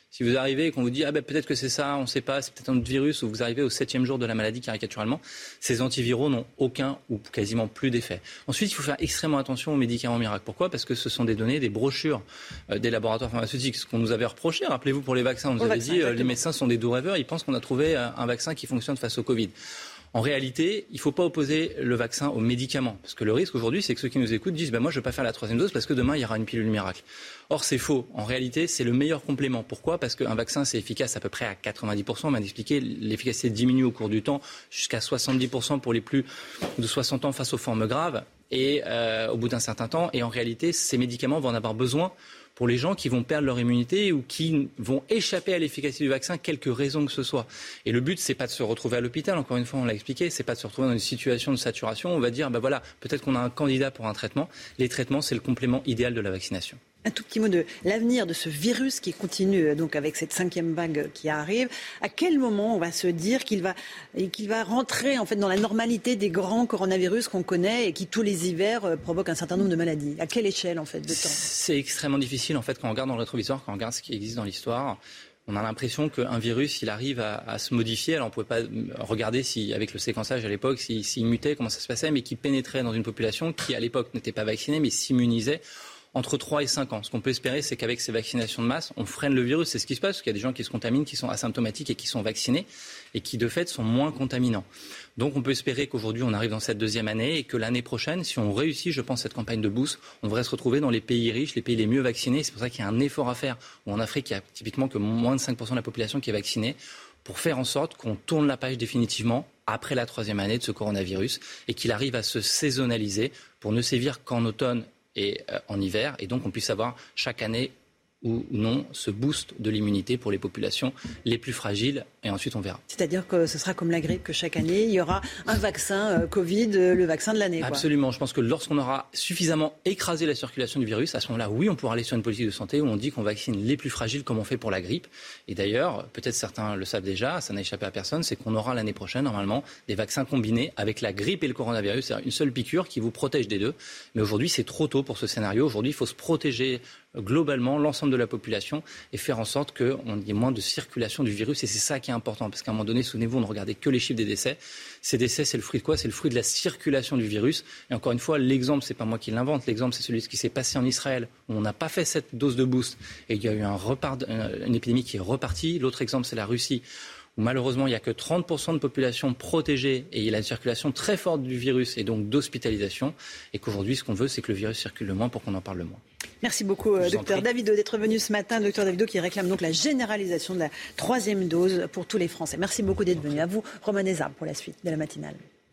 Si vous arrivez et qu'on vous dit ah ben peut-être que c'est ça, on ne sait pas, c'est peut-être un autre virus, ou vous arrivez au septième jour de la maladie caricaturalement, ces antiviraux n'ont aucun ou quasiment plus d'effet. Ensuite, il faut faire extrêmement attention aux médicaments miracles. Pourquoi ? Parce que ce sont des données, des brochures euh, des laboratoires pharmaceutiques, ce qu'on nous avait reproché. Rappelez-vous pour les vaccins, on nous Au avait vaccin, dit euh, exactement. les médecins sont des doux rêveurs, ils pensent qu'on a trouvé euh, un vaccin qui fonctionne face au Covid. En réalité, il ne faut pas opposer le vaccin aux médicaments. Parce que le risque aujourd'hui, c'est que ceux qui nous écoutent disent ben moi, je ne vais pas faire la troisième dose parce que demain, il y aura une pilule miracle. Or, c'est faux. En réalité, c'est le meilleur complément. Pourquoi ? Parce qu'un vaccin, c'est efficace à peu près à quatre-vingt-dix pour cent. On m'a expliqué, l'efficacité diminue au cours du temps jusqu'à soixante-dix pour cent pour les plus de soixante ans face aux formes graves. Et euh, au bout d'un certain temps. Et en réalité, ces médicaments vont en avoir besoin pour les gens qui vont perdre leur immunité ou qui vont échapper à l'efficacité du vaccin, quelque raison que ce soit. Et le but, c'est pas de se retrouver à l'hôpital, encore une fois, on l'a expliqué, c'est pas de se retrouver dans une situation de saturation. On va dire, ben voilà, peut-être qu'on a un candidat pour un traitement. Les traitements, c'est le complément idéal de la vaccination. Un tout petit mot de l'avenir de ce virus qui continue donc avec cette cinquième vague qui arrive. À quel moment on va se dire qu'il va, qu'il va rentrer en fait dans la normalité des grands coronavirus qu'on connaît et qui tous les hivers provoquent un certain nombre de maladies ? À quelle échelle en fait de temps ? C'est extrêmement difficile en fait quand on regarde dans le rétroviseur, quand on regarde ce qui existe dans l'histoire. On a l'impression qu'un virus, il arrive à, à se modifier. Alors on ne pouvait pas regarder si, avec le séquençage à l'époque, s'il si, si mutait, comment ça se passait, mais qui pénétrait dans une population qui à l'époque n'était pas vaccinée, mais s'immunisait entre trois et cinq ans. Ce qu'on peut espérer, c'est qu'avec ces vaccinations de masse, on freine le virus. C'est ce qui se passe, parce qu'il y a des gens qui se contaminent, qui sont asymptomatiques et qui sont vaccinés, et qui de fait sont moins contaminants. Donc on peut espérer qu'aujourd'hui, on arrive dans cette deuxième année, et que l'année prochaine, si on réussit, je pense, cette campagne de boost, on devrait se retrouver dans les pays riches, les pays les mieux vaccinés. C'est pour ça qu'il y a un effort à faire. Où en Afrique, il y a typiquement que moins de cinq pour cent de la population qui est vaccinée, pour faire en sorte qu'on tourne la page définitivement après la troisième année de ce coronavirus, et qu'il arrive à se saisonnaliser pour ne sévir qu'en automne et en hiver, et donc on puisse avoir chaque année ou non ce boost de l'immunité pour les populations les plus fragiles, et ensuite on verra. C'est-à-dire que ce sera comme la grippe, que chaque année, il y aura un vaccin euh, Covid, euh, le vaccin de l'année. Quoi. Absolument, je pense que lorsqu'on aura suffisamment écrasé la circulation du virus, à ce moment-là, oui, on pourra aller sur une politique de santé où on dit qu'on vaccine les plus fragiles comme on fait pour la grippe. Et d'ailleurs, peut-être certains le savent déjà, ça n'a échappé à personne, c'est qu'on aura l'année prochaine, normalement, des vaccins combinés avec la grippe et le coronavirus, c'est-à-dire une seule piqûre qui vous protège des deux. Mais aujourd'hui, c'est trop tôt pour ce scénario. Aujourd'hui, il faut se protéger globalement l'ensemble de la population et faire en sorte qu'on ait moins de circulation du virus. Et c'est ça qui est important, parce qu'à un moment donné, souvenez-vous, on ne regardait que les chiffres des décès. Ces décès, c'est le fruit de quoi ? C'est le fruit de la circulation du virus. Et encore une fois, l'exemple, c'est pas moi qui l'invente. L'exemple, c'est celui qui s'est passé en Israël, où on n'a pas fait cette dose de boost et il y a eu un repart, une épidémie qui est repartie. L'autre exemple, c'est la Russie, où malheureusement, il n'y a que trente pour cent de population protégée et il y a une circulation très forte du virus et donc d'hospitalisation. Et qu'aujourd'hui, ce qu'on veut, c'est que le virus circule le moins pour qu'on en parle le moins. Merci beaucoup, euh, docteur Davido, d'être venu ce matin. Docteur Davido qui réclame donc la généralisation de la troisième dose pour tous les Français. Merci beaucoup d'être venu. À vous, Romain Desarmes, pour la suite de la matinale.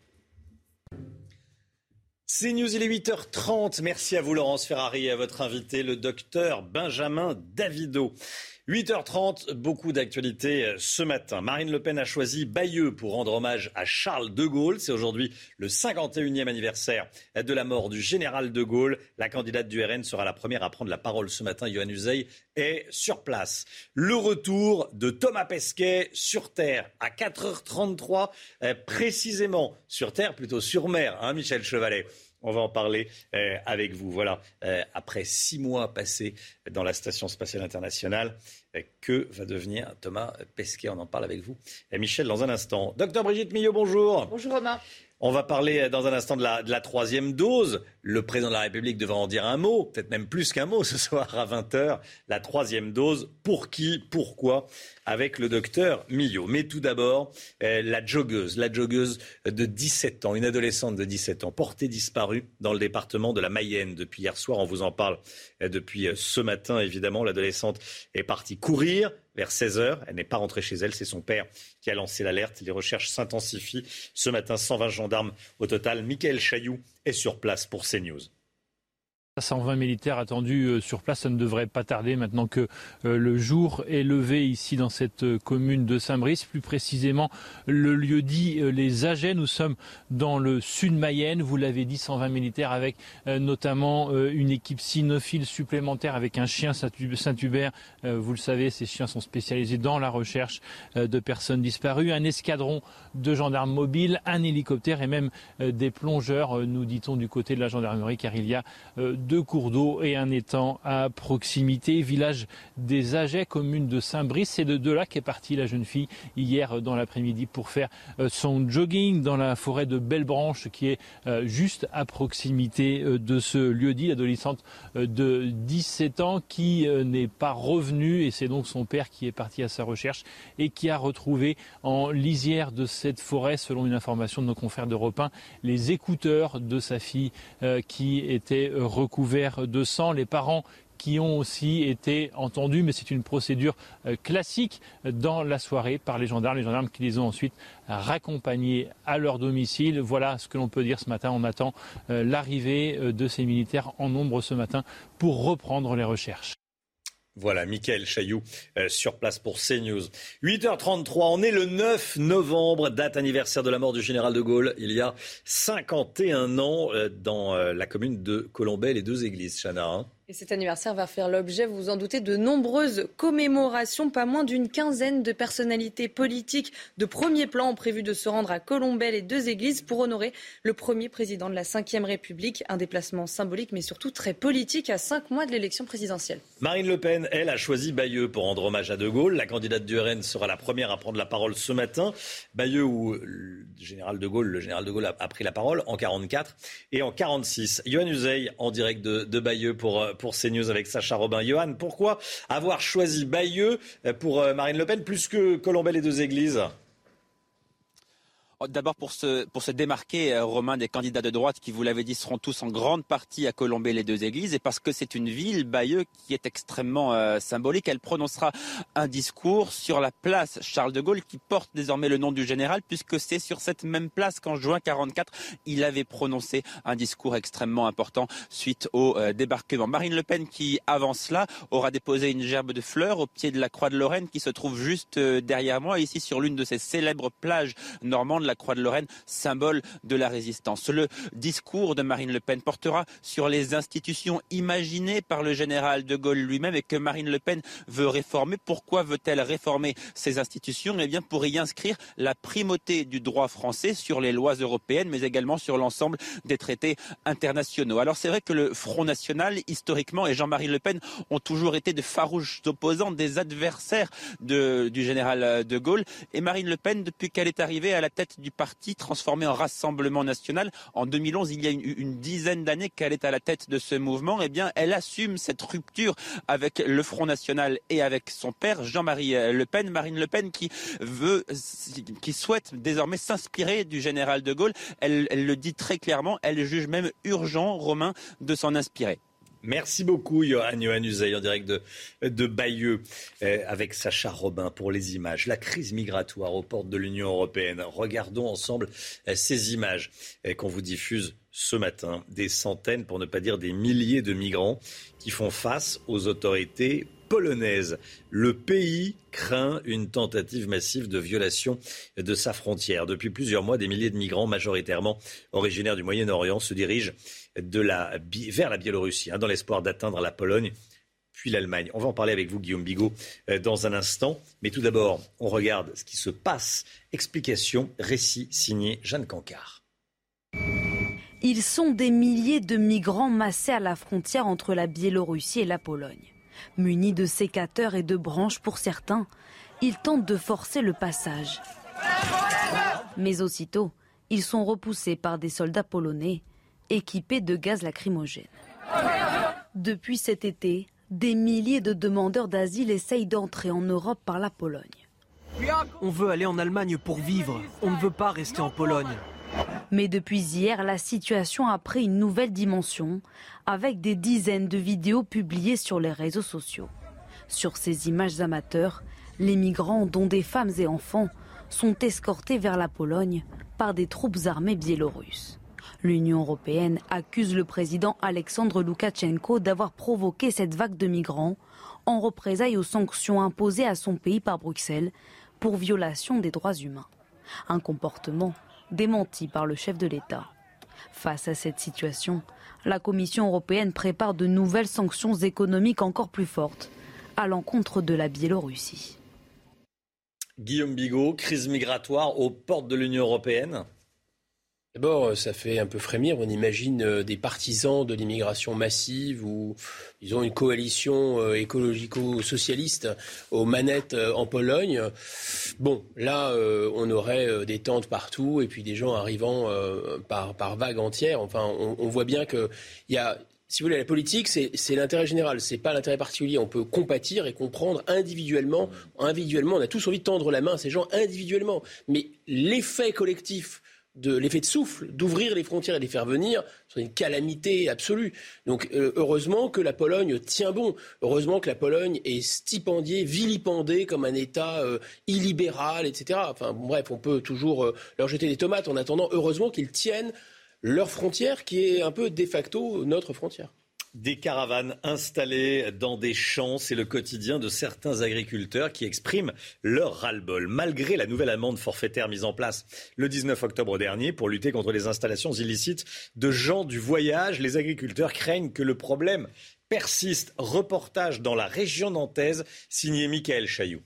C'est News, il est huit heures trente. Merci à vous, Laurence Ferrari, et à votre invité, le docteur Benjamin Davido. huit heures trente, beaucoup d'actualités ce matin. Marine Le Pen a choisi Bayeux pour rendre hommage à Charles de Gaulle. C'est aujourd'hui le cinquante et unième anniversaire de la mort du général de Gaulle. La candidate du R N sera la première à prendre la parole ce matin. Yohann Uzey est sur place. Le retour de Thomas Pesquet sur Terre à quatre heures trente-trois, euh, précisément sur Terre, plutôt sur mer, hein, Michel Chevalet. On va en parler euh, avec vous. Voilà, euh, après six mois passés dans la Station spatiale internationale, euh, que va devenir Thomas Pesquet ? On en parle avec vous, et Michel, dans un instant. Docteur Brigitte Millot, bonjour. Bonjour Romain. On va parler dans un instant de la, de la troisième dose. Le président de la République devrait en dire un mot, peut-être même plus qu'un mot ce soir à vingt heures. La troisième dose, pour qui, pourquoi ? Avec le docteur Millot. Mais tout d'abord, euh, la joggeuse, la joggeuse de dix-sept ans, une adolescente de dix-sept ans, portée disparue dans le département de la Mayenne depuis hier soir. On vous en parle euh, depuis euh, ce matin, évidemment. L'adolescente est partie courir vers seize heures. Elle n'est pas rentrée chez elle. C'est son père qui a lancé l'alerte. Les recherches s'intensifient. Ce matin, cent vingt gendarmes au total. Mickaël Chailloux est sur place pour CNews. cent vingt militaires attendus sur place, ça ne devrait pas tarder maintenant que le jour est levé ici dans cette commune de Saint-Brice. Plus précisément, le lieu dit les Agenais. Nous sommes dans le sud Mayenne. Vous l'avez dit, cent vingt militaires avec notamment une équipe cynophile supplémentaire avec un chien Saint-Hubert. Vous le savez, ces chiens sont spécialisés dans la recherche de personnes disparues. Un escadron de gendarmes mobiles, un hélicoptère et même des plongeurs, nous dit-on, du côté de la gendarmerie, car il y a deux cours d'eau et un étang à proximité. Village des Aget, commune de Saint-Brice. C'est de, de là qu'est partie la jeune fille hier dans l'après-midi pour faire son jogging dans la forêt de Belle-Branche qui est juste à proximité de ce lieu-dit. L'adolescente de dix-sept ans qui n'est pas revenue et c'est donc son père qui est parti à sa recherche et qui a retrouvé en lisière de cette forêt, selon une information de nos confrères d'Europe un, les écouteurs de sa fille euh, qui étaient recouverts de sang. Les parents qui ont aussi été entendus, mais c'est une procédure euh, classique dans la soirée par les gendarmes, les gendarmes qui les ont ensuite raccompagnés à leur domicile. Voilà ce que l'on peut dire ce matin. On attend euh, l'arrivée euh, de ces militaires en nombre ce matin pour reprendre les recherches. Voilà, Mickaël Chailloux euh, sur place pour CNews. huit heures trente-trois, on est le neuf novembre, date anniversaire de la mort du général de Gaulle, il y a cinquante et un ans, euh, dans euh, la commune de Colombey, les deux églises, Chana. Hein. Et cet anniversaire va faire l'objet, vous vous en doutez, de nombreuses commémorations. Pas moins d'une quinzaine de personnalités politiques de premier plan ont prévu de se rendre à Colombey, les deux églises, pour honorer le premier président de la cinquième République. Un déplacement symbolique, mais surtout très politique, à cinq mois de l'élection présidentielle. Marine Le Pen, elle, a choisi Bayeux pour rendre hommage à De Gaulle. La candidate du R N sera la première à prendre la parole ce matin. Bayeux, où le général de Gaulle, le général de Gaulle a, a pris la parole en quarante-quatre et en quarante-six. Yohann Usaï, en direct de, de Bayeux pour... pour CNews avec Sacha Robin. Johan, pourquoi avoir choisi Bayeux pour Marine Le Pen plus que Colombey les deux églises ? D'abord pour se, pour se démarquer, euh, Romain, des candidats de droite qui, vous l'avez dit, seront tous en grande partie à Colombey les deux églises, et parce que c'est une ville, Bayeux, qui est extrêmement euh, symbolique. Elle prononcera un discours sur la place Charles de Gaulle qui porte désormais le nom du général, puisque c'est sur cette même place qu'en juin quarante-quatre, il avait prononcé un discours extrêmement important suite au euh, débarquement. Marine Le Pen, qui avant cela aura déposé une gerbe de fleurs au pied de la Croix de Lorraine qui se trouve juste euh, derrière moi, ici sur l'une de ces célèbres plages normandes, la Croix de Lorraine, symbole de la résistance. Le discours de Marine Le Pen portera sur les institutions imaginées par le général de Gaulle lui-même et que Marine Le Pen veut réformer. Pourquoi veut-elle réformer ces institutions ? Eh bien, pour y inscrire la primauté du droit français sur les lois européennes, mais également sur l'ensemble des traités internationaux. Alors c'est vrai que le Front National, historiquement, et Jean-Marie Le Pen ont toujours été de farouches opposants, des adversaires de, du général de Gaulle. Et Marine Le Pen, depuis qu'elle est arrivée à la tête du parti transformé en Rassemblement National, en deux mille onze, il y a une, une dizaine d'années qu'elle est à la tête de ce mouvement, eh bien, elle assume cette rupture avec le Front National et avec son père, Jean-Marie Le Pen. Marine Le Pen qui veut, qui souhaite désormais s'inspirer du général de Gaulle. Elle, elle le dit très clairement, elle juge même urgent, Romain, de s'en inspirer. Merci beaucoup, Johan, Johan Usaï, en direct de, de Bayeux, euh, avec Sacha Robin pour les images. La crise migratoire aux portes de l'Union européenne. Regardons ensemble euh, ces images euh, qu'on vous diffuse ce matin. Des centaines, pour ne pas dire des milliers de migrants qui font face aux autorités polonaises. Le pays craint une tentative massive de violation de sa frontière. Depuis plusieurs mois, des milliers de migrants, majoritairement originaires du Moyen-Orient, se dirigent de la, vers la Biélorussie, hein, dans l'espoir d'atteindre la Pologne, puis l'Allemagne. On va en parler avec vous, Guillaume Bigot, euh, dans un instant. Mais tout d'abord, on regarde ce qui se passe. Explication, récit signé Jeanne Cancard. Ils sont des milliers de migrants massés à la frontière entre la Biélorussie et la Pologne. Munis de sécateurs et de branches pour certains, ils tentent de forcer le passage. Mais aussitôt, ils sont repoussés par des soldats polonais équipés de gaz lacrymogène. Depuis cet été, des milliers de demandeurs d'asile essayent d'entrer en Europe par la Pologne. On veut aller en Allemagne pour vivre, on ne veut pas rester en Pologne. Mais depuis hier, la situation a pris une nouvelle dimension, avec des dizaines de vidéos publiées sur les réseaux sociaux. Sur ces images amateurs, les migrants, dont des femmes et enfants, sont escortés vers la Pologne par des troupes armées biélorusses. L'Union européenne accuse le président Alexandre Loukachenko d'avoir provoqué cette vague de migrants en représailles aux sanctions imposées à son pays par Bruxelles pour violation des droits humains. Un comportement démenti par le chef de l'État. Face à cette situation, la Commission européenne prépare de nouvelles sanctions économiques encore plus fortes à l'encontre de la Biélorussie. Guillaume Bigot, crise migratoire aux portes de l'Union européenne. D'abord, ça fait un peu frémir. On imagine des partisans de l'immigration massive ou, disons, une coalition écologico-socialiste aux manettes en Pologne. Bon, là, on aurait des tentes partout et puis des gens arrivant par, par vagues entières. Enfin, on, on voit bien qu'il y a... Si vous voulez, la politique, c'est, c'est l'intérêt général, c'est pas l'intérêt particulier. On peut compatir et comprendre individuellement. Individuellement, on a tous envie de tendre la main à ces gens individuellement. Mais l'effet collectif, de l'effet de souffle, d'ouvrir les frontières et de les faire venir, c'est une calamité absolue. Donc euh, heureusement que la Pologne tient bon. Heureusement que la Pologne est stipendiée, vilipendée comme un État euh, illibéral, et cetera. Enfin bref, on peut toujours euh, leur jeter des tomates. En attendant, heureusement qu'ils tiennent leur frontière qui est un peu de facto notre frontière. Des caravanes installées dans des champs, c'est le quotidien de certains agriculteurs qui expriment leur ras-le-bol. Malgré la nouvelle amende forfaitaire mise en place le dix-neuf octobre dernier pour lutter contre les installations illicites de gens du voyage, les agriculteurs craignent que le problème persiste. Reportage dans la région nantaise, signé Michael Chailloux.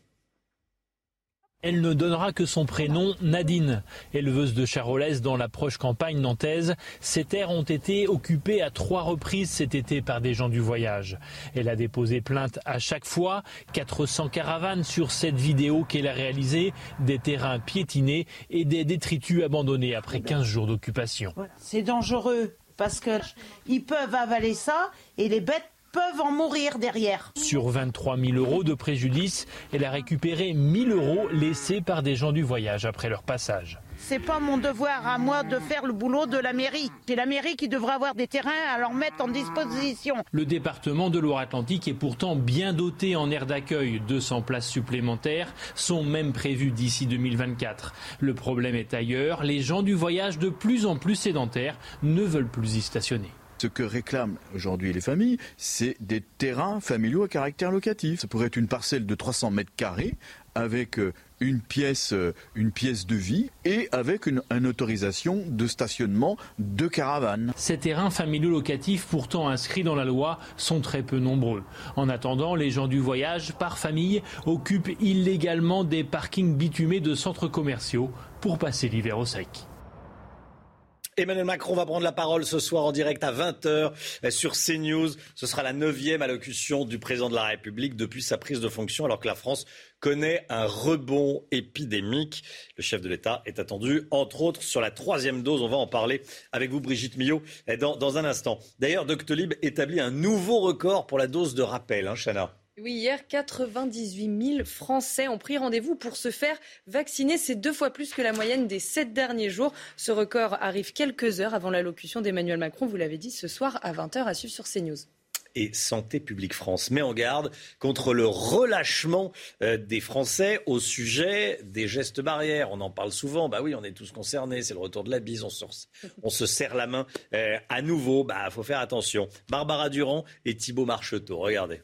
Elle ne donnera que son prénom, Nadine. Éleveuse de charolaises dans la proche campagne nantaise, ces terres ont été occupées à trois reprises cet été par des gens du voyage. Elle a déposé plainte à chaque fois. quatre cents caravanes sur cette vidéo qu'elle a réalisée, des terrains piétinés et des détritus abandonnés après quinze jours d'occupation. C'est dangereux parce qu'ils peuvent avaler ça et les bêtes peuvent en mourir derrière. Sur vingt-trois mille euros de préjudice, elle a récupéré mille euros laissés par des gens du voyage après leur passage. C'est pas mon devoir à moi de faire le boulot de la mairie. C'est la mairie qui devrait avoir des terrains à leur mettre en disposition. Le département de Loire-Atlantique est pourtant bien doté en aires d'accueil. deux cents places supplémentaires sont même prévues d'ici deux mille vingt-quatre. Le problème est ailleurs. Les gens du voyage de plus en plus sédentaires ne veulent plus y stationner. Ce que réclament aujourd'hui les familles, c'est des terrains familiaux à caractère locatif. Ça pourrait être une parcelle de trois cents mètres carrés avec une pièce, une pièce de vie et avec une, une autorisation de stationnement de caravanes. Ces terrains familiaux locatifs, pourtant inscrits dans la loi, sont très peu nombreux. En attendant, les gens du voyage, par famille, occupent illégalement des parkings bitumés de centres commerciaux pour passer l'hiver au sec. Emmanuel Macron va prendre la parole ce soir en direct à vingt heures sur CNews. Ce sera la neuvième allocution du président de la République depuis sa prise de fonction, alors que la France connaît un rebond épidémique. Le chef de l'État est attendu, entre autres, sur la troisième dose. On va en parler avec vous, Brigitte Millot, dans, dans un instant. D'ailleurs, Doctolib établit un nouveau record pour la dose de rappel, hein, Chana. Oui, hier, quatre-vingt-dix-huit mille Français ont pris rendez-vous pour se faire vacciner. C'est deux fois plus que la moyenne des sept derniers jours. Ce record arrive quelques heures avant l'allocution d'Emmanuel Macron. Vous l'avez dit, ce soir à vingt heures à suivre sur CNews. Et Santé publique France met en garde contre le relâchement euh, des Français au sujet des gestes barrières. On en parle souvent. Bah oui, on est tous concernés. C'est le retour de la bise. On se, on se serre la main euh, à nouveau. Bah, faut faire attention. Barbara Durand et Thibaut Marcheteau. Regardez.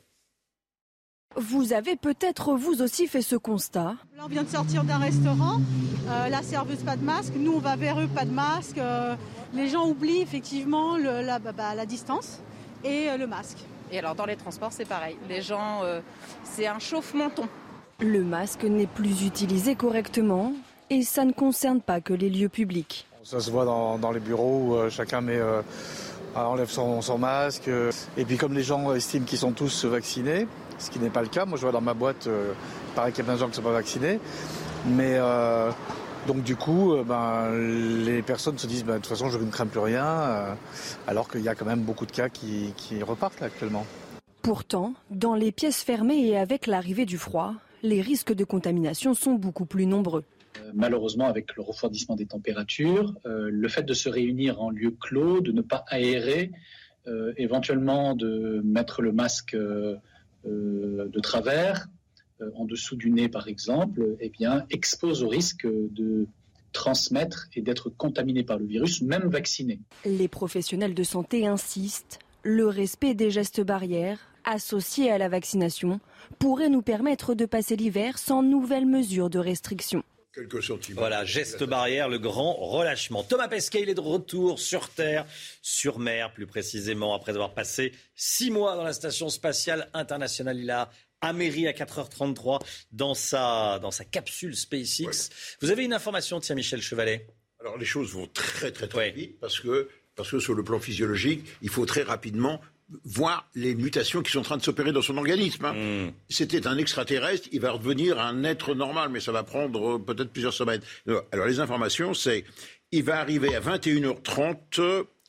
Vous avez peut-être vous aussi fait ce constat. Là, on vient de sortir d'un restaurant. Euh, la serveuse, pas de masque. Nous, on va vers eux, pas de masque. Euh, les gens oublient effectivement le, la, bah, la distance et euh, le masque. Et alors, dans les transports, c'est pareil. Les gens, euh, c'est un chauffe-menton. Le masque n'est plus utilisé correctement et ça ne concerne pas que les lieux publics. Ça se voit dans, dans les bureaux où euh, chacun met, euh, enlève son, son masque. Euh, et puis, comme les gens estiment qu'ils sont tous vaccinés, ce qui n'est pas le cas. Moi, je vois dans ma boîte, euh, il paraît qu'il y a plein de gens qui ne sont pas vaccinés. Mais euh, donc, du coup, euh, ben, les personnes se disent ben, de toute façon, je ne crains plus rien, euh, alors qu'il y a quand même beaucoup de cas qui, qui repartent là, actuellement. Pourtant, dans les pièces fermées et avec l'arrivée du froid, les risques de contamination sont beaucoup plus nombreux. Euh, malheureusement, avec le refroidissement des températures, euh, le fait de se réunir en lieu clos, de ne pas aérer, euh, éventuellement de mettre le masque euh, de travers, euh, en dessous du nez par exemple, eh bien, expose au risque de transmettre et d'être contaminé par le virus, même vacciné. Les professionnels de santé insistent, le respect des gestes barrières associés à la vaccination pourrait nous permettre de passer l'hiver sans nouvelles mesures de restriction. Quelques sentiments. Voilà, geste barrière, le grand relâchement. Thomas Pesquet, il est de retour sur Terre, sur mer plus précisément, après avoir passé six mois dans la Station spatiale internationale. Il a atterri à quatre heures trente-trois dans sa, dans sa capsule SpaceX. Ouais. Vous avez une information, tiens, Michel Chevalet ? Alors les choses vont très très très ouais. vite parce que, parce que sur le plan physiologique, il faut très rapidement voir les mutations qui sont en train de s'opérer dans son organisme. Hein. Mmh. C'était un extraterrestre, il va redevenir un être normal, mais ça va prendre peut-être plusieurs semaines. Alors les informations, c'est il va arriver à vingt et une heures trente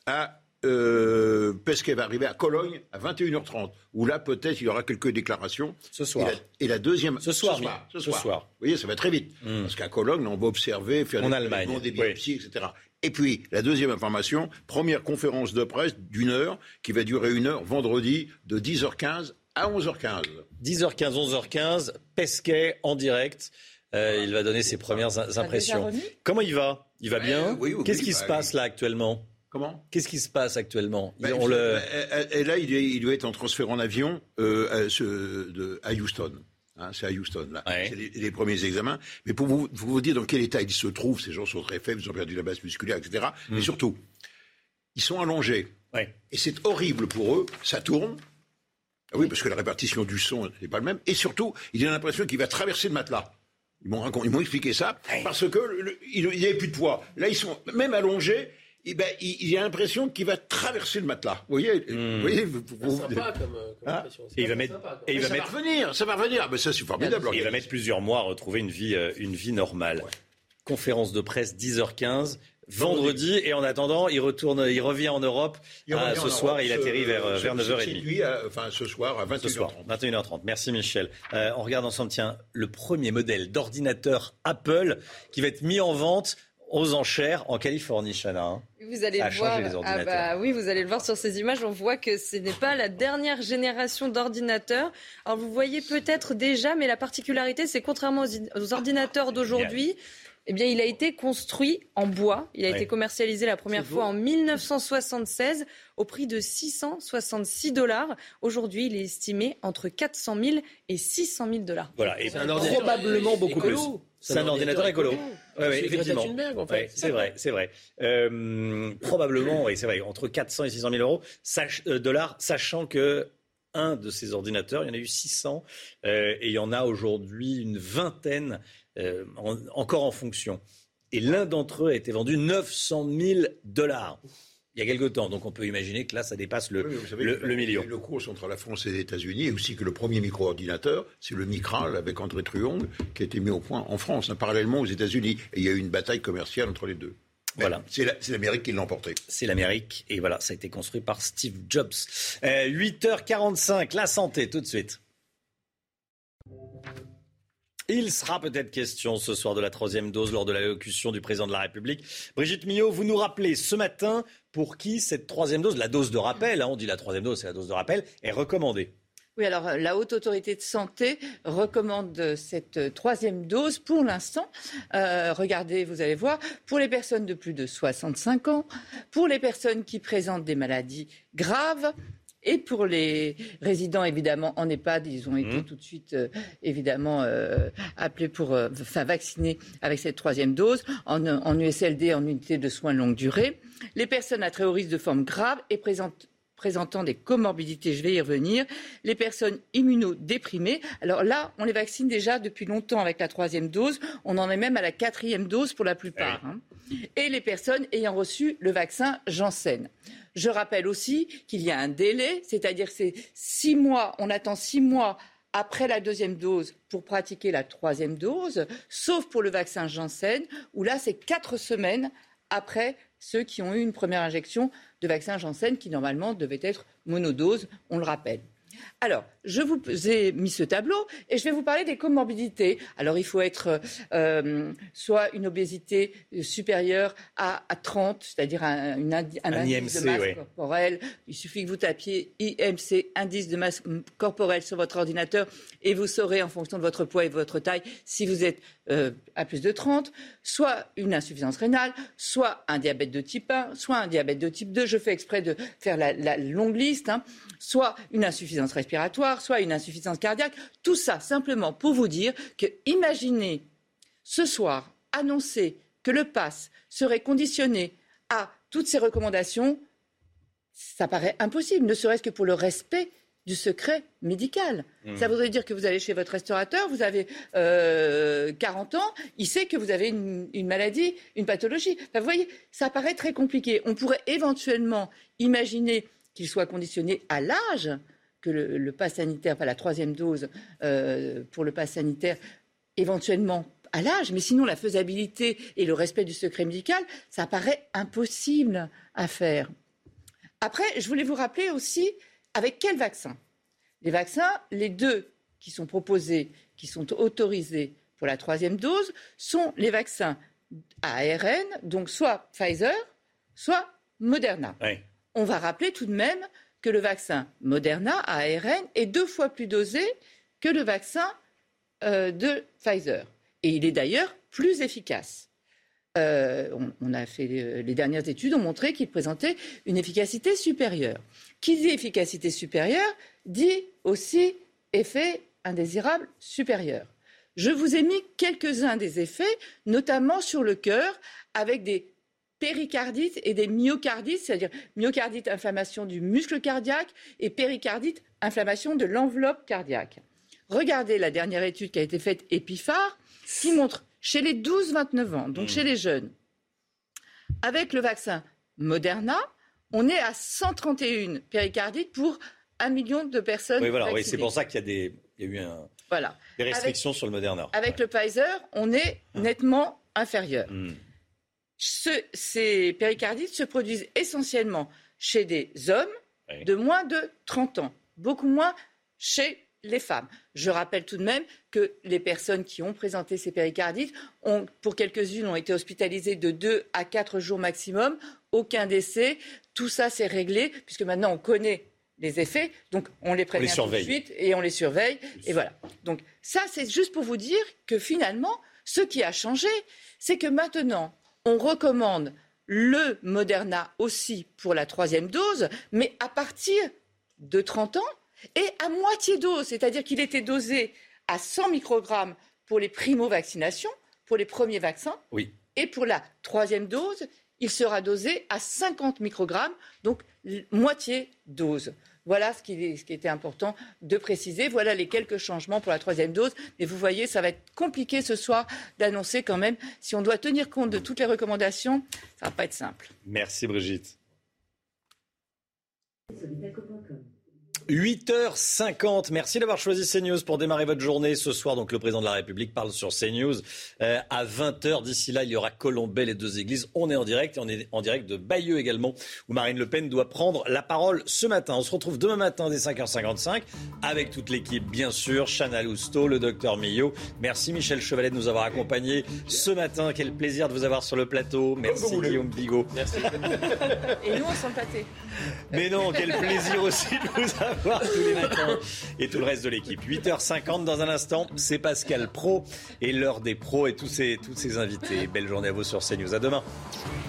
à euh, Pesquet va arriver à Cologne à vingt et une heures trente, où là peut-être il y aura quelques déclarations. Ce soir. Et la, et la deuxième... Ce soir, ce soir. Ce ce soir. soir. Vous voyez, ça va très vite. Mmh. Parce qu'à Cologne, on va observer, faire en des, Allemagne. des biopsies, oui. et cetera. Et puis, la deuxième information, première conférence de presse d'une heure, qui va durer une heure, vendredi, de dix heures quinze à onze heures quinze. dix heures quinze, onze heures quinze, Pesquet en direct. Euh, il va donner ses premières impressions. Comment il va ? Il va bien ? oui, oui, Qu'est-ce oui, qui bah, se passe là actuellement ? Comment ? Qu'est-ce qui se passe actuellement ? bah, On le... Et là, il, est, il doit être en transfert en avion euh, à, ce, de, à Houston. Hein, c'est à Houston, là. Ouais. C'est les, les premiers examens. Mais pour vous, pour vous dire dans quel état ils se trouvent, ces gens sont très faibles, ils ont perdu la masse musculaire, et cetera. Mm. Mais surtout, ils sont allongés. Ouais. Et c'est horrible pour eux. Ça tourne. Ah oui, parce que la répartition du son n'est pas le même. Et surtout, il a l'impression qu'il va traverser le matelas. Ils m'ont, ils m'ont expliqué ça. Ouais. Parce que le, il n'y avait plus de poids. Là, ils sont même allongés. Et ben, il, il a l'impression qu'il va traverser le matelas. Vous voyez, mmh. vous voyez vous, c'est vous, sympa comme, comme hein impression. Et il va mettre, sympa, et il va ça mettre, va revenir, ça va revenir. Ben ça, c'est formidable. Il va mettre plusieurs mois à retrouver une vie, euh, une vie normale. Ouais. Conférence de presse dix heures quinze. Vendredi, et en attendant, il retourne, il revient en Europe à, ce en soir Europe, et il atterrit vers, ce, vers neuf heures trente. Lui, à, enfin, ce soir à vingt et une heures trente. vingt et une heures trente. Merci Michel. Euh, on regarde ensemble, tiens, le premier modèle d'ordinateur Apple qui va être mis en vente aux enchères en Californie, Chana. Hein. Vous allez Ça a le voir. changé les ordinateurs. Ah bah oui, vous allez le voir sur ces images. On voit que ce n'est pas la dernière génération d'ordinateurs. Alors vous voyez peut-être déjà, mais la particularité, c'est contrairement aux, aux ordinateurs d'aujourd'hui. Eh bien, il a été construit en bois. Il a ouais. été commercialisé la première fois en dix-neuf cent soixante-seize au prix de six cent soixante-six dollars. Aujourd'hui, il est estimé entre quatre cent mille et six cent mille dollars. Voilà, et c'est un ordinateur probablement beaucoup écolo. plus. C'est, c'est un, un ordinateur, ordinateur écolo. écolo. Ouais, ouais, effectivement. Thunberg, en fait. Ouais, c'est vrai, c'est vrai. Euh, probablement, oui, c'est vrai. Entre quatre cents et six cent mille euros, sach, euh, dollars, sachant que un de ces ordinateurs, il y en a eu six cents, euh, et il y en a aujourd'hui une vingtaine. Euh, en, encore en fonction. Et l'un d'entre eux a été vendu neuf cent mille dollars il y a quelque temps. Donc on peut imaginer que là, ça dépasse le, oui, vous savez, le, le million. Le cours entre la France et les États-Unis, et aussi que le premier micro-ordinateur, c'est le Micral avec André Truong, qui a été mis au point en France, hein, parallèlement aux États-Unis. Et il y a eu une bataille commerciale entre les deux. Voilà. C'est, la, c'est l'Amérique qui l'a emporté. C'est l'Amérique. Et voilà, ça a été construit par Steve Jobs. Euh, huit heures quarante-cinq, la santé, tout de suite. Il sera peut-être question ce soir de la troisième dose lors de l'allocution du président de la République. Brigitte Millot, vous nous rappelez ce matin pour qui cette troisième dose, la dose de rappel, hein, on dit la troisième dose, c'est la dose de rappel, est recommandée. Oui, alors la Haute Autorité de Santé recommande cette troisième dose pour l'instant. Euh, regardez, vous allez voir, pour les personnes de plus de soixante-cinq ans, pour les personnes qui présentent des maladies graves, et pour les résidents, évidemment, en EHPAD, ils ont été mmh. tout de suite, euh, évidemment, euh, appelés pour, euh, enfin, vaccinés avec cette troisième dose, en, en U S L D, en unité de soins longue durée. Les personnes à très haut risque de forme grave et présente, présentant des comorbidités, je vais y revenir. Les personnes immunodéprimées. Alors là, on les vaccine déjà depuis longtemps avec la troisième dose. On en est même à la quatrième dose pour la plupart. Hein. Et les personnes ayant reçu le vaccin Janssen. Je rappelle aussi qu'il y a un délai, c'est-à-dire que c'est six mois, on attend six mois après la deuxième dose pour pratiquer la troisième dose, sauf pour le vaccin Janssen, où là c'est quatre semaines après ceux qui ont eu une première injection de vaccin Janssen, qui normalement devait être monodose, on le rappelle. Alors, je vous ai mis ce tableau et je vais vous parler des comorbidités. Alors, il faut être euh, soit une obésité supérieure à, à trente, c'est-à-dire un, une indi- un, un indice I M C, de masse ouais. corporelle. Il suffit que vous tapiez I M C, indice de masse corporelle, sur votre ordinateur et vous saurez, en fonction de votre poids et de votre taille, si vous êtes euh, à plus de trente, soit une insuffisance rénale, soit un diabète de type un, soit un diabète de type deux. Je fais exprès de faire la, la longue liste, hein, soit une insuffisance respiratoire, soit une insuffisance cardiaque. Tout ça simplement pour vous dire que, imaginez ce soir annoncer que le pass serait conditionné à toutes ces recommandations, ça paraît impossible, ne serait-ce que pour le respect du secret médical. Mmh. Ça voudrait dire que vous allez chez votre restaurateur, vous avez euh, quarante ans, il sait que vous avez une, une maladie, une pathologie. Enfin, vous voyez, ça paraît très compliqué. On pourrait éventuellement imaginer qu'il soit conditionné à l'âge, que le, le pass sanitaire, enfin la troisième dose euh, pour le pass sanitaire, éventuellement à l'âge, mais sinon la faisabilité et le respect du secret médical, ça paraît impossible à faire. Après, je voulais vous rappeler aussi avec quel vaccin. Les vaccins, les deux qui sont proposés, qui sont autorisés pour la troisième dose, sont les vaccins à A R N, donc soit Pfizer, soit Moderna. Oui. On va rappeler tout de même que le vaccin Moderna à A R N est deux fois plus dosé que le vaccin euh, de Pfizer. Et il est d'ailleurs plus efficace. Euh, on, on a fait les, les dernières études ont montré qu'il présentait une efficacité supérieure. Qui dit efficacité supérieure dit aussi effet indésirable supérieur. Je vous ai mis quelques-uns des effets, notamment sur le cœur, avec des péricardites et des myocardites, c'est-à-dire myocardite, inflammation du muscle cardiaque, et péricardite, inflammation de l'enveloppe cardiaque. Regardez la dernière étude qui a été faite, EpiPhare, qui montre chez les douze vingt-neuf ans, donc mmh. chez les jeunes, avec le vaccin Moderna, on est à cent trente et un péricardites pour un million de personnes oui, voilà, vaccinées. Oui, c'est pour ça qu'il y a, des, il y a eu un, voilà. des restrictions avec, sur le Moderna. Avec ouais. le Pfizer, on est nettement inférieur. Mmh. Ce, ces péricardites se produisent essentiellement chez des hommes oui. de moins de trente ans, beaucoup moins chez les femmes. Je rappelle tout de même que les personnes qui ont présenté ces péricardites, ont, pour quelques-unes, ont été hospitalisées de deux à quatre jours maximum, aucun décès. Tout ça, c'est réglé, puisque maintenant on connaît les effets, donc on les prévient tout de suite et on les surveille. Et voilà. Donc ça, c'est juste pour vous dire que finalement, ce qui a changé, c'est que maintenant, on recommande le Moderna aussi pour la troisième dose, mais à partir de trente ans, et à moitié dose, c'est-à-dire qu'il était dosé à cent microgrammes pour les primo-vaccinations, pour les premiers vaccins, oui. et pour la troisième dose, il sera dosé à cinquante microgrammes, donc moitié dose. Voilà ce qui, est, ce qui était important de préciser. Voilà les quelques changements pour la troisième dose. Mais vous voyez, ça va être compliqué ce soir d'annoncer quand même. Si on doit tenir compte de toutes les recommandations, ça ne va pas être simple. Merci Brigitte. huit heures cinquante, merci d'avoir choisi CNews pour démarrer votre journée. Ce soir, donc, le président de la République parle sur CNews euh, à vingt heures. D'ici là, il y aura Colombey, les deux églises. On est en direct et on est en direct de Bayeux également, où Marine Le Pen doit prendre la parole ce matin. On se retrouve demain matin dès cinq heures cinquante-cinq avec toute l'équipe, bien sûr. Chana Lousteau, le docteur Millot. Merci Michel Chevalet de nous avoir accompagnés ce matin. Quel plaisir de vous avoir sur le plateau. Merci Guillaume Bigot. Merci. Et nous, on sent le pâté. Mais non, quel plaisir aussi de vous avoir tous les matins et tout le reste de l'équipe. huit heures cinquante dans un instant, c'est Pascal Pro et l'heure des pros et tous ses, tous ses invités. Belle journée à vous sur CNews. À demain.